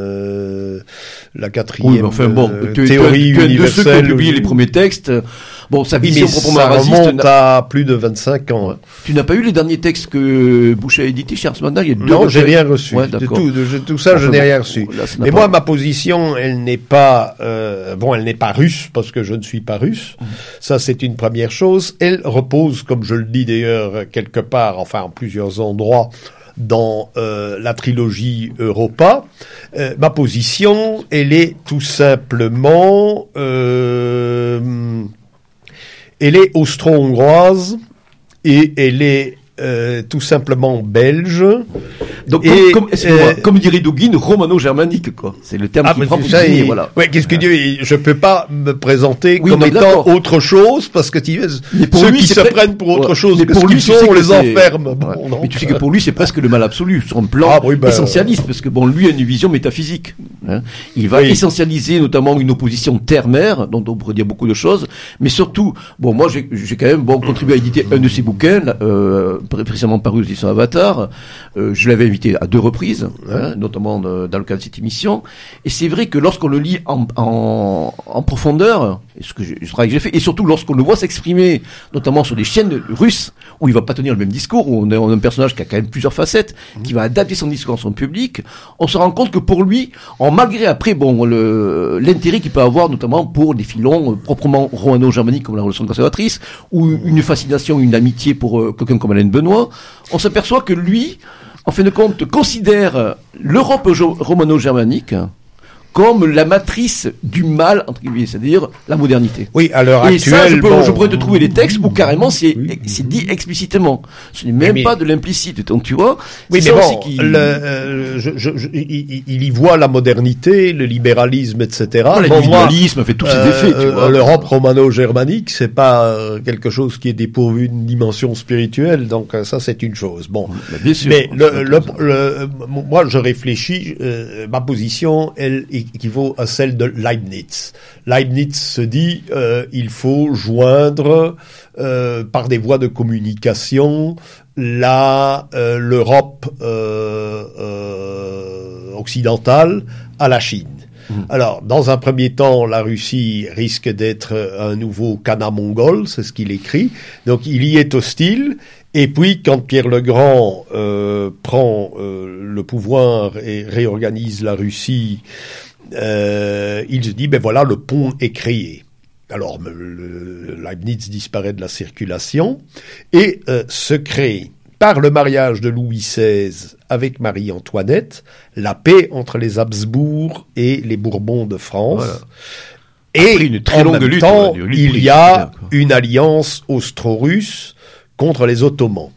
euh, la quatrième oui, enfin, bon, euh, tu, théorie tu, tu, tu universelle. De ceux qui ont publié les premiers textes, bon, sa vision oui, proprement raciste. Ça remonte à plus de vingt-cinq ans. Ouais. Tu n'as pas eu les derniers textes que Bush a édités chez Ars Mandal? Il y a deux non, j'ai rien reçu. Ouais, de tout, de, de, tout ça, ah, je n'ai bon, rien reçu. Là, mais pas... moi, ma position, elle n'est pas, euh, bon, elle n'est pas russe, parce que je ne suis pas russe. Mmh. Ça, c'est une première chose. Elle repose, comme je le dis d'ailleurs, quelque part, enfin, en plusieurs endroits, dans euh, la trilogie Europa. Euh, ma position, elle est tout simplement... Euh, elle est austro-hongroise et elle est euh, tout simplement belge. Donc, et, comme, comme, euh, comme dirait Dugin, romano-germanique, quoi. C'est le terme ah, qui prend pour ça, désigner, voilà. Ouais, qu'est-ce que Dieu, je peux pas me présenter oui, comme non, étant d'accord. autre chose, parce que tu, ceux lui, qui se prêt... prennent pour autre ouais. chose mais que pour ce lui, qu'ils sont, on les c'est... enferme. Ouais. Bon, non, mais tu sais que pour lui, c'est presque le mal absolu, sur un plan ah, oui, ben, essentialiste, parce que bon, lui a une vision métaphysique. Hein. Il va oui. essentialiser notamment une opposition terre-mer, dont on pourrait dire beaucoup de choses, mais surtout, bon, moi, j'ai, j'ai quand même bon contribué à éditer un de ses bouquins, euh, précisément paru aux éditions Avatar. Euh, je l'avais invité à deux reprises, hein, notamment de, dans le cadre de cette émission. Et c'est vrai que lorsqu'on le lit en, en, en profondeur, et ce que j'ai, ce travail que j'ai fait, et surtout lorsqu'on le voit s'exprimer, notamment sur des chaînes russes, où il va pas tenir le même discours, où on a, on a un personnage qui a quand même plusieurs facettes, mmh. qui va adapter son discours à son public, on se rend compte que pour lui, en malgré après, bon, le, l'intérêt qu'il peut avoir, notamment pour des filons euh, proprement romano-germaniques comme la Révolution conservatrice, ou une fascination, une amitié pour euh, quelqu'un comme Alain Benoît, on s'aperçoit que lui, en fin de compte, considère l'Europe romano-germanique comme la matrice du mal, entre guillemets, c'est-à-dire la modernité. Oui, à l'heure et actuelle... Et ça, je, peux, bon... je pourrais te trouver des textes où carrément c'est, oui, c'est dit explicitement. Ce n'est même mais... pas de l'implicite, donc tu vois. Oui, mais bon, qui... le, euh, je, je, je, il, il y voit la modernité, le libéralisme, et cetera. Le bon, libéralisme fait tous ses euh, effets, tu vois. L'Europe romano-germanique, c'est pas quelque chose qui est dépourvu d'une dimension spirituelle, donc ça, c'est une chose. Bon, mais, bien sûr, mais le, le, le, le, moi, je réfléchis, euh, ma position, elle est équivaut à celle de Leibniz. Leibniz se dit euh, il faut joindre euh, par des voies de communication la euh, l'Europe euh, euh, occidentale à la Chine. Alors, dans un premier temps, la Russie risque d'être un nouveau Kana mongol, c'est ce qu'il écrit. Donc, il y est hostile. Et puis, quand Pierre le Grand euh, prend euh, le pouvoir et réorganise la Russie, euh, il se dit, ben voilà, le pont est créé. Alors, le, Leibniz disparaît de la circulation et euh, se crée, par le mariage de Louis seize avec Marie-Antoinette, la paix entre les Habsbourg et les Bourbons de France. Voilà. Et après une très en longue même lutte, temps, lutte il y a une alliance austro-russe contre les Ottomans.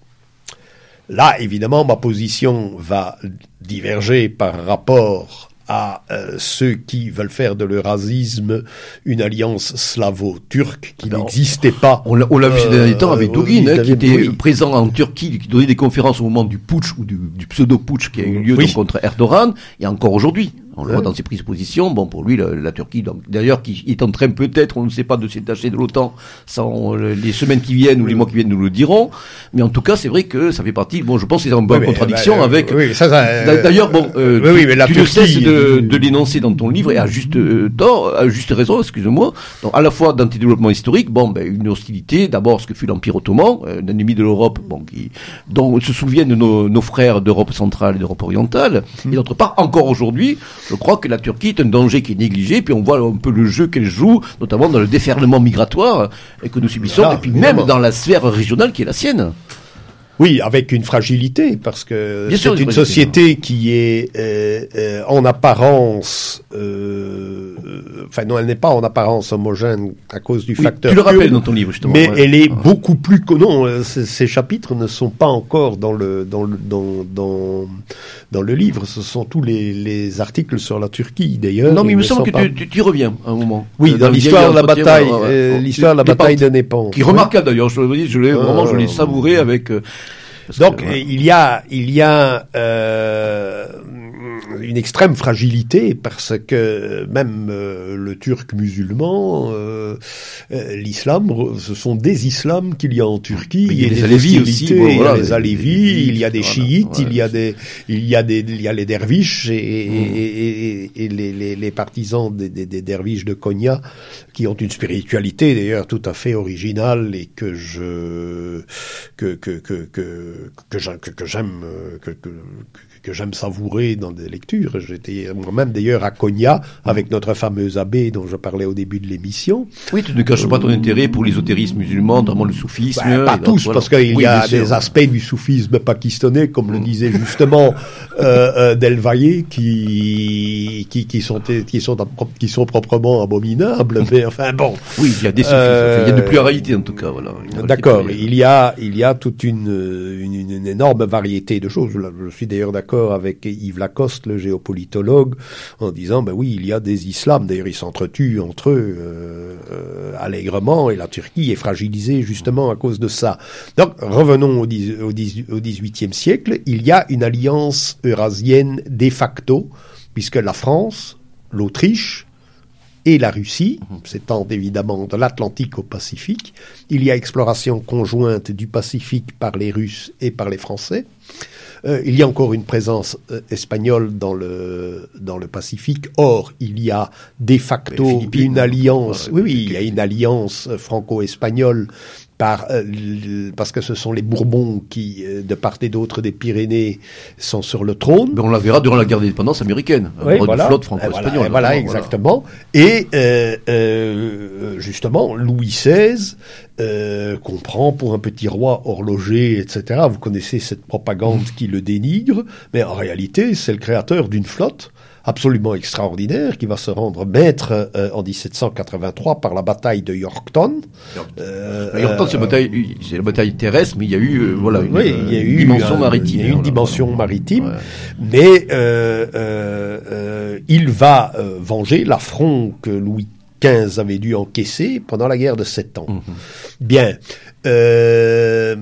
Là, évidemment, ma position va diverger par rapport à euh, ceux qui veulent faire de l'eurasisme une alliance slavo-turque qui Alors, n'existait pas. On l'a, on l'a vu ces derniers temps avec Dugin, hein, qui était oui. présent en Turquie, qui donnait des conférences au moment du putsch ou du, du pseudo-putsch qui a eu lieu oui. donc, contre Erdogan, et encore aujourd'hui. On le voit dans ses prises de position. Bon, pour lui, la, la Turquie, donc, d'ailleurs, qui est en train peut-être, on ne sait pas, de se détacher de l'OTAN, sans les semaines qui viennent ou les mois qui viennent nous le diront. Mais en tout cas, c'est vrai que ça fait partie. Bon, je pense que c'est en bonne oui, contradiction bah, avec. Oui, ça, ça, euh, d'ailleurs, bon, euh, oui, oui, mais la tu Turquie, ne cesses de, de l'énoncer dans ton livre et à juste euh, tort, à juste raison, excuse-moi. Donc, à la fois dans tes développements historiques, bon, ben, une hostilité. D'abord, ce que fut l'Empire ottoman, euh, un ennemi de l'Europe, bon, qui, dont se souviennent nos, nos frères d'Europe centrale et d'Europe orientale. Hum. Et d'autre part, encore aujourd'hui, je crois que la Turquie est un danger qui est négligé, puis on voit un peu le jeu qu'elle joue, notamment dans le déferlement migratoire que nous subissons, Là, et puis évidemment. même dans la sphère régionale qui est la sienne. Oui, avec une fragilité, parce que Bien c'est sûr, une société qui est euh, euh, en apparence, euh, enfin non, elle n'est pas en apparence homogène à cause du oui, facteur. Tu le rappelles kurde, dans ton livre justement. mais ouais. elle est ah. beaucoup plus que non. Ces, ces chapitres ne sont pas encore dans le dans le dans dans dans le livre. Ce sont tous les les articles sur la Turquie d'ailleurs. Non, mais il me semble que pas... tu, tu, tu y reviens à un moment. Oui, euh, dans, dans l'histoire de la bataille, ouais, ouais. euh, l'histoire de la bataille de Népenthe. Qui est remarquable d'ailleurs. Je le dis, je l'ai euh, vraiment, je l'ai savouré avec. Euh, Donc que, ouais. il y a il y a euh, une extrême fragilité parce que même euh, le turc musulman, euh, euh, l'islam, ce sont des islams qu'il y a en Turquie. Il y a des alévis aussi. Bon, voilà, il y a les alévis, il y a des voilà, chiites, voilà, il y a des il y a des il y a les derviches et, mmh. et, et, et les, les, les partisans des, des, des derviches de Konya qui ont une spiritualité d'ailleurs tout à fait originale et que je que que que que que j'aime que, que j'aime que, que, que j'aime savourer dans des lectures. J'étais moi-même d'ailleurs à Konya avec notre fameux abbé dont je parlais au début de l'émission. Oui, tu ne caches pas ton intérêt pour l'ésotérisme musulman, notamment le soufisme. Ben, pas tous, voilà. Parce qu'il oui, y a des sûr. aspects du soufisme pakistanais, comme le disait justement euh, euh, Delvaye, qui qui qui sont qui sont qui sont proprement abominables. Mais enfin bon. Oui, il y a des soufismes. Euh, il y a de pluralité en tout cas. Voilà. D'accord. Il y a il y a toute une une, une énorme variété de choses. Je suis d'ailleurs d'accord avec Yves Lacoste, le géopolitologue, en disant ben oui, il y a des islams. D'ailleurs, ils s'entretuent entre eux euh, euh, allègrement, et la Turquie est fragilisée justement à cause de ça. Donc, revenons au, dix, au, dix, au dix-huitième siècle. Il y a une alliance eurasienne de facto, puisque la France, l'Autriche et la Russie, s'étendent évidemment de l'Atlantique au Pacifique. Il y a exploration conjointe du Pacifique par les Russes et par les Français. Euh, il y a encore une présence euh, espagnole dans le dans le Pacifique. Or, il y a de facto une alliance. Oui, oui, il y a une alliance franco-espagnole par euh, parce que ce sont les Bourbons qui, euh, de part et d'autre des Pyrénées, sont sur le trône. Mais on la verra durant la guerre d'indépendance américaine. Oui, voilà. Une flotte franco-espagnole. Voilà, voilà, exactement. Voilà. Et euh, euh, justement, Louis seize, euh, qu'on prend pour un petit roi horloger, et cetera. Vous connaissez cette propagande mmh. qui le dénigre, mais en réalité, c'est le créateur d'une flotte absolument extraordinaire, qui va se rendre maître euh, en dix-sept cent quatre-vingt-trois par la bataille de Yorktown. Euh, Yorktown, c'est, euh, bataille, c'est la bataille terrestre, mais il y a eu euh, voilà une, oui, il y a eu dimension un, maritime. Il y a eu une voilà, dimension voilà. maritime, ouais. mais euh, euh, euh, il va euh, venger l'affront que Louis quinze avait dû encaisser pendant la guerre de Sept Ans. Mm-hmm. Bien. Euh,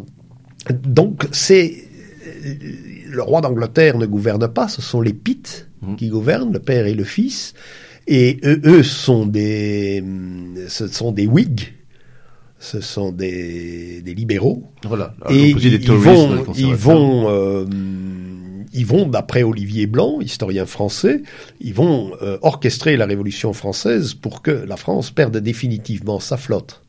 donc, c'est... Le roi d'Angleterre ne gouverne pas, ce sont les Pitt mmh. qui gouvernent, le père et le fils, et eux, eux sont des, ce sont des Whigs. Ce sont des, des libéraux. Voilà. Et ils, ils vont, ils vont, euh, ils vont, d'après Olivier Blanc, historien français, ils vont euh, orchestrer la Révolution française pour que la France perde définitivement sa flotte.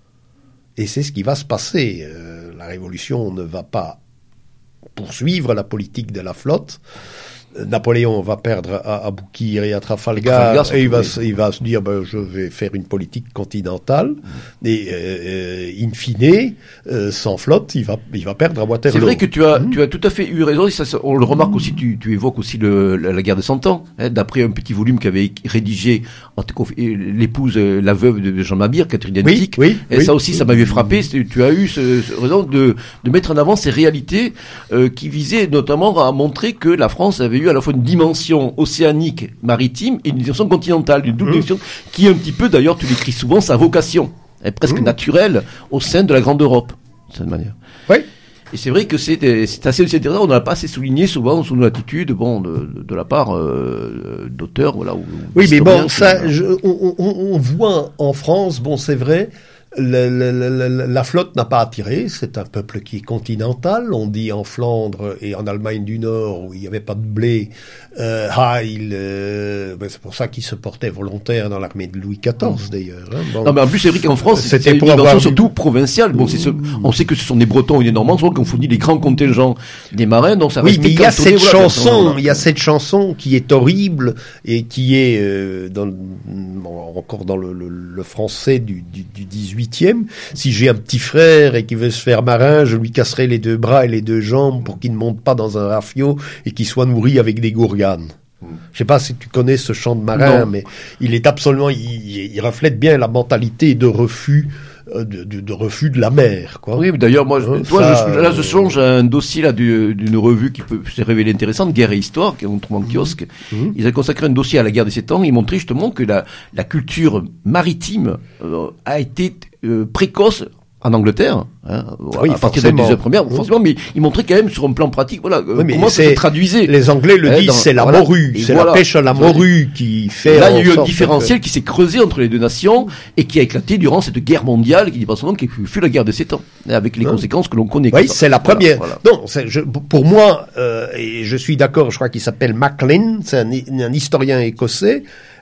Et c'est ce qui va se passer. Euh, la Révolution ne va pas poursuivre la politique de la flotte. Napoléon va perdre à Aboukir et à Trafalgar, Trafalgar et il va, il va se dire ben, je vais faire une politique continentale mmh. et euh, in fine euh, sans flotte il va, il va perdre à Waterloo. C'est vrai que tu as, mmh. tu as tout à fait eu raison, et ça, on le remarque mmh. aussi, tu, tu évoques aussi le, la, la guerre de Cent Ans, hein, d'après un petit volume qu'avait rédigé l'épouse, la veuve de Jean Mabir, Catherine Antique, oui, oui, et oui. ça aussi ça m'avait frappé, tu as eu ce, ce raison de, de mettre en avant ces réalités euh, qui visaient notamment à montrer que la France avait eu à la fois une dimension océanique, maritime, et une dimension continentale, une double mmh. dimension, qui est un petit peu, d'ailleurs, tu l'écris souvent, sa vocation, est presque mmh. naturelle au sein de la grande Europe, de cette manière. Oui. Et c'est vrai que c'est, c'est assez intéressant, on n'a pas assez souligné souvent sous nos attitudes, bon, de, de la part euh, d'auteurs, voilà. Ou, oui, mais bon, ça, je, on, on, on voit en France, bon, c'est vrai, Le, le, le, la flotte n'a pas attiré, c'est un peuple qui est continental, on dit en Flandre et en Allemagne du Nord où il n'y avait pas de blé, euh, ah, il, euh, ben c'est pour ça qu'il se portait volontaire dans l'armée de Louis quatorze d'ailleurs. Hein. Bon, non mais en plus c'est vrai qu'en France c'était une dimension surtout provinciale, bon, c'est ce, on sait que ce sont des Bretons et des Normands qui ont fourni les grands contingents des marins, donc ça oui, mais il y a cette voilà, chanson, il y a cette chanson qui est horrible et qui est euh, dans, bon, encore dans le, le, le français du, du, du dix-huitième. Si j'ai un petit frère et qui veut se faire marin, je lui casserai les deux bras et les deux jambes pour qu'il ne monte pas dans un rafio et qu'il soit nourri avec des gourganes. Mmh. Je sais pas si tu connais ce chant de marin, non. mais il est absolument, il, il reflète bien la mentalité de refus. De, de, de refus de la mer, quoi. Oui, d'ailleurs, moi, hein, toi, ça, je, là, je songe à un dossier là du, d'une revue qui peut s'est révélée intéressante, Guerre et Histoire, qui est autrement en kiosque. Mmh. Ils ont consacré un dossier à la guerre des Sept Ans. Ils montraient justement que la, la culture maritime euh, a été euh, précoce en Angleterre, hein, oui, à partir de la deuxième première, oui. forcément, mais ils montraient quand même sur un plan pratique, voilà, oui, comment ça se traduisait. Les Anglais le disent, dans, c'est la voilà, morue, c'est voilà, la pêche à la morue qui fait. Là, il y a eu un différentiel que... qui s'est creusé entre les deux nations et qui a éclaté durant cette guerre mondiale qui dit pas son nom, qui fut la guerre des Sept Ans, avec les hein? conséquences que l'on connaît. Oui, c'est la première. Voilà, voilà. Non, c'est, je, pour moi, euh, et je suis d'accord, je crois qu'il s'appelle Maclean, c'est un, un historien écossais.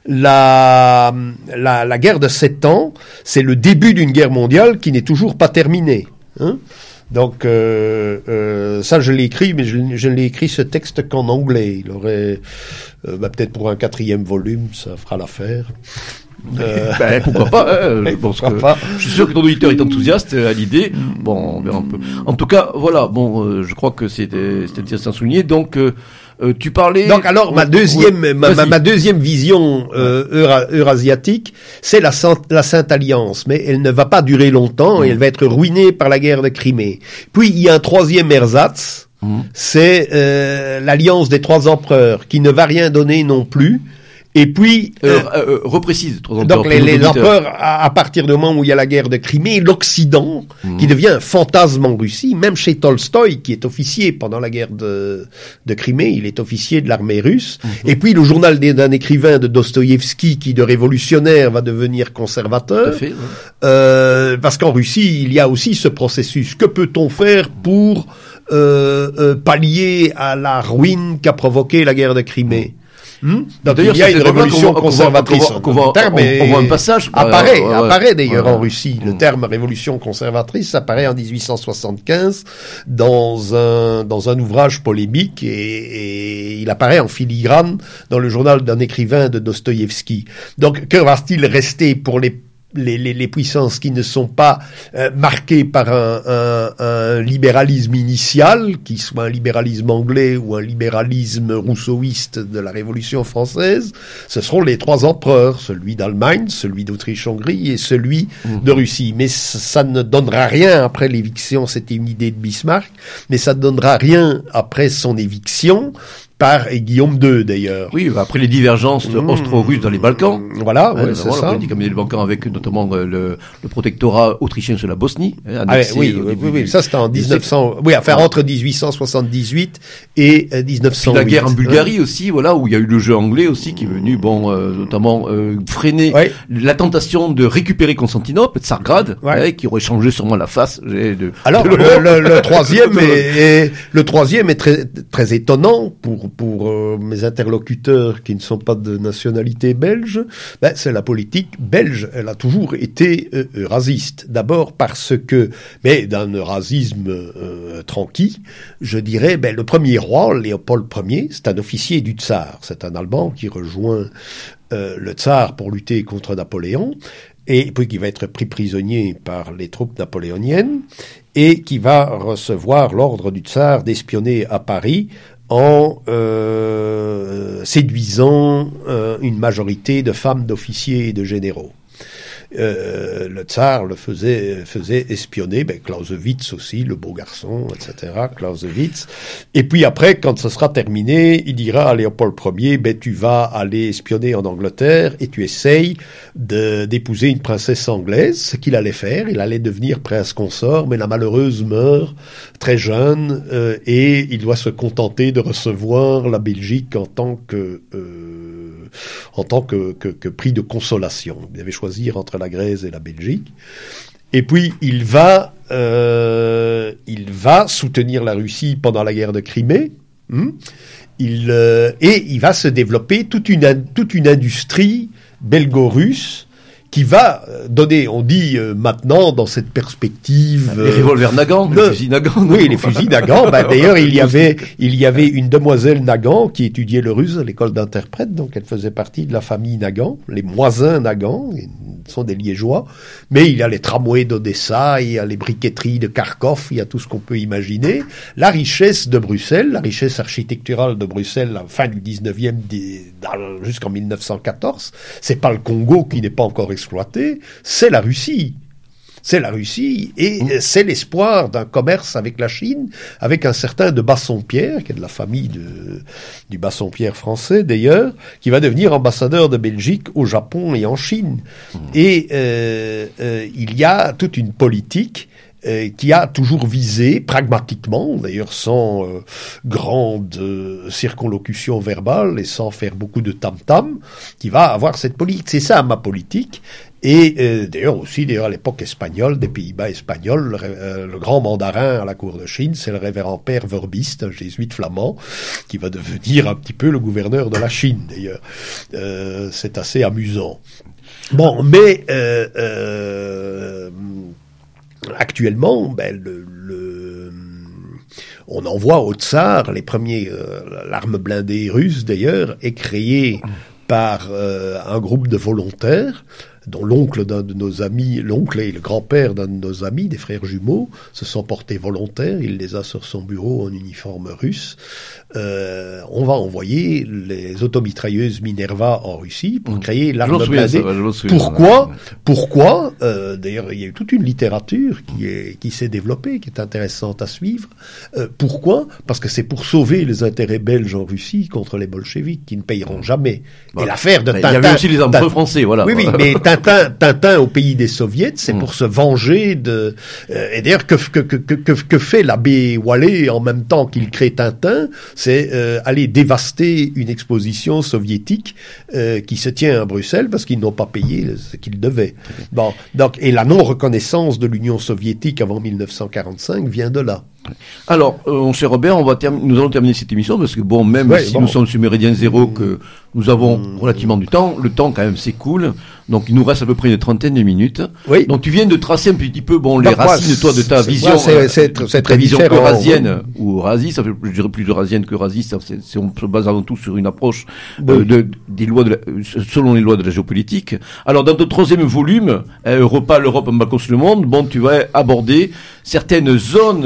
La, la, la guerre de Sept Ans, c'est le début d'une guerre mondiale qui n'est toujours pas terminée. Hein. Donc euh, euh, ça, je l'ai écrit, mais je, je ne l'ai écrit ce texte qu'en anglais. Il aurait euh, bah, peut-être pour un quatrième volume, ça fera l'affaire. Euh... ben, pourquoi pas, hein, je pense que pas. Je suis sûr que ton auditeur est enthousiaste à l'idée. Bon, on verra un peu. En tout cas, voilà. Bon, euh, je crois que c'était c'était intéressant à souligner. Donc, euh, euh, tu parlais. Donc, alors ma deuxième oui. ma, ma, ma deuxième vision euh, eura, eurasiatique, c'est la la Sainte Alliance, mais elle ne va pas durer longtemps mmh. et elle va être ruinée par la guerre de Crimée. Puis il y a un troisième ersatz, mmh. c'est euh, l'alliance des trois empereurs, qui ne va rien donner non plus. Et puis, euh, euh, euh, reprécise. Donc les, les empereurs, à, à partir du moment où il y a la guerre de Crimée, l'Occident, mmh. qui devient un fantasme en Russie, même chez Tolstoï, qui est officier pendant la guerre de, de Crimée, il est officier de l'armée russe. Mmh. Et puis le journal d'un écrivain de Dostoïevski, qui de révolutionnaire va devenir conservateur. Fait, ouais. euh, parce qu'en Russie, il y a aussi ce processus. Que peut-on faire pour euh, euh, pallier à la ruine qu'a provoqué la guerre de Crimée? Hmm? Donc d'ailleurs, il y a une révolution conservatrice. On voit un passage. Apparaît, ouais, ouais, apparaît d'ailleurs ouais, en Russie. Ouais. Le terme révolution conservatrice apparaît en dix-huit cent soixante-quinze dans un dans un ouvrage polémique et, et il apparaît en filigrane dans le journal d'un écrivain de Dostoïevski. Donc, que va-t-il rester pour les Les, les, les puissances qui ne sont pas euh, marquées par un, un, un libéralisme initial, qui soit un libéralisme anglais ou un libéralisme rousseauiste de la Révolution française, ce seront les trois empereurs, celui d'Allemagne, celui d'Autriche-Hongrie et celui mmh. de Russie. Mais ça ne donnera rien après l'éviction, c'était une idée de Bismarck, mais ça ne donnera rien après son éviction, par Guillaume deux d'ailleurs. Oui, après les divergences mmh. austro-russes dans les Balkans. Voilà, ouais, hein, c'est voilà, ça. La politique des Balkans avec notamment euh, le, le protectorat autrichien sur la Bosnie. Hein, ah, oui, oui, oui, oui, ça c'était en dix-neuf cents. Oui, enfin ouais. entre dix-huit cent soixante-dix-huit et euh, dix-neuf cent huit. Puis la guerre en Bulgarie hein. aussi, voilà, où il y a eu le jeu anglais aussi qui est venu, bon, euh, notamment euh, freiner ouais. la tentation de récupérer Constantinople, Tsargrad, ouais. hein, qui aurait changé sûrement la face. De, Alors de le, le, le troisième est, est le troisième est très très étonnant pour pour euh, mes interlocuteurs qui ne sont pas de nationalité belge. Ben, c'est la politique belge. Elle a toujours été euh, raciste. D'abord parce que, mais d'un racisme euh, tranquille, je dirais, ben le premier roi, Léopold Ier, c'est un officier du tsar. C'est un Allemand qui rejoint euh, le tsar pour lutter contre Napoléon. Et puis qui va être pris prisonnier par les troupes napoléoniennes et qui va recevoir l'ordre du tsar d'espionner à Paris en euh, séduisant euh, une majorité de femmes d'officiers et de généraux. Euh, le tsar le faisait faisait espionner, ben Clausewitz aussi, le beau garçon, et cetera. Clausewitz. Et puis après, quand ce sera terminé, il dira à Léopold Ier, ben tu vas aller espionner en Angleterre et tu essayes de d'épouser une princesse anglaise, ce qu'il allait faire. Il allait devenir prince consort, mais la malheureuse meurt très jeune euh, et il doit se contenter de recevoir la Belgique en tant que euh, en tant que, que, que prix de consolation. Il devait choisir entre la Grèce et la Belgique. Et puis, il va, euh, il va soutenir la Russie pendant la guerre de Crimée. Hein, il, euh, et il va se développer toute une, toute une industrie belgo-russe qui va donner, on dit euh, maintenant, dans cette perspective... Les euh, revolvers Nagant, de, les fusils Nagant. Oui, les fusils Nagant. Bah, d'ailleurs, il y avait il y avait une demoiselle Nagant qui étudiait le russe à l'école d'interprète, donc elle faisait partie de la famille Nagant, les Moisins Nagant, ils sont des Liégeois, mais il y a les tramways d'Odessa, il y a les briqueteries de Kharkov, il y a tout ce qu'on peut imaginer. La richesse de Bruxelles, la richesse architecturale de Bruxelles, à la fin du dix-neuvième jusqu'en mille neuf cent quatorze, c'est pas le Congo qui n'est pas encore exploité, c'est la Russie. C'est la Russie et mmh. c'est l'espoir d'un commerce avec la Chine, avec un certain de Bassompierre, qui est de la famille de, du Bassompierre français d'ailleurs, qui va devenir ambassadeur de Belgique au Japon et en Chine. Mmh. Et euh, euh, il y a toute une politique Euh, qui a toujours visé pragmatiquement, d'ailleurs sans euh, grande euh, circonlocution verbale et sans faire beaucoup de tam-tam, qui va avoir cette politique. C'est ça ma politique. Et euh, d'ailleurs aussi, d'ailleurs à l'époque espagnole, des Pays-Bas espagnols, le, euh, le grand mandarin à la cour de Chine, c'est le révérend père Verbiste, un jésuite flamand, qui va devenir un petit peu le gouverneur de la Chine d'ailleurs. Euh, c'est assez amusant. Bon, mais euh, euh, actuellement, ben, le, le, on envoie au tsar les premiers, euh, l'arme blindée russe d'ailleurs est créée par euh, un groupe de volontaires dont l'oncle d'un de nos amis, l'oncle et le grand-père d'un de nos amis, des frères jumeaux, se sont portés volontaires. Il les a sur son bureau en uniforme russe. Euh, on va envoyer les automitrailleuses Minerva en Russie pour créer l'arme blindée. Pourquoi Pourquoi euh, D'ailleurs, il y a eu toute une littérature qui est qui s'est développée, qui est intéressante à suivre. Euh, pourquoi Parce que c'est pour sauver les intérêts belges en Russie contre les bolcheviks qui ne payeront jamais. Bon. Et l'affaire de Tintin... Il y avait aussi les empereurs français, voilà. Oui, oui, mais Tintin, Tintin au pays des soviets, c'est mmh. pour se venger de... Euh, et d'ailleurs, que, que, que, que, que fait l'abbé Wallet en même temps qu'il crée Tintin? C'est euh, aller dévaster une exposition soviétique euh, qui se tient à Bruxelles parce qu'ils n'ont pas payé ce qu'ils devaient. Bon, donc, et la non-reconnaissance de l'Union soviétique avant mille neuf cent quarante-cinq vient de là. Alors, euh, mon cher Robert, on va term- nous allons terminer cette émission parce que bon, même ouais, si bon. nous sommes sur Méridien Zéro, que nous avons mmh. relativement du temps, le temps quand même s'écoule, donc il nous reste à peu près une trentaine de minutes. Oui. Donc tu viens de tracer un petit peu bon les donc, racines moi, toi de ta vision, moi, c'est, c'est, c'est, c'est très vision eurasienne oui. ou rasiste, ça fait je dirais plus eurasienne que rasiste, c'est, c'est, on se base avant tout sur une approche oui. euh, de des lois de la, selon les lois de la géopolitique. Alors dans ton troisième volume, euh, Europa, l'Europe, un balcon sur le monde, bon tu vas aborder certaines zones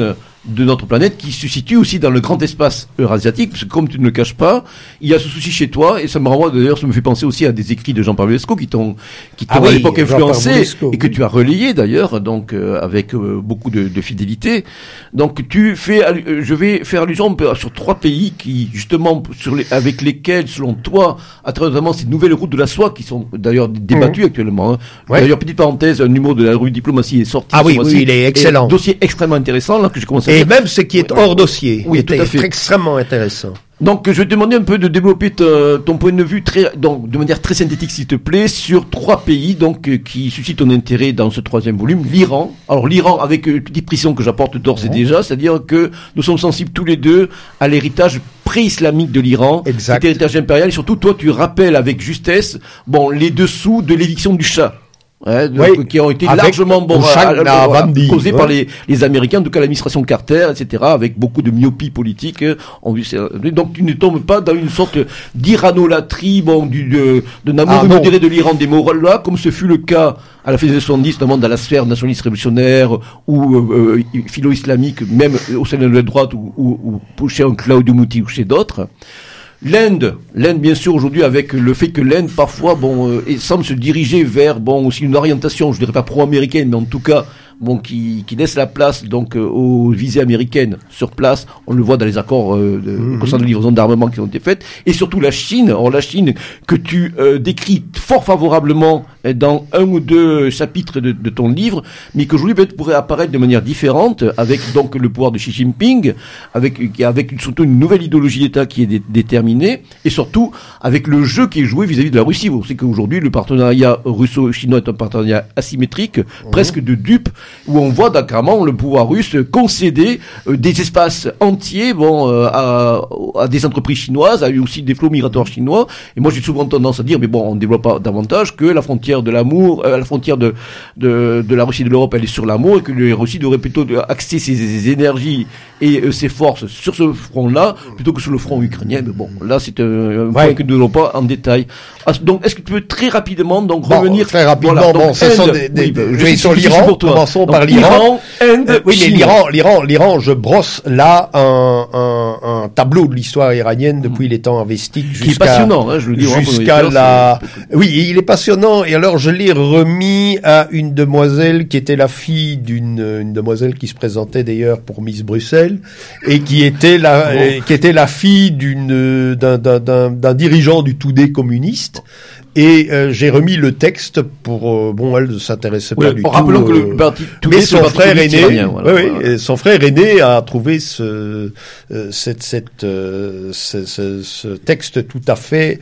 de notre planète qui se situe aussi dans le grand espace eurasiatique, parce que comme tu ne le caches pas, il y a ce souci chez toi, et ça me renvoie d'ailleurs, ça me fait penser aussi à des écrits de Jean-Paul Lescaut qui t'ont, qui t'ont Ah oui, à l'époque influencé, Lescaut, et que oui. tu as relayé d'ailleurs, donc euh, avec euh, beaucoup de, de fidélité. Donc tu fais, allu- euh, je vais faire allusion un peu sur trois pays qui justement sur les, avec lesquels, selon toi, à travers notamment ces nouvelles routes de la soie qui sont d'ailleurs débattues Mmh. actuellement. Hein. Ouais. D'ailleurs, petite parenthèse, un numéro de la revue Diplomatie est sorti. Ah ce oui, mois-ci, oui, il est excellent. et un dossier extrêmement intéressant là que j'ai commencé à Et lire. même ce qui est Ouais. hors dossier Oui, était tout à fait. extrêmement intéressant. Donc, je vais te demander un peu de développer ta- ton point de vue très, donc, de manière très synthétique, s'il te plaît, sur trois pays, donc, euh, qui suscitent ton intérêt dans ce troisième volume. L'Iran. Alors, l'Iran, avec une petite précision que j'apporte d'ores et déjà, c'est-à-dire que nous sommes sensibles tous les deux à l'héritage pré-islamique de l'Iran. Exact. Cet héritage impérial. Et surtout, toi, tu rappelles avec justesse, bon, les dessous de l'éviction du Shah. Ouais, donc, Oui, qui ont été avec largement bon, Houchang Nahvandi, causés ouais. par les, les Américains, en tout cas l'administration Carter, et cetera, avec beaucoup de myopie politique. euh, On, donc tu ne tombes pas dans une sorte d'iranolatrie, bon, du, de, de amour Ah, non. modéré de l'Iran des morales là, comme ce fut le cas à la fin des années soixante-dix, notamment dans la sphère nationaliste révolutionnaire ou euh, euh, philo-islamique, même au sein de la droite ou, ou, ou chez un Claudio Muti ou chez d'autres. L'Inde, l'Inde bien sûr aujourd'hui avec le fait que l'Inde parfois bon euh, et semble se diriger vers bon aussi une orientation, je dirais pas pro-américaine, mais en tout cas bon qui, qui laisse la place donc euh, aux visées américaines sur place. On le voit dans les accords euh, de, Mhm. concernant les livraisons d'armement qui ont été faites, et surtout la Chine. Or la Chine que tu euh, décris fort favorablement euh, dans un ou deux chapitres de, de ton livre, mais qu'aujourd'hui peut-être pourrait apparaître de manière différente avec donc le pouvoir de Xi Jinping, avec avec une, surtout une nouvelle idéologie d'État qui est dé- déterminée, et surtout avec le jeu qui est joué vis-à-vis de la Russie. Vous savez qu'aujourd'hui le partenariat russo-chinois est un partenariat asymétrique, presque de dupe, où on voit carrément le pouvoir russe concéder euh, des espaces entiers, bon, euh, à, à des entreprises chinoises, à aussi des flots migratoires chinois. Et moi, j'ai souvent tendance à dire, mais bon, on ne développe pas davantage que la frontière de l'amour, euh, la frontière de, de de la Russie et de l'Europe, elle est sur l'amour, et que la Russie devrait plutôt axer ses, ses énergies et euh, ses forces sur ce front-là, plutôt que sur le front ukrainien. Mais bon, là, c'est un, un point Ouais. que nous ne développons pas en détail. Ah, donc, est-ce que tu peux très rapidement donc Bon, revenir très rapidement, voilà, bon, donc, ce sont Inde, des- des- oui, bah, je je vais suis- sur je suis l'Iran, pour toi. commençons Donc, par l'Iran. Iran, Inde, Euh, oui, mais Chine. l'Iran, l'Iran, l'Iran, je brosse là un, un, un tableau de l'histoire iranienne depuis les temps investiques qui est jusqu'à passionnant, hein, je le dis vraiment pour nos jusqu'à auditeurs, la. c'est- Oui, il est passionnant. Et alors, je l'ai remis à une demoiselle qui était la fille d'une une demoiselle qui se présentait d'ailleurs pour Miss Bruxelles et qui était la Bon. euh, qui était la fille d'une d'un d'un d'un d'un dirigeant du Toudé communiste. Et euh, j'ai remis le texte pour euh, bon, elle ne s'intéressait pas Ouais, du bon, tout. rappelons que euh, le parti tout mais est son le parti frère communiste aîné, iranien, voilà, oui, oui, voilà. et son frère aîné a trouvé ce, euh, cette, cette, euh, ce, ce, ce texte tout à fait,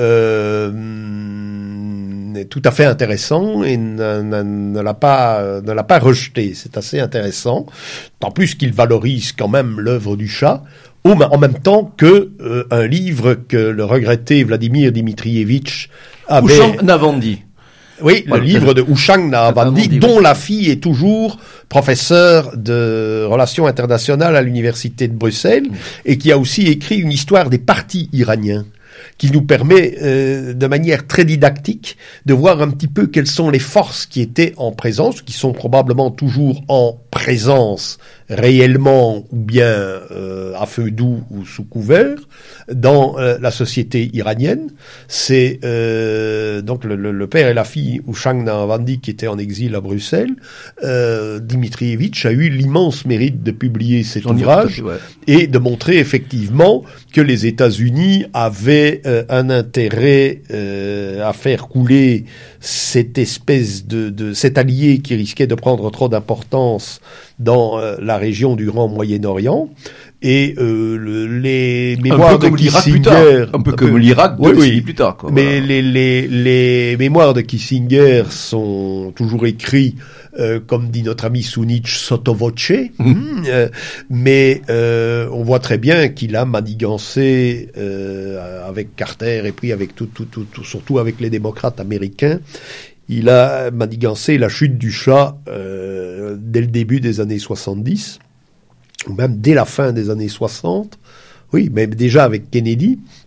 euh, tout à fait intéressant et ne, ne, ne l'a pas, ne l'a pas rejeté. C'est assez intéressant. En plus qu'il valorise quand même l'œuvre du Shah. Au- En même temps que euh, un livre que le regretté Vladimir Dmitrievitch avait. Houchang Nahvandi. Oui, Voilà. le livre de Houchang Nahvandi, Nahvandi, dont la fille est toujours professeure de relations internationales à l'université de Bruxelles, et qui a aussi écrit une histoire des partis iraniens, qui nous permet, euh, de manière très didactique, de voir un petit peu quelles sont les forces qui étaient en présence, qui sont probablement toujours en présence réellement, ou bien euh, à feu doux ou sous couvert, dans euh, la société iranienne. C'est euh, donc le, le, le père et la fille Houchang Nahvandi qui étaient en exil à Bruxelles. Euh, Dmitrievitch a eu l'immense mérite de publier cet J'en ai ouvrage tout à fait, ouais. et de montrer effectivement que les États-Unis avaient euh, un intérêt euh, à faire couler cette espèce de, de cet allié qui risquait de prendre trop d'importance dans euh, la région du Grand Moyen-Orient. Et euh, le, les Un mémoires peu comme de l'Irak plus tard. Kissinger, Un peu comme l'Irak deux oui, oui. décennies plus tard, quoi. Mais Voilà. les, les, les mémoires de Kissinger sont toujours écrits, euh, comme dit notre ami Sunich, sotto voce. Mmh. Euh, mais euh, on voit très bien qu'il a manigancé euh, avec Carter et puis avec tout, tout, tout, tout, surtout avec les démocrates américains. Il a manigancé la chute du Shah euh, dès le début des années soixante-dix, ou même dès la fin des années soixante. Oui, même déjà avec Kennedy.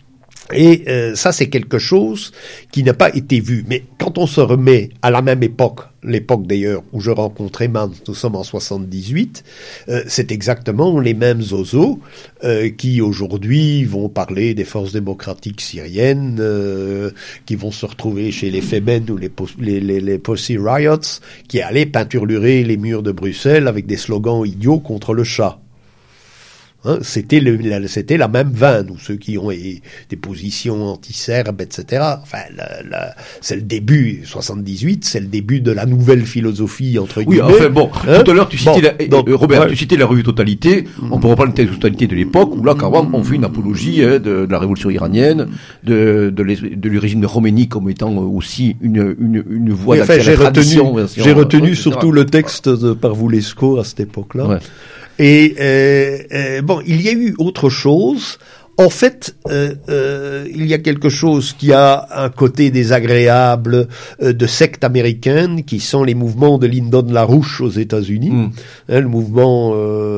Et euh, ça, c'est quelque chose qui n'a pas été vu. Mais quand on se remet à la même époque, l'époque d'ailleurs où je rencontrais Mans, nous sommes en soixante-dix-huit, euh, c'est exactement les mêmes zozos euh, qui aujourd'hui vont parler des forces démocratiques syriennes, euh, qui vont se retrouver chez les Femen ou les, les, les, les Pussy Riots, qui allaient peinturlurer les murs de Bruxelles avec des slogans idiots contre le chat. Hein, c'était, le, la, c'était la même veine, ou ceux qui ont et, des positions anti-serbes, et cetera. Enfin, la, la, c'est le début, soixante-dix-huit, c'est le début de la nouvelle philosophie, entre guillemets. Oui, enfin bon, hein? Tout à l'heure, tu citais, bon, la, donc, euh, Robert, ouais. tu citais la revue Totalité, mmh. on peut reprendre la totalité de l'époque, où là, carrément, on fait une apologie hein, de, de la révolution iranienne, de, de, les, de le régime de Khomeini comme étant aussi une, une, une voie oui, enfin, d'accès à la tradition. Retenu, j'ai retenu euh, surtout le texte de Parvulescu à cette époque-là. Ouais. Et euh, euh, bon, il y a eu autre chose. En fait, euh, euh, il y a quelque chose qui a un côté désagréable euh, de secte américaine, qui sont les mouvements de Lyndon LaRouche aux États-Unis, mm. hein, le mouvement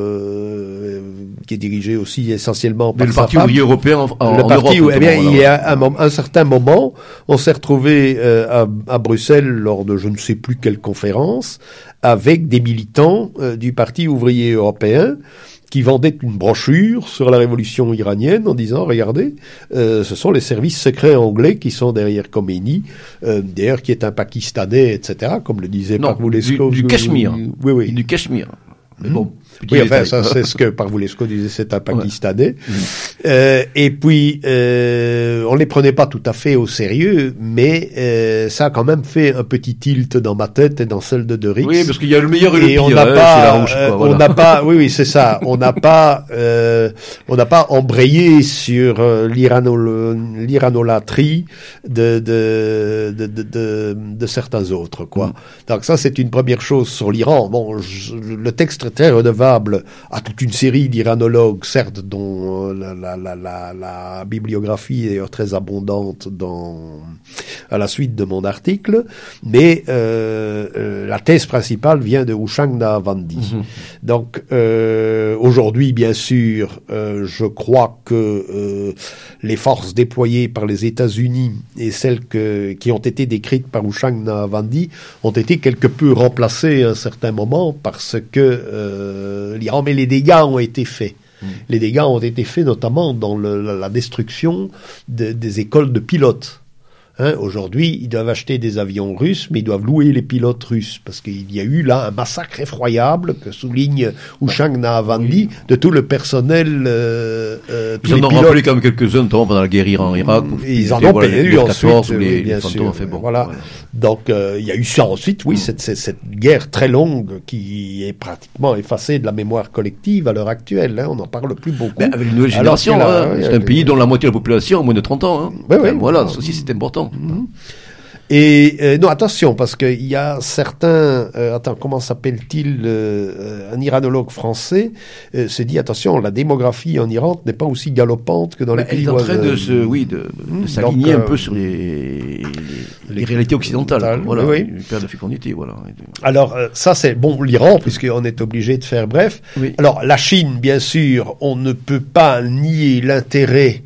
euh, qui est dirigé aussi essentiellement par le sa Parti femme. ouvrier européen en, en, le en parti, Europe. Eh bien, il y a un, un certain moment, on s'est retrouvé euh, à, à Bruxelles lors de je ne sais plus quelle conférence, avec des militants euh, du Parti ouvrier européen qui vendaient une brochure sur la révolution iranienne en disant, regardez, euh, ce sont les services secrets anglais qui sont derrière Khomeini, euh, d'ailleurs qui est un Pakistanais, et cetera, comme le disait Parvulescu. Du, du Cachemire. Oui, oui. Du Cachemire. Mais bon. Oui, enfin, ça, c'est ce que Parvulescu disait, c'est un Pakistanais. Ouais. Euh, et puis, euh, on les prenait pas tout à fait au sérieux, mais euh, ça a quand même fait un petit tilt dans ma tête et dans celle de Derix. Oui, parce qu'il y a le meilleur et le et pire. On n'a hein, pas, chez Larouche, quoi, voilà. On n'a pas, oui, oui, c'est ça. On n'a pas, euh, on n'a pas embrayé sur euh, l'irano, l'iranolatrie de de, de de de de certains autres, quoi. Mm. Donc ça, c'est une première chose sur l'Iran. Bon, je, le texte est très redevable à toute une série d'iranologues, certes, dont la, la, la, la, la bibliographie est d'ailleurs très abondante dans, à la suite de mon article, mais euh, euh, la thèse principale vient de Houchang Nahavandi. Mm-hmm. Donc, euh, aujourd'hui, bien sûr, euh, je crois que euh, les forces déployées par les États-Unis et celles que, qui ont été décrites par Houchang Nahavandi ont été quelque peu remplacées à un certain moment parce que euh, l'Iran, mais les dégâts ont été faits. Mmh. Les dégâts ont été faits notamment dans le, la, la destruction de, des écoles de pilotes. Hein, aujourd'hui, ils doivent acheter des avions russes, mais ils doivent louer les pilotes russes, parce qu'il y a eu là un massacre effroyable que souligne Houchang Nahavandi, oui. de tout le personnel. Euh, euh, ils en ont rappelé quand même quelques-uns, notamment pendant la guerre Iran-Irak. Ils en ont voilà, perdu ensuite, les, oui, les bien fantômes, sûr. Fait bon, voilà. voilà. Donc euh, il y a eu ça ensuite, oui, mmh. cette, cette, cette guerre très longue qui est pratiquement effacée de la mémoire collective à l'heure actuelle. Hein, on n'en parle plus beaucoup. Mais avec une nouvelle génération, là, hein, c'est un pays dont la moitié de la population a moins de trente ans. Hein. Oui, oui, voilà, ça aussi c'est important. Mmh. Et euh, non, attention, parce qu'il y a certains... Euh, attends, comment s'appelle-t-il euh, un iranologue français euh, se dit, attention, la démographie en Iran n'est pas aussi galopante que dans bah, les pays voisins. Elle est en train de, se, oui, de, de s'aligner Donc, euh, un peu sur les, les, les réalités occidentales. Voilà, oui. Une perte de fécondité, voilà. Alors, euh, ça, c'est... Bon, l'Iran, puisqu'on est obligé de faire bref. Oui. Alors, la Chine, bien sûr, on ne peut pas nier l'intérêt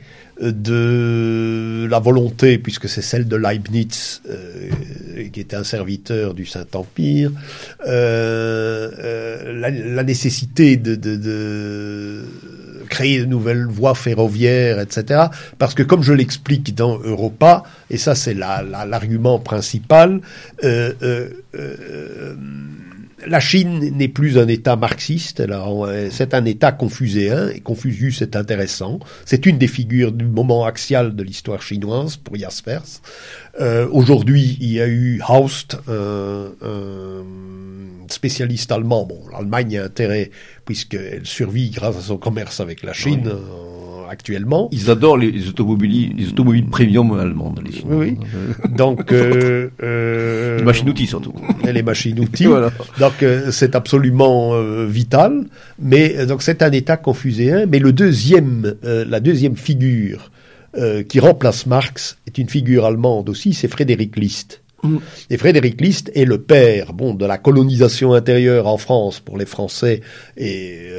de la volonté, puisque c'est celle de Leibniz, euh, qui était un serviteur du Saint-Empire, euh, euh, la, la nécessité de, de, de créer de nouvelles voies ferroviaires, et cetera. Parce que, comme je l'explique dans Europa, et ça c'est la, la, l'argument principal, euh, euh, euh, la Chine n'est plus un État marxiste, alors c'est un État confucéen, et Confucius est intéressant. C'est une des figures du moment axial de l'histoire chinoise pour Jaspers. Euh, aujourd'hui, il y a eu Haust, un, un spécialiste allemand. Bon, l'Allemagne a intérêt, puisqu'elle survit grâce à son commerce avec la Chine. Oui. Euh, actuellement. Ils adorent les, les automobiles, les automobiles premium allemandes. Les Chinois. Oui, oui. Donc, euh, euh, les machines-outils surtout. Et les machines-outils. Voilà. Donc, euh, c'est absolument euh, vital. Mais euh, donc, c'est un État confuséen. Mais le deuxième, euh, la deuxième figure euh, qui remplace Marx est une figure allemande aussi. C'est Frédéric List. Mmh. Et Frédéric List est le père, bon, de la colonisation intérieure en France pour les Français et euh,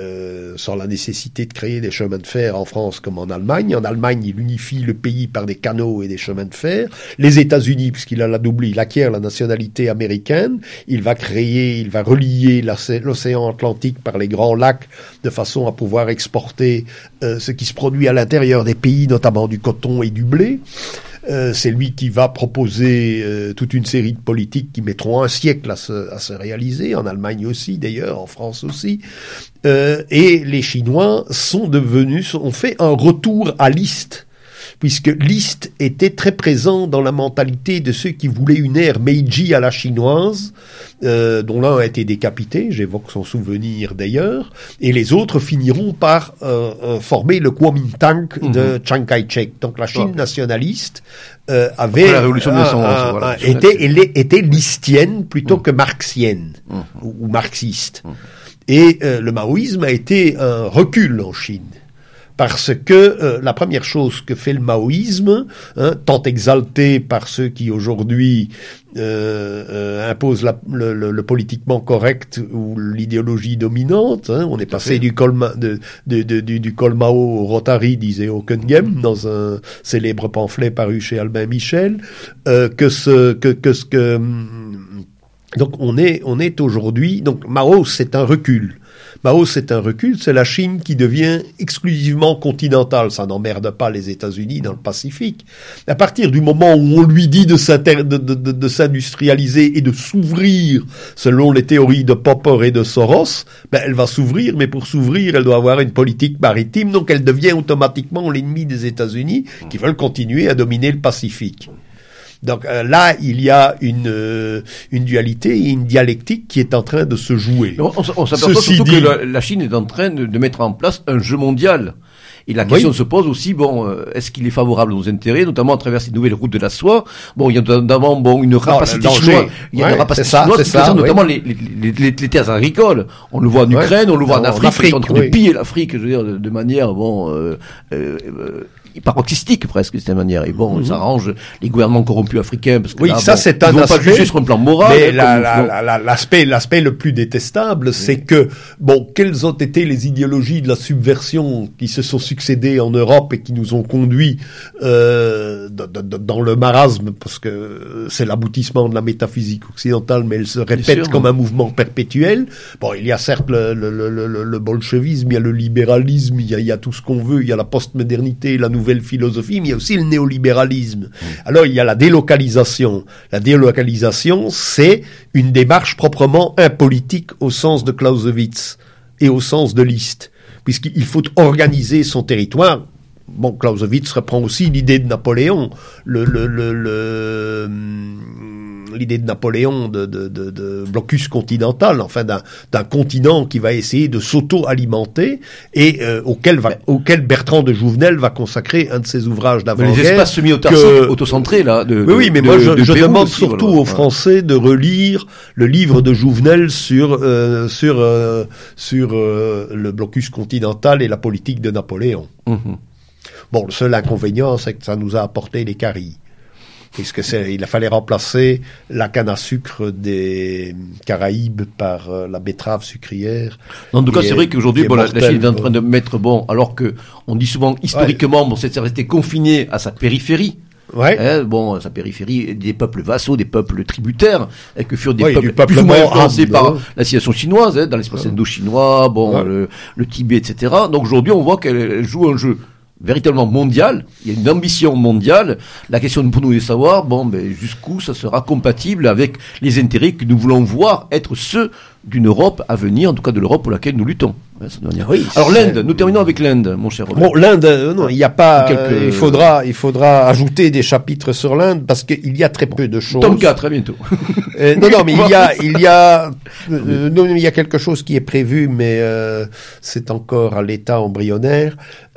euh, sans la nécessité de créer des chemins de fer en France comme en Allemagne. En Allemagne, il unifie le pays par des canaux et des chemins de fer. Les États-Unis, puisqu'il a la double, il acquiert la nationalité américaine, il va créer, il va relier l'océan Atlantique par les grands lacs de façon à pouvoir exporter euh, ce qui se produit à l'intérieur des pays, notamment du coton et du blé. Euh, c'est lui qui va proposer euh, toute une série de politiques qui mettront un siècle à se, à se réaliser, en Allemagne aussi d'ailleurs, en France aussi. Euh, et les Chinois sont devenus, ont fait un retour à l'Ist, puisque l'Ist était très présent dans la mentalité de ceux qui voulaient une ère Meiji à la chinoise, euh, dont l'un a été décapité, j'évoque son souvenir d'ailleurs, et les autres finiront par euh, euh, former le Kuomintang mmh. de Chiang Kai-shek. Donc la Chine oh. nationaliste euh, avait la révolution de naissance, euh, voilà, euh, était, elle était listienne plutôt mmh. que marxienne mmh. ou, ou marxiste. Mmh. Et euh, le maoïsme a été un recul en Chine. Parce que euh, la première chose que fait le maoïsme, hein, tant exalté par ceux qui aujourd'hui euh, euh, imposent la, le, le, le politiquement correct ou l'idéologie dominante, hein, on est passé du col, de, de, de, du, du col Mao au Rotary, disait Hockenheim, dans un célèbre pamphlet paru chez Albin Michel, euh, que ce que, que ce que donc on est on est aujourd'hui, donc Mao c'est un recul. Mao, c'est un recul, c'est la Chine qui devient exclusivement continentale. Ça n'emmerde pas les États-Unis dans le Pacifique. À partir du moment où on lui dit de, de, de, de, de s'industrialiser et de s'ouvrir, selon les théories de Popper et de Soros, ben elle va s'ouvrir, mais pour s'ouvrir, elle doit avoir une politique maritime, donc elle devient automatiquement l'ennemi des États-Unis qui veulent continuer à dominer le Pacifique. Donc euh, là, il y a une euh, une dualité et une dialectique qui est en train de se jouer. On, on, on s'aperçoit surtout dit... que la, la Chine est en train de, de mettre en place un jeu mondial. Et la question oui. se pose aussi, bon, euh, est-ce qu'il est favorable à nos intérêts, notamment à travers ces nouvelles routes de la soie? Bon, il y a notamment bon une rapacité non, chinoise, il y a ouais, une rapacité ça, chinoise qui ça, concerne oui. notamment les, les, les, les terres agricoles. On le voit en Ukraine, ouais. on le voit non, en Afrique, en Afrique, ils sont en train oui. de piller l'Afrique, je veux dire, de, de manière bon. Euh, euh, euh, paroxystique presque de cette manière, et bon, mm-hmm. ça arrange les gouvernements corrompus africains parce que oui, là, ça bon, c'est ils un vont aspect, pas juger sur un plan moral. Mais la, la, la, la, l'aspect, l'aspect le plus détestable, c'est mm. que bon, quelles ont été les idéologies de la subversion qui se sont succédées en Europe et qui nous ont conduits euh, de, de, de, dans le marasme, parce que c'est l'aboutissement de la métaphysique occidentale, mais elle se répète sûr, comme oui. un mouvement perpétuel. Bon, il y a certes le, le, le, le, le bolchevisme, il y a le libéralisme, il y a, il y a tout ce qu'on veut, il y a la postmodernité, la nouvelle philosophie, mais il y a aussi le néolibéralisme. Mmh. Alors, il y a la délocalisation. La délocalisation, c'est une démarche proprement impolitique au sens de Clausewitz et au sens de List, puisqu'il faut organiser son territoire. Bon, Clausewitz reprend aussi l'idée de Napoléon, le, le, le, le l'idée de Napoléon de, de, de, de blocus continental, enfin d'un, d'un continent qui va essayer de s'auto-alimenter et euh, auquel, va, auquel Bertrand de Jouvenel va consacrer un de ses ouvrages d'avant-guerre. Les espaces semi-autarciques, que... autocentrés là. De, oui, oui, mais de, moi je, de je demande aussi, surtout voilà. aux Français de relire le livre de Jouvenel sur euh, sur euh, sur euh, le blocus continental et la politique de Napoléon. Mm-hmm. Bon, le seul inconvénient, c'est que ça nous a apporté les caries. Puisque c'est, il a fallu remplacer la canne à sucre des Caraïbes par euh, la betterave sucrière. En tout cas, c'est vrai qu'aujourd'hui, bon, la, la Chine est en train de mettre, bon, alors que on dit souvent, historiquement, ouais. bon, c'est resté confiné à sa périphérie. Ouais. Hein, bon, sa périphérie, des peuples vassaux, des peuples tributaires, et que furent des ouais, peuples peuple plus ou moins influencés âme, par ouais. la civilisation chinoise, hein, dans l'espace ouais. indo-chinois, bon, ouais. le, le Tibet, et cetera. Donc aujourd'hui, on voit qu'elle joue un jeu véritablement mondial, il y a une ambition mondiale. La question pour nous est de savoir, bon, ben, jusqu'où ça sera compatible avec les intérêts que nous voulons voir être ceux d'une Europe à venir, en tout cas de l'Europe pour laquelle nous luttons. Oui, alors l'Inde, nous terminons avec l'Inde, mon cher Robert. Bon, l'Inde, euh, non, il n'y a pas. Quelques... Euh, il faudra, il faudra ajouter des chapitres sur l'Inde parce qu'il y a très peu de choses. Tome quatre, très bientôt. Euh, non, non, mais il y a, il y a, euh, non, il y a quelque chose qui est prévu, mais euh, c'est encore à l'état embryonnaire.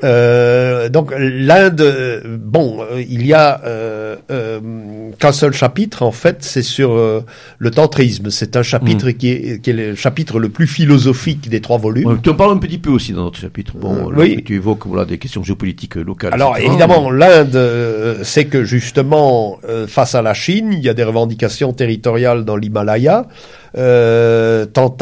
Euh, donc l'Inde, euh, bon, euh, il y a euh, euh, qu'un seul chapitre en fait, c'est sur euh, le tantrisme. C'est un chapitre mmh. qui, est, qui est le chapitre le plus philosophique des trois volumes. Ouais, tu en parles un petit peu aussi dans notre chapitre. Bon, euh, oui. Tu évoques voilà des questions géopolitiques locales. Alors et cetera. Évidemment, l'Inde, euh, c'est que justement euh, face à la Chine, il y a des revendications territoriales dans l'Himalaya. euh, tant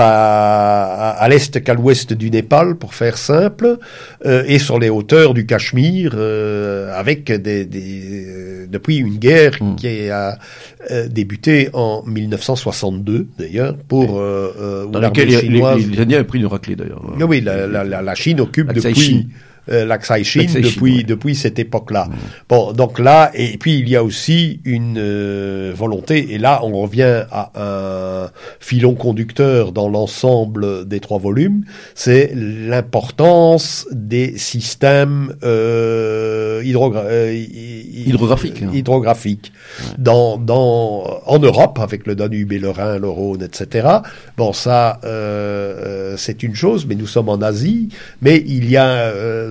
à, à, à l'est qu'à l'ouest du Népal, pour faire simple, euh, et sur les hauteurs du Cachemire, euh, avec des, des euh, depuis une guerre mmh. qui a euh, débuté en mille neuf cent soixante-deux, d'ailleurs, pour euh, euh, dans lequel les, les, les Indiens ont pris une raclée, d'ailleurs. Oui, oui, la, la, la, la Chine occupe depuis... Euh, l'Aksai Chin depuis ouais. depuis cette époque-là. Mmh. Bon, donc là, et puis il y a aussi une euh, volonté, et là on revient à un filon conducteur dans l'ensemble des trois volumes, c'est l'importance des systèmes euh, hydrogra- euh, hydrographiques, hein. hydrographiques ouais. dans dans en Europe avec le Danube et le Rhin, le Rhône, et cetera. Bon, ça euh, c'est une chose, mais nous sommes en Asie, mais il y a euh,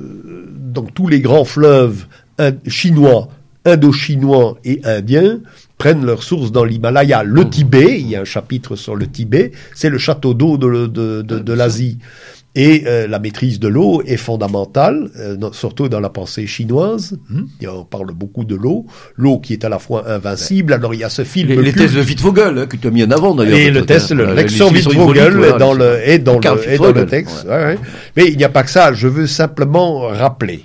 donc tous les grands fleuves ind- chinois, indo-chinois et indiens prennent leur source dans l'Himalaya. Le mmh. Tibet, il y a un chapitre sur le Tibet, c'est le château d'eau de, de, de, de l'Asie. Et euh, la maîtrise de l'eau est fondamentale, euh, non, surtout dans la pensée chinoise. Mmh. Et on parle beaucoup de l'eau, l'eau qui est à la fois invincible. Alors il y a ce film. Les, les thèses de Wittfogel hein, que tu as mis en avant d'ailleurs. Et le test, le Lexion Wittfogel est dans le est dans le est dans le texte. Ouais. Ouais, ouais. Mais il n'y a pas que ça. Je veux simplement rappeler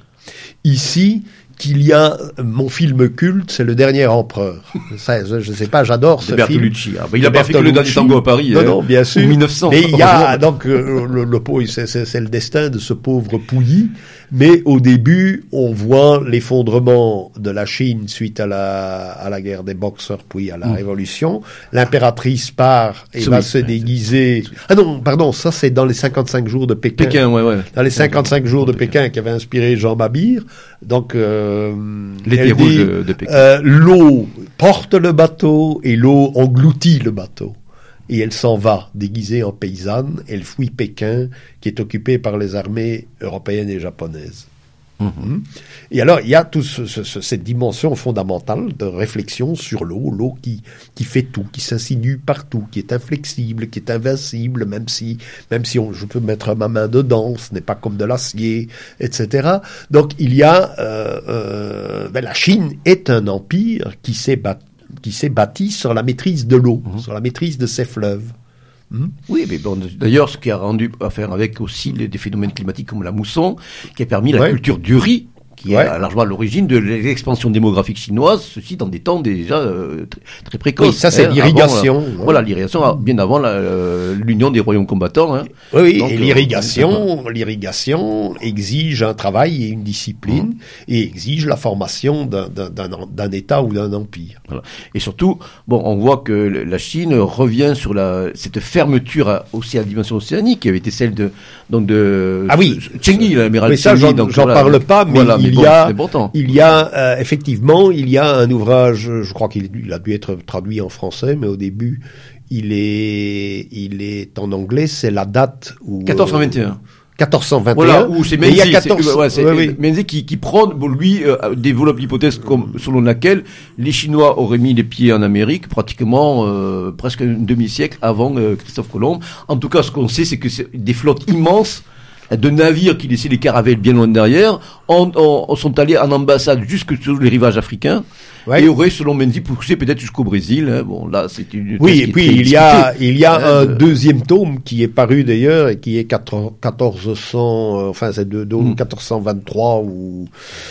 ici qu'il y a mon film culte, c'est Le Dernier Empereur. Ça, je, je sais pas, j'adore ce film. Ah, bah, il a pas fait que Le Dernier Tango à Paris. Non, hein, non, bien sûr. mille neuf cents. Mais il y a donc euh, le, le, le c'est, c'est, c'est le destin de ce pauvre Pouilly. Mais au début, on voit l'effondrement de la Chine suite à la à la guerre des Boxers, puis à la mmh. Révolution. L'impératrice part et c'est va oui, se déguiser. Ah non, pardon, ça c'est dans les cinquante-cinq jours de Pékin. Pékin, ouais, ouais. Dans les cinquante-cinq jours de Pékin qui avait inspiré Jean Babir. Donc euh, l'été rouge de Pékin. Euh, l'eau porte le bateau et l'eau engloutit le bateau. Et elle s'en va, déguisée en paysanne, elle fuit Pékin, qui est occupé par les armées européennes et japonaises. Mmh. Et alors, il y a toute ce, ce, cette dimension fondamentale de réflexion sur l'eau, l'eau qui, qui fait tout, qui s'insinue partout, qui est inflexible, qui est invincible, même si, même si on, je peux mettre ma main dedans, ce n'est pas comme de l'acier, et cetera. Donc, il y a, euh, euh, ben, la Chine est un empire qui s'est battu, qui s'est bâti sur la maîtrise de l'eau, mmh. sur la maîtrise de ses fleuves. Mmh. Oui, mais bon, d'ailleurs, ce qui a rendu affaire avec aussi les, des phénomènes climatiques comme la mousson, qui a permis la ouais. culture du riz, qui ouais. est largement à l'origine de l'expansion démographique chinoise, ceci dans des temps déjà euh, très, très précoces. Oui, ça c'est hein, l'irrigation. Avant, ouais. Voilà, l'irrigation bien avant la, euh, l'union des royaumes combattants. Hein. Oui, oui. Donc, et l'irrigation, euh, l'irrigation exige un travail et une discipline, mmh. et exige la formation d'un, d'un, d'un, d'un État ou d'un empire. Voilà. Et surtout, bon, on voit que la Chine revient sur la cette fermeture à, aussi à la dimension océanique, qui avait été celle de donc de ah oui, Chenghi, l'amiral mais ça, Chenghi. j'en, donc, j'en voilà, parle pas, mais voilà, il mais y a, bon, il y a euh, effectivement, il y a un ouvrage, je crois qu'il il a dû être traduit en français, mais au début, il est, il est en anglais, c'est la date où quatorze cent vingt et un. Euh, quatorze cent vingt et un. Voilà, où c'est Menzies, il y a quatorze... c'est, ouais, c'est ouais, oui. Menzies qui, qui prend, bon, lui, euh, développe l'hypothèse comme, selon laquelle les Chinois auraient mis les pieds en Amérique pratiquement, euh, presque un demi-siècle avant euh, Christophe Colomb. En tout cas, ce qu'on sait, c'est que c'est des flottes immenses de navires qui laissaient les caravelles bien loin derrière, en, en, sont allés en ambassade jusque sur les rivages africains, ouais. et auraient, selon Menzies, poussé peut-être jusqu'au Brésil. Hein. Bon, là, c'est une oui, et puis il y a, il y a hein, un de... deuxième tome qui est paru d'ailleurs et qui est quatorze cents, euh, enfin c'est de, de mm. quatorze cent vingt-trois ou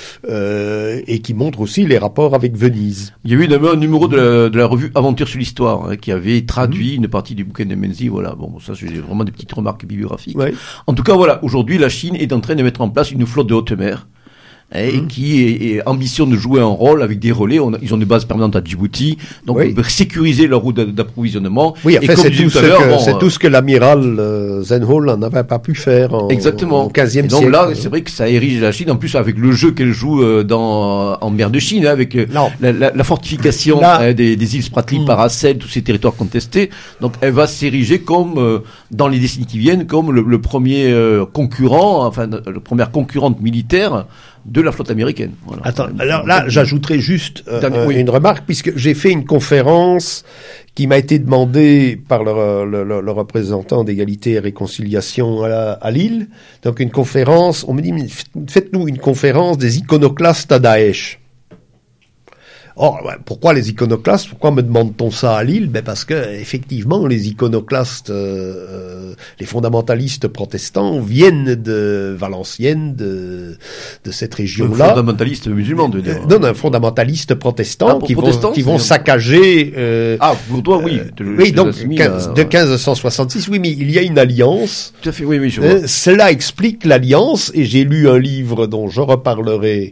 euh, et qui montre aussi les rapports avec Venise. Il y a eu d'abord un numéro de la, de la revue Aventure sur l'histoire hein, qui avait traduit mm. une partie du bouquin de Menzies. Voilà, bon, ça c'est vraiment des petites remarques bibliographiques. Ouais. En tout cas, voilà. Aujourd'hui, la Chine est en train de mettre en place une flotte de haute mer et mmh. qui est, est ambitionne de jouer un rôle avec des relais. On a, ils ont des bases permanentes à Djibouti, donc oui. on peut sécuriser leur route d'approvisionnement. Oui, en fait, c'est, tout ce, que, bon, c'est tout ce que l'amiral euh, Zenhall n'avait pas pu faire en, exactement. Au quinzième siècle. Donc là, c'est vrai que ça érige la Chine, en plus avec le jeu qu'elle joue euh, dans en mer de Chine, hein, avec euh, la, la, la fortification là, hein, des, des îles Spratly, mmh. Paracel, tous ces territoires contestés. Donc elle va s'ériger comme, euh, dans les décennies qui viennent, comme le, le premier euh, concurrent, enfin, la première concurrente militaire de la flotte américaine. Voilà. Attends, alors là, j'ajouterai juste euh, Dernier, oui. une remarque, puisque j'ai fait une conférence qui m'a été demandée par le, le, le, le représentant d'égalité et réconciliation à, la, à Lille. Donc une conférence, on me dit, faites-nous une conférence des iconoclastes à Daesh. Or, ouais, pourquoi les iconoclastes? Pourquoi me demande-t-on ça à Lille? Ben parce que effectivement, les iconoclastes, euh, les fondamentalistes protestants viennent de Valenciennes, de de cette région-là. Fondamentalistes musulmans, de dire. Non, non, fondamentalistes protestants ah, qui vont qui vont saccager. Euh, ah, pour toi, oui. Euh, te, oui, donc quinze, à... de quinze cent soixante-six. Oui, mais il y a une alliance. Tout à fait. Oui, oui, je euh, vois. Cela explique l'alliance, et j'ai lu un livre dont je reparlerai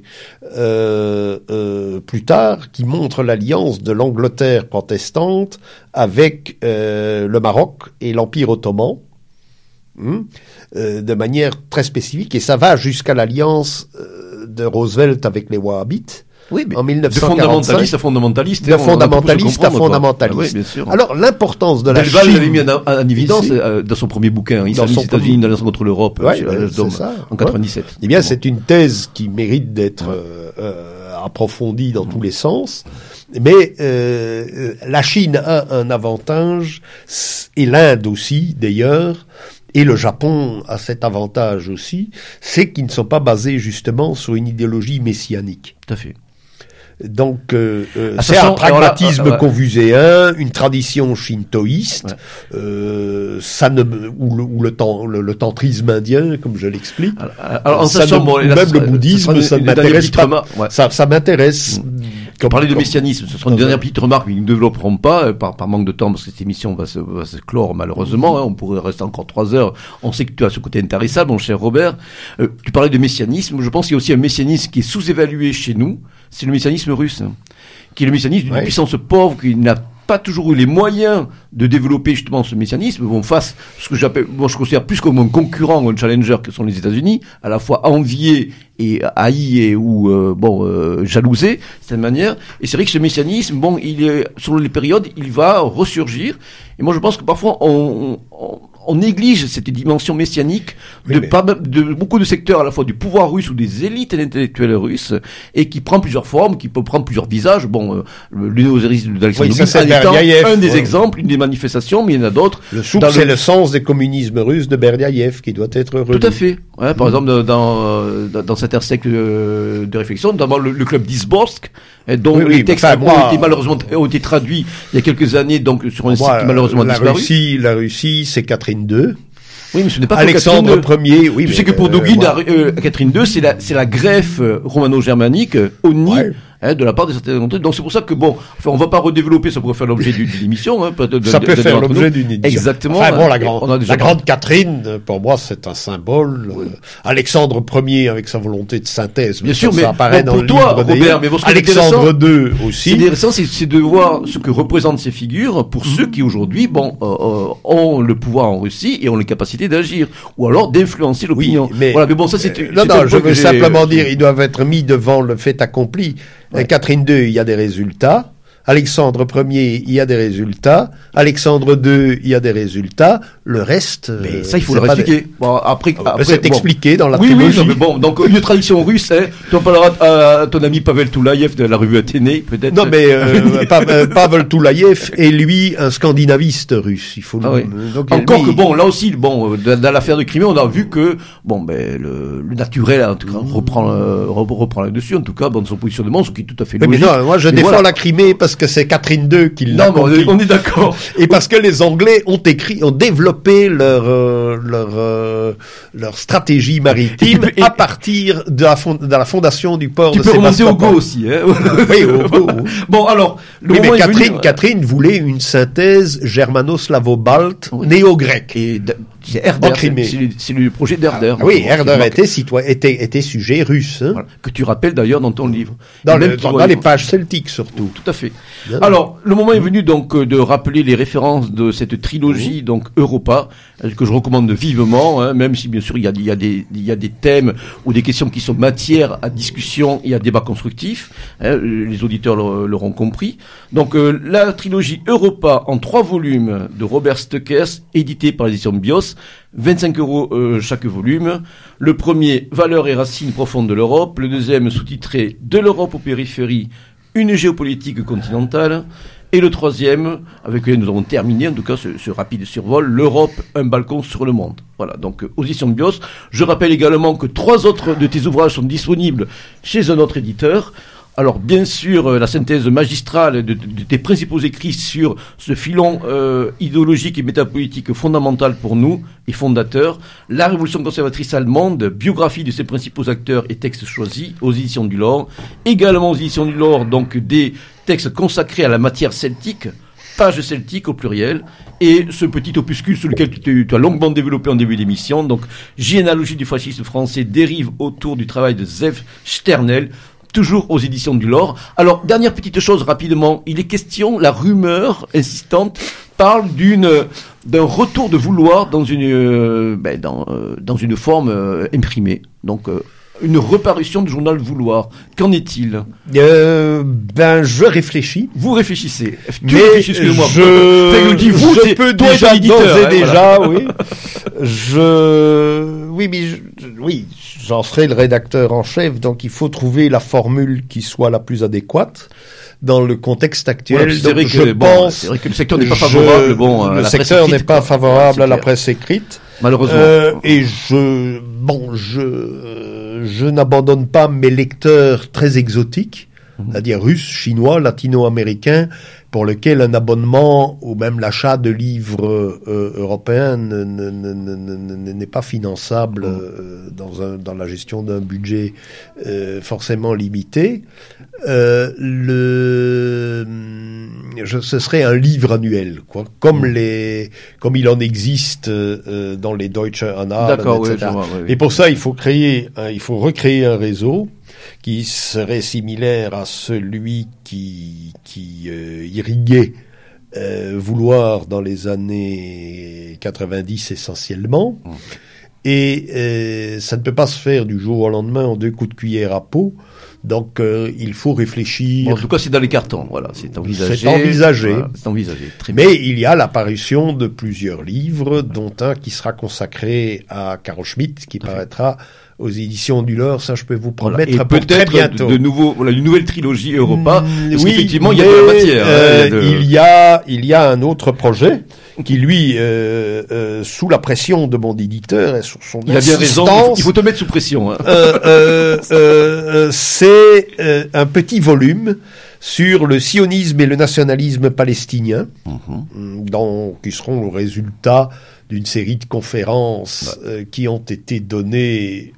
euh, euh, plus tard, qui montre l'alliance de l'Angleterre protestante avec euh, le Maroc et l'Empire ottoman, hein, euh, de manière très spécifique, et ça va jusqu'à l'alliance euh, de Roosevelt avec les Wahhabites. Oui, mais en mille neuf cent quarante-cinq. De fondamentaliste à fondamentaliste. De fondamentaliste à fondamentaliste. Ah oui, bien sûr. Alors, l'importance de la Delval Chine... l'avait mis en, en évidence euh, dans son premier bouquin, Islamisme des États-Unis, dans l'Alliance contre l'Europe, ouais, euh, c'est ça, en quatre-vingt-dix-sept. Ouais. Eh bien, bon. C'est une thèse qui mérite d'être euh, euh, approfondie dans mmh. tous les sens. Mais euh, la Chine a un avantage, et l'Inde aussi, d'ailleurs, et le Japon a cet avantage aussi, c'est qu'ils ne sont pas basés justement sur une idéologie messianique. Tout à fait. Donc, euh, euh, c'est un pragmatisme là, euh, confucéen, une tradition shintoïste, ouais. euh, ça ne, ou, le, ou le, temps, le, le tantrisme indien, comme je l'explique. Alors, alors en sachant, ne, bon, même là, le bouddhisme, ça ne m'intéresse pas. Ouais. Ça, ça m'intéresse. Mmh. Comme, parler de comme, messianisme, ce sera une dernière petite remarque, mais nous ne développerons pas euh, par, par manque de temps, parce que cette émission va se, va se clore malheureusement. Mmh. Hein, on pourrait rester encore trois heures. On sait que tu as ce côté intéressable, mon cher Robert. Euh, tu parlais de messianisme. Je pense qu'il y a aussi un messianisme qui est sous-évalué chez nous. C'est le messianisme russe, hein, qui est le messianisme d'une ouais. puissance pauvre qui n'a pas toujours eu les moyens de développer justement ce messianisme. Bon, face ce que j'appelle, moi je considère plus comme un concurrent ou un challenger que sont les États-Unis, à la fois envié et haï et ou euh, bon euh, jalousé de cette manière. Et c'est vrai que ce messianisme, bon, il est selon les périodes, il va ressurgir. Et moi je pense que parfois on, on on néglige cette dimension messianique oui, de, mais... pas, de beaucoup de secteurs à la fois du pouvoir russe ou des élites intellectuelles russes, et qui prend plusieurs formes, qui peut prendre plusieurs visages. Bon, euh, le néo-zérisme d'Alexandre oui, en étant un des ouais. exemples, une des manifestations, mais il y en a d'autres. Le souk, c'est le... le sens des communismes russes de Berdiaïev qui doit être relu. Tout à fait. Ouais, par mmh. exemple, dans, dans, dans cet cercle de réflexion, notamment le, le club d'Izborsk, dont oui, oui, les textes enfin, moi, ont été malheureusement ont été traduits il y a quelques années, donc sur un moi, site qui malheureusement la disparu. Russie, la Russie, c'est Catherine deux. Oui, mais ce n'est pas Alexandre Ier. Oui, tu mais sais que pour euh, Dugin, moi... euh, Catherine deux, c'est la c'est la greffe euh, romano-germanique euh, au nid. Ouais. Hein, de la part de certains d'entre eux. Donc c'est pour ça que bon, enfin, on va pas redévelopper, ça pourrait faire l'objet d'une émission. Hein, de, de, ça de, peut de, faire de l'objet d'une émission. Exactement. Enfin bon, la, grand, la grande Catherine, pour moi, c'est un symbole. Oui. Euh, Alexandre Ier avec sa volonté de synthèse. Bien sûr, ça mais apparaît bon, dans pour le toi, livre Robert, mais bon, ce Alexandre deux aussi. C'est intéressant, c'est, c'est de voir ce que représentent ces figures pour mmh. ceux qui aujourd'hui, bon, euh, euh, ont le pouvoir en Russie et ont les capacités d'agir, ou alors d'influencer l'opinion. Oui, mais, voilà, mais bon, ça c'est. Euh, non, non, je veux simplement dire, ils doivent être mis devant le fait accompli. Ouais. Catherine deux, il y a des résultats. Alexandre Ier, il y a des résultats. Alexandre deux, il y a des résultats. Le reste, mais ça, il faut le expliquer. Des... Bon, après, après c'est bon. expliqué dans la oui, trilogie. Oui, non, mais bon, donc une tradition russe. Hein, tu en parleras à ton ami Pavel Toulaïev de la revue Athénée, peut-être. Non, mais euh, Pavel Toulaïev est lui un scandinaviste russe. Il faut. Ah, le... oui. Donc, encore lui... que bon, là aussi, bon, dans l'affaire de Crimée, on a vu que bon, ben le, le naturel, en tout cas, reprend euh, reprend là-dessus. En tout cas, bon, son positionnement, ce qui est tout à fait logique. Mais non, moi, je défends voilà. la Crimée parce que c'est Catherine deux qui l'a compris. On est d'accord. Et parce que les Anglais ont écrit, ont développé leur euh, leur euh, leur stratégie maritime et, et, à partir de la, fond, de la fondation du port tu de Sébastopol. Tu peux remonter au Go aussi, hein. Oui, au Go. Bon, alors, le oui, moment mais Catherine, venu, Catherine voulait une synthèse germano-slavo-balte oui. néo-grecque. Et c'est Herder, c'est, c'est, c'est le projet d'Herder. Ah, oui, Herder était, citoyen, était, était sujet russe. Hein. Voilà, que tu rappelles d'ailleurs dans ton livre. Dans, le, dans, dans les pages celtiques surtout. Tout à fait. Bien. Alors, le moment est venu donc de rappeler les références de cette trilogie, mmh. donc Europa, que je recommande vivement, hein, même si bien sûr il y a, il y a des, il y a des thèmes ou des questions qui sont matière à discussion et à débat constructif. Hein, les auditeurs l'auront compris. Donc, euh, la trilogie Europa en trois volumes de Robert Stöckers, édité par l'édition Bios. vingt-cinq euros euh, chaque volume. Le premier, Valeurs et racines profondes de l'Europe. Le deuxième, sous-titré De l'Europe aux périphéries, une géopolitique continentale. Et le troisième, avec lequel nous avons terminé, en tout cas, ce, ce rapide survol, l'Europe, un balcon sur le monde. Voilà, donc, aux éditions de Bios. Je rappelle également que trois autres de tes ouvrages sont disponibles chez un autre éditeur. Alors bien sûr, euh, la synthèse magistrale de, de, de tes principaux écrits sur ce filon euh, idéologique et métapolitique fondamental pour nous et fondateur, la révolution conservatrice allemande, biographie de ses principaux acteurs et textes choisis aux éditions du Lore, également aux éditions du Lore, donc des textes consacrés à la matière celtique, page celtique au pluriel, et ce petit opuscule sur lequel tu, tu as longuement développé en début d'émission, donc Généalogie du fascisme français dérive autour du travail de Zev Sternel, toujours aux éditions du Lore. Alors, dernière petite chose rapidement, il est question, la rumeur insistante parle d'une d'un retour de vouloir dans une euh, ben, dans euh, dans une forme euh, imprimée. Donc euh, une reparution du journal Vouloir. Qu'en est-il ? euh, Ben, je réfléchis. Vous réfléchissez. Tu Mais réfléchis, excuse-moi. je, Enfin, je dis vous, je c'est peux toi déjà, et l'éditeur, d'ores et hein, déjà, voilà. oui. Je, oui, mais je, oui, j'en serai le rédacteur en chef, donc il faut trouver la formule qui soit la plus adéquate dans le contexte actuel. Ouais, c'est donc vrai que, je bon, pense, c'est vrai que le secteur n'est pas je- favorable. Bon, à le la secteur presse n'est écrite, pas quoi. favorable C'est à la clair. presse écrite. Malheureusement. Euh, et je, bon, je, euh, je n'abandonne pas mes lecteurs très exotiques, c'est-à-dire russes, chinois, latino-américains, pour lesquels un abonnement ou même l'achat de livres euh, européens ne- ne- ne- ne- ne- n'est pas finançable euh, dans, un, dans la gestion d'un budget euh, forcément limité. Euh, le, je, ce serait un livre annuel, quoi, comme les, comme il en existe euh, dans les Deutsche Annalen, D'accord, et oui, cetera. je vois, oui, oui. Et pour ça, il faut créer, un, il faut recréer un réseau qui serait similaire à celui qui, qui euh, irriguait euh, Vouloir dans les années quatre-vingt-dix essentiellement. Mmh. Et euh, ça ne peut pas se faire du jour au lendemain en deux coups de cuillère à peau. Donc euh, il faut réfléchir. Bon, en tout cas, c'est dans les cartons. Voilà, c'est envisagé. C'est envisagé. Voilà, c'est envisagé. Très bien. Mais il y a l'apparition de plusieurs livres, dont un qui sera consacré à Carl Schmitt, qui paraîtra aux éditions du Lore. Ça, je peux vous Voilà. promettre Et pour très peut-être bientôt. de, de nouveau, voilà, une nouvelle trilogie Europa. Mm, Parce oui, qu'effectivement, il y a mais, de la matière. euh, hein, il y a de- il y a, il y a un autre projet qui, lui, euh, euh, sous la pression de mon éditeur et sur son Il a bien raison. insistance, Il faut te mettre sous pression. Hein. euh, euh, euh, c'est euh, un petit volume sur le sionisme et le nationalisme palestinien, Mhm. dans, qui seront le résultat d'une série de conférences euh, qui ont été données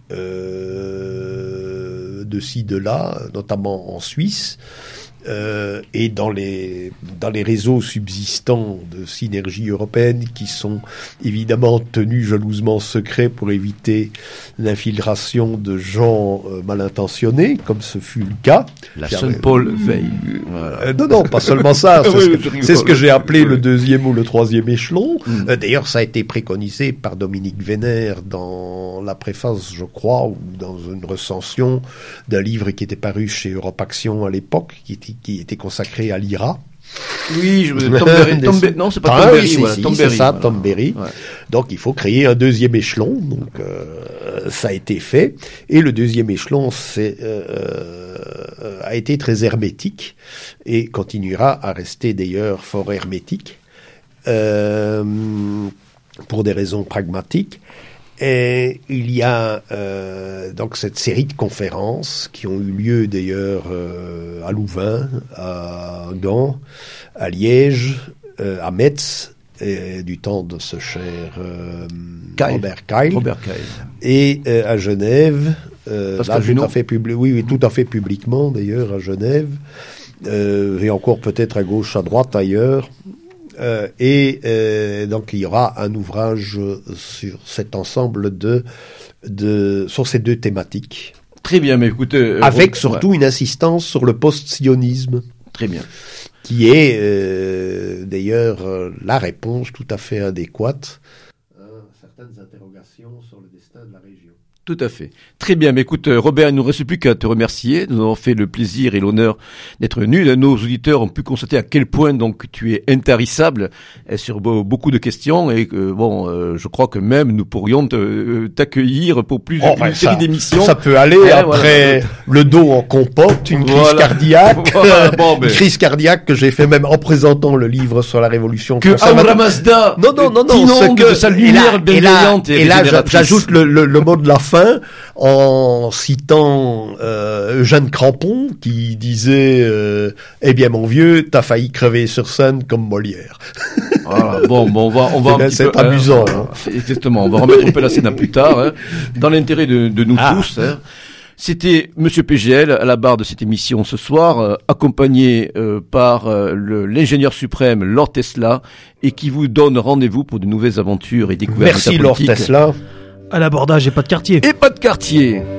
euh, de ci, de là, notamment en Suisse, euh, et dans les, dans les réseaux subsistants de synergie européenne qui sont évidemment tenus jalousement secrets pour éviter l'infiltration de gens euh, mal intentionnés, comme ce fut le cas. La J'ai- Saint-Paul veille. Voilà. Euh, non, non, pas seulement ça. C'est Oui, ce oui, que, je rigole. c'est ce que j'ai appelé le deuxième ou le troisième échelon. Mm. Euh, d'ailleurs, ça a été préconisé par Dominique Vénère dans la préface, je crois, ou dans une recension d'un livre qui était paru chez Europe Action à l'époque, qui était, qui était consacré à l'I R A. Oui, je veux Tom Berry. Tom Be- Non, c'est pas Ah Tom oui, Berry. si, Voilà, si, Tom c'est Berry. ça, voilà. Tom Berry. Ouais. Donc, il faut créer un deuxième échelon. Donc, euh, ça a été fait. Et le deuxième échelon c'est, euh, euh, a été très hermétique et continuera à rester d'ailleurs fort hermétique euh, pour des raisons pragmatiques. Et il y a euh, donc cette série de conférences qui ont eu lieu d'ailleurs euh, à Louvain, à Gand, à Liège, euh, à Metz, et, du temps de ce cher euh, Keil. Robert Keil, Robert Keil. et euh, à Genève, euh, Pascal là, tout Junot. à fait publi- oui, oui, tout à fait publiquement d'ailleurs à Genève, euh, et encore peut-être à gauche, à droite ailleurs. Euh, et euh, donc il y aura un ouvrage sur cet ensemble de, de sur ces deux thématiques, Très bien, mais écoutez. euh, avec ouais, surtout une insistance sur le post-sionisme, Très bien. qui est euh, d'ailleurs euh, la réponse tout à fait adéquate à certaines interrogations sur le destin de la région. Tout à fait. Très bien. Mais écoute, euh, Robert, il ne nous reste plus qu'à te remercier. Nous avons fait le plaisir et l'honneur d'être venus. Nos auditeurs ont pu constater à quel point donc tu es intarissable euh, sur be- beaucoup de questions et que bon, euh, je crois que même nous pourrions te- euh, t'accueillir pour plus Oh, une ben, série ça- d'émissions. Ça peut aller Ouais, après le dos en compote, une crise Voilà. cardiaque, Voilà, bon, ben. une crise cardiaque que j'ai fait même en présentant le livre sur la révolution Que conservatrice. Aura Mazda Non, non, non, non, t'inonde ce que- de sa et là- lumière et là, bienveillante et, et là, j'a- régénératrice. j'ajoute le, le, le mot de la fin. enfin, en citant euh, Eugène Crampon, qui disait euh, « Eh bien, mon vieux, t'as failli crever sur scène comme Molière. » Voilà. Bon, bon, on va, on va un petit c'est peu, amusant. Hein, hein. Exactement. On va remettre un peu la scène à plus tard, hein, dans l'intérêt de, de nous Ah. tous. Hein. C'était Monsieur P G L à la barre de cette émission ce soir, euh, accompagné euh, par euh, le, l'ingénieur suprême Lord Tesla, et qui vous donne rendez-vous pour de nouvelles aventures et découvertes. Merci Lord Tesla. À l'abordage et pas de quartier. Et pas de quartier.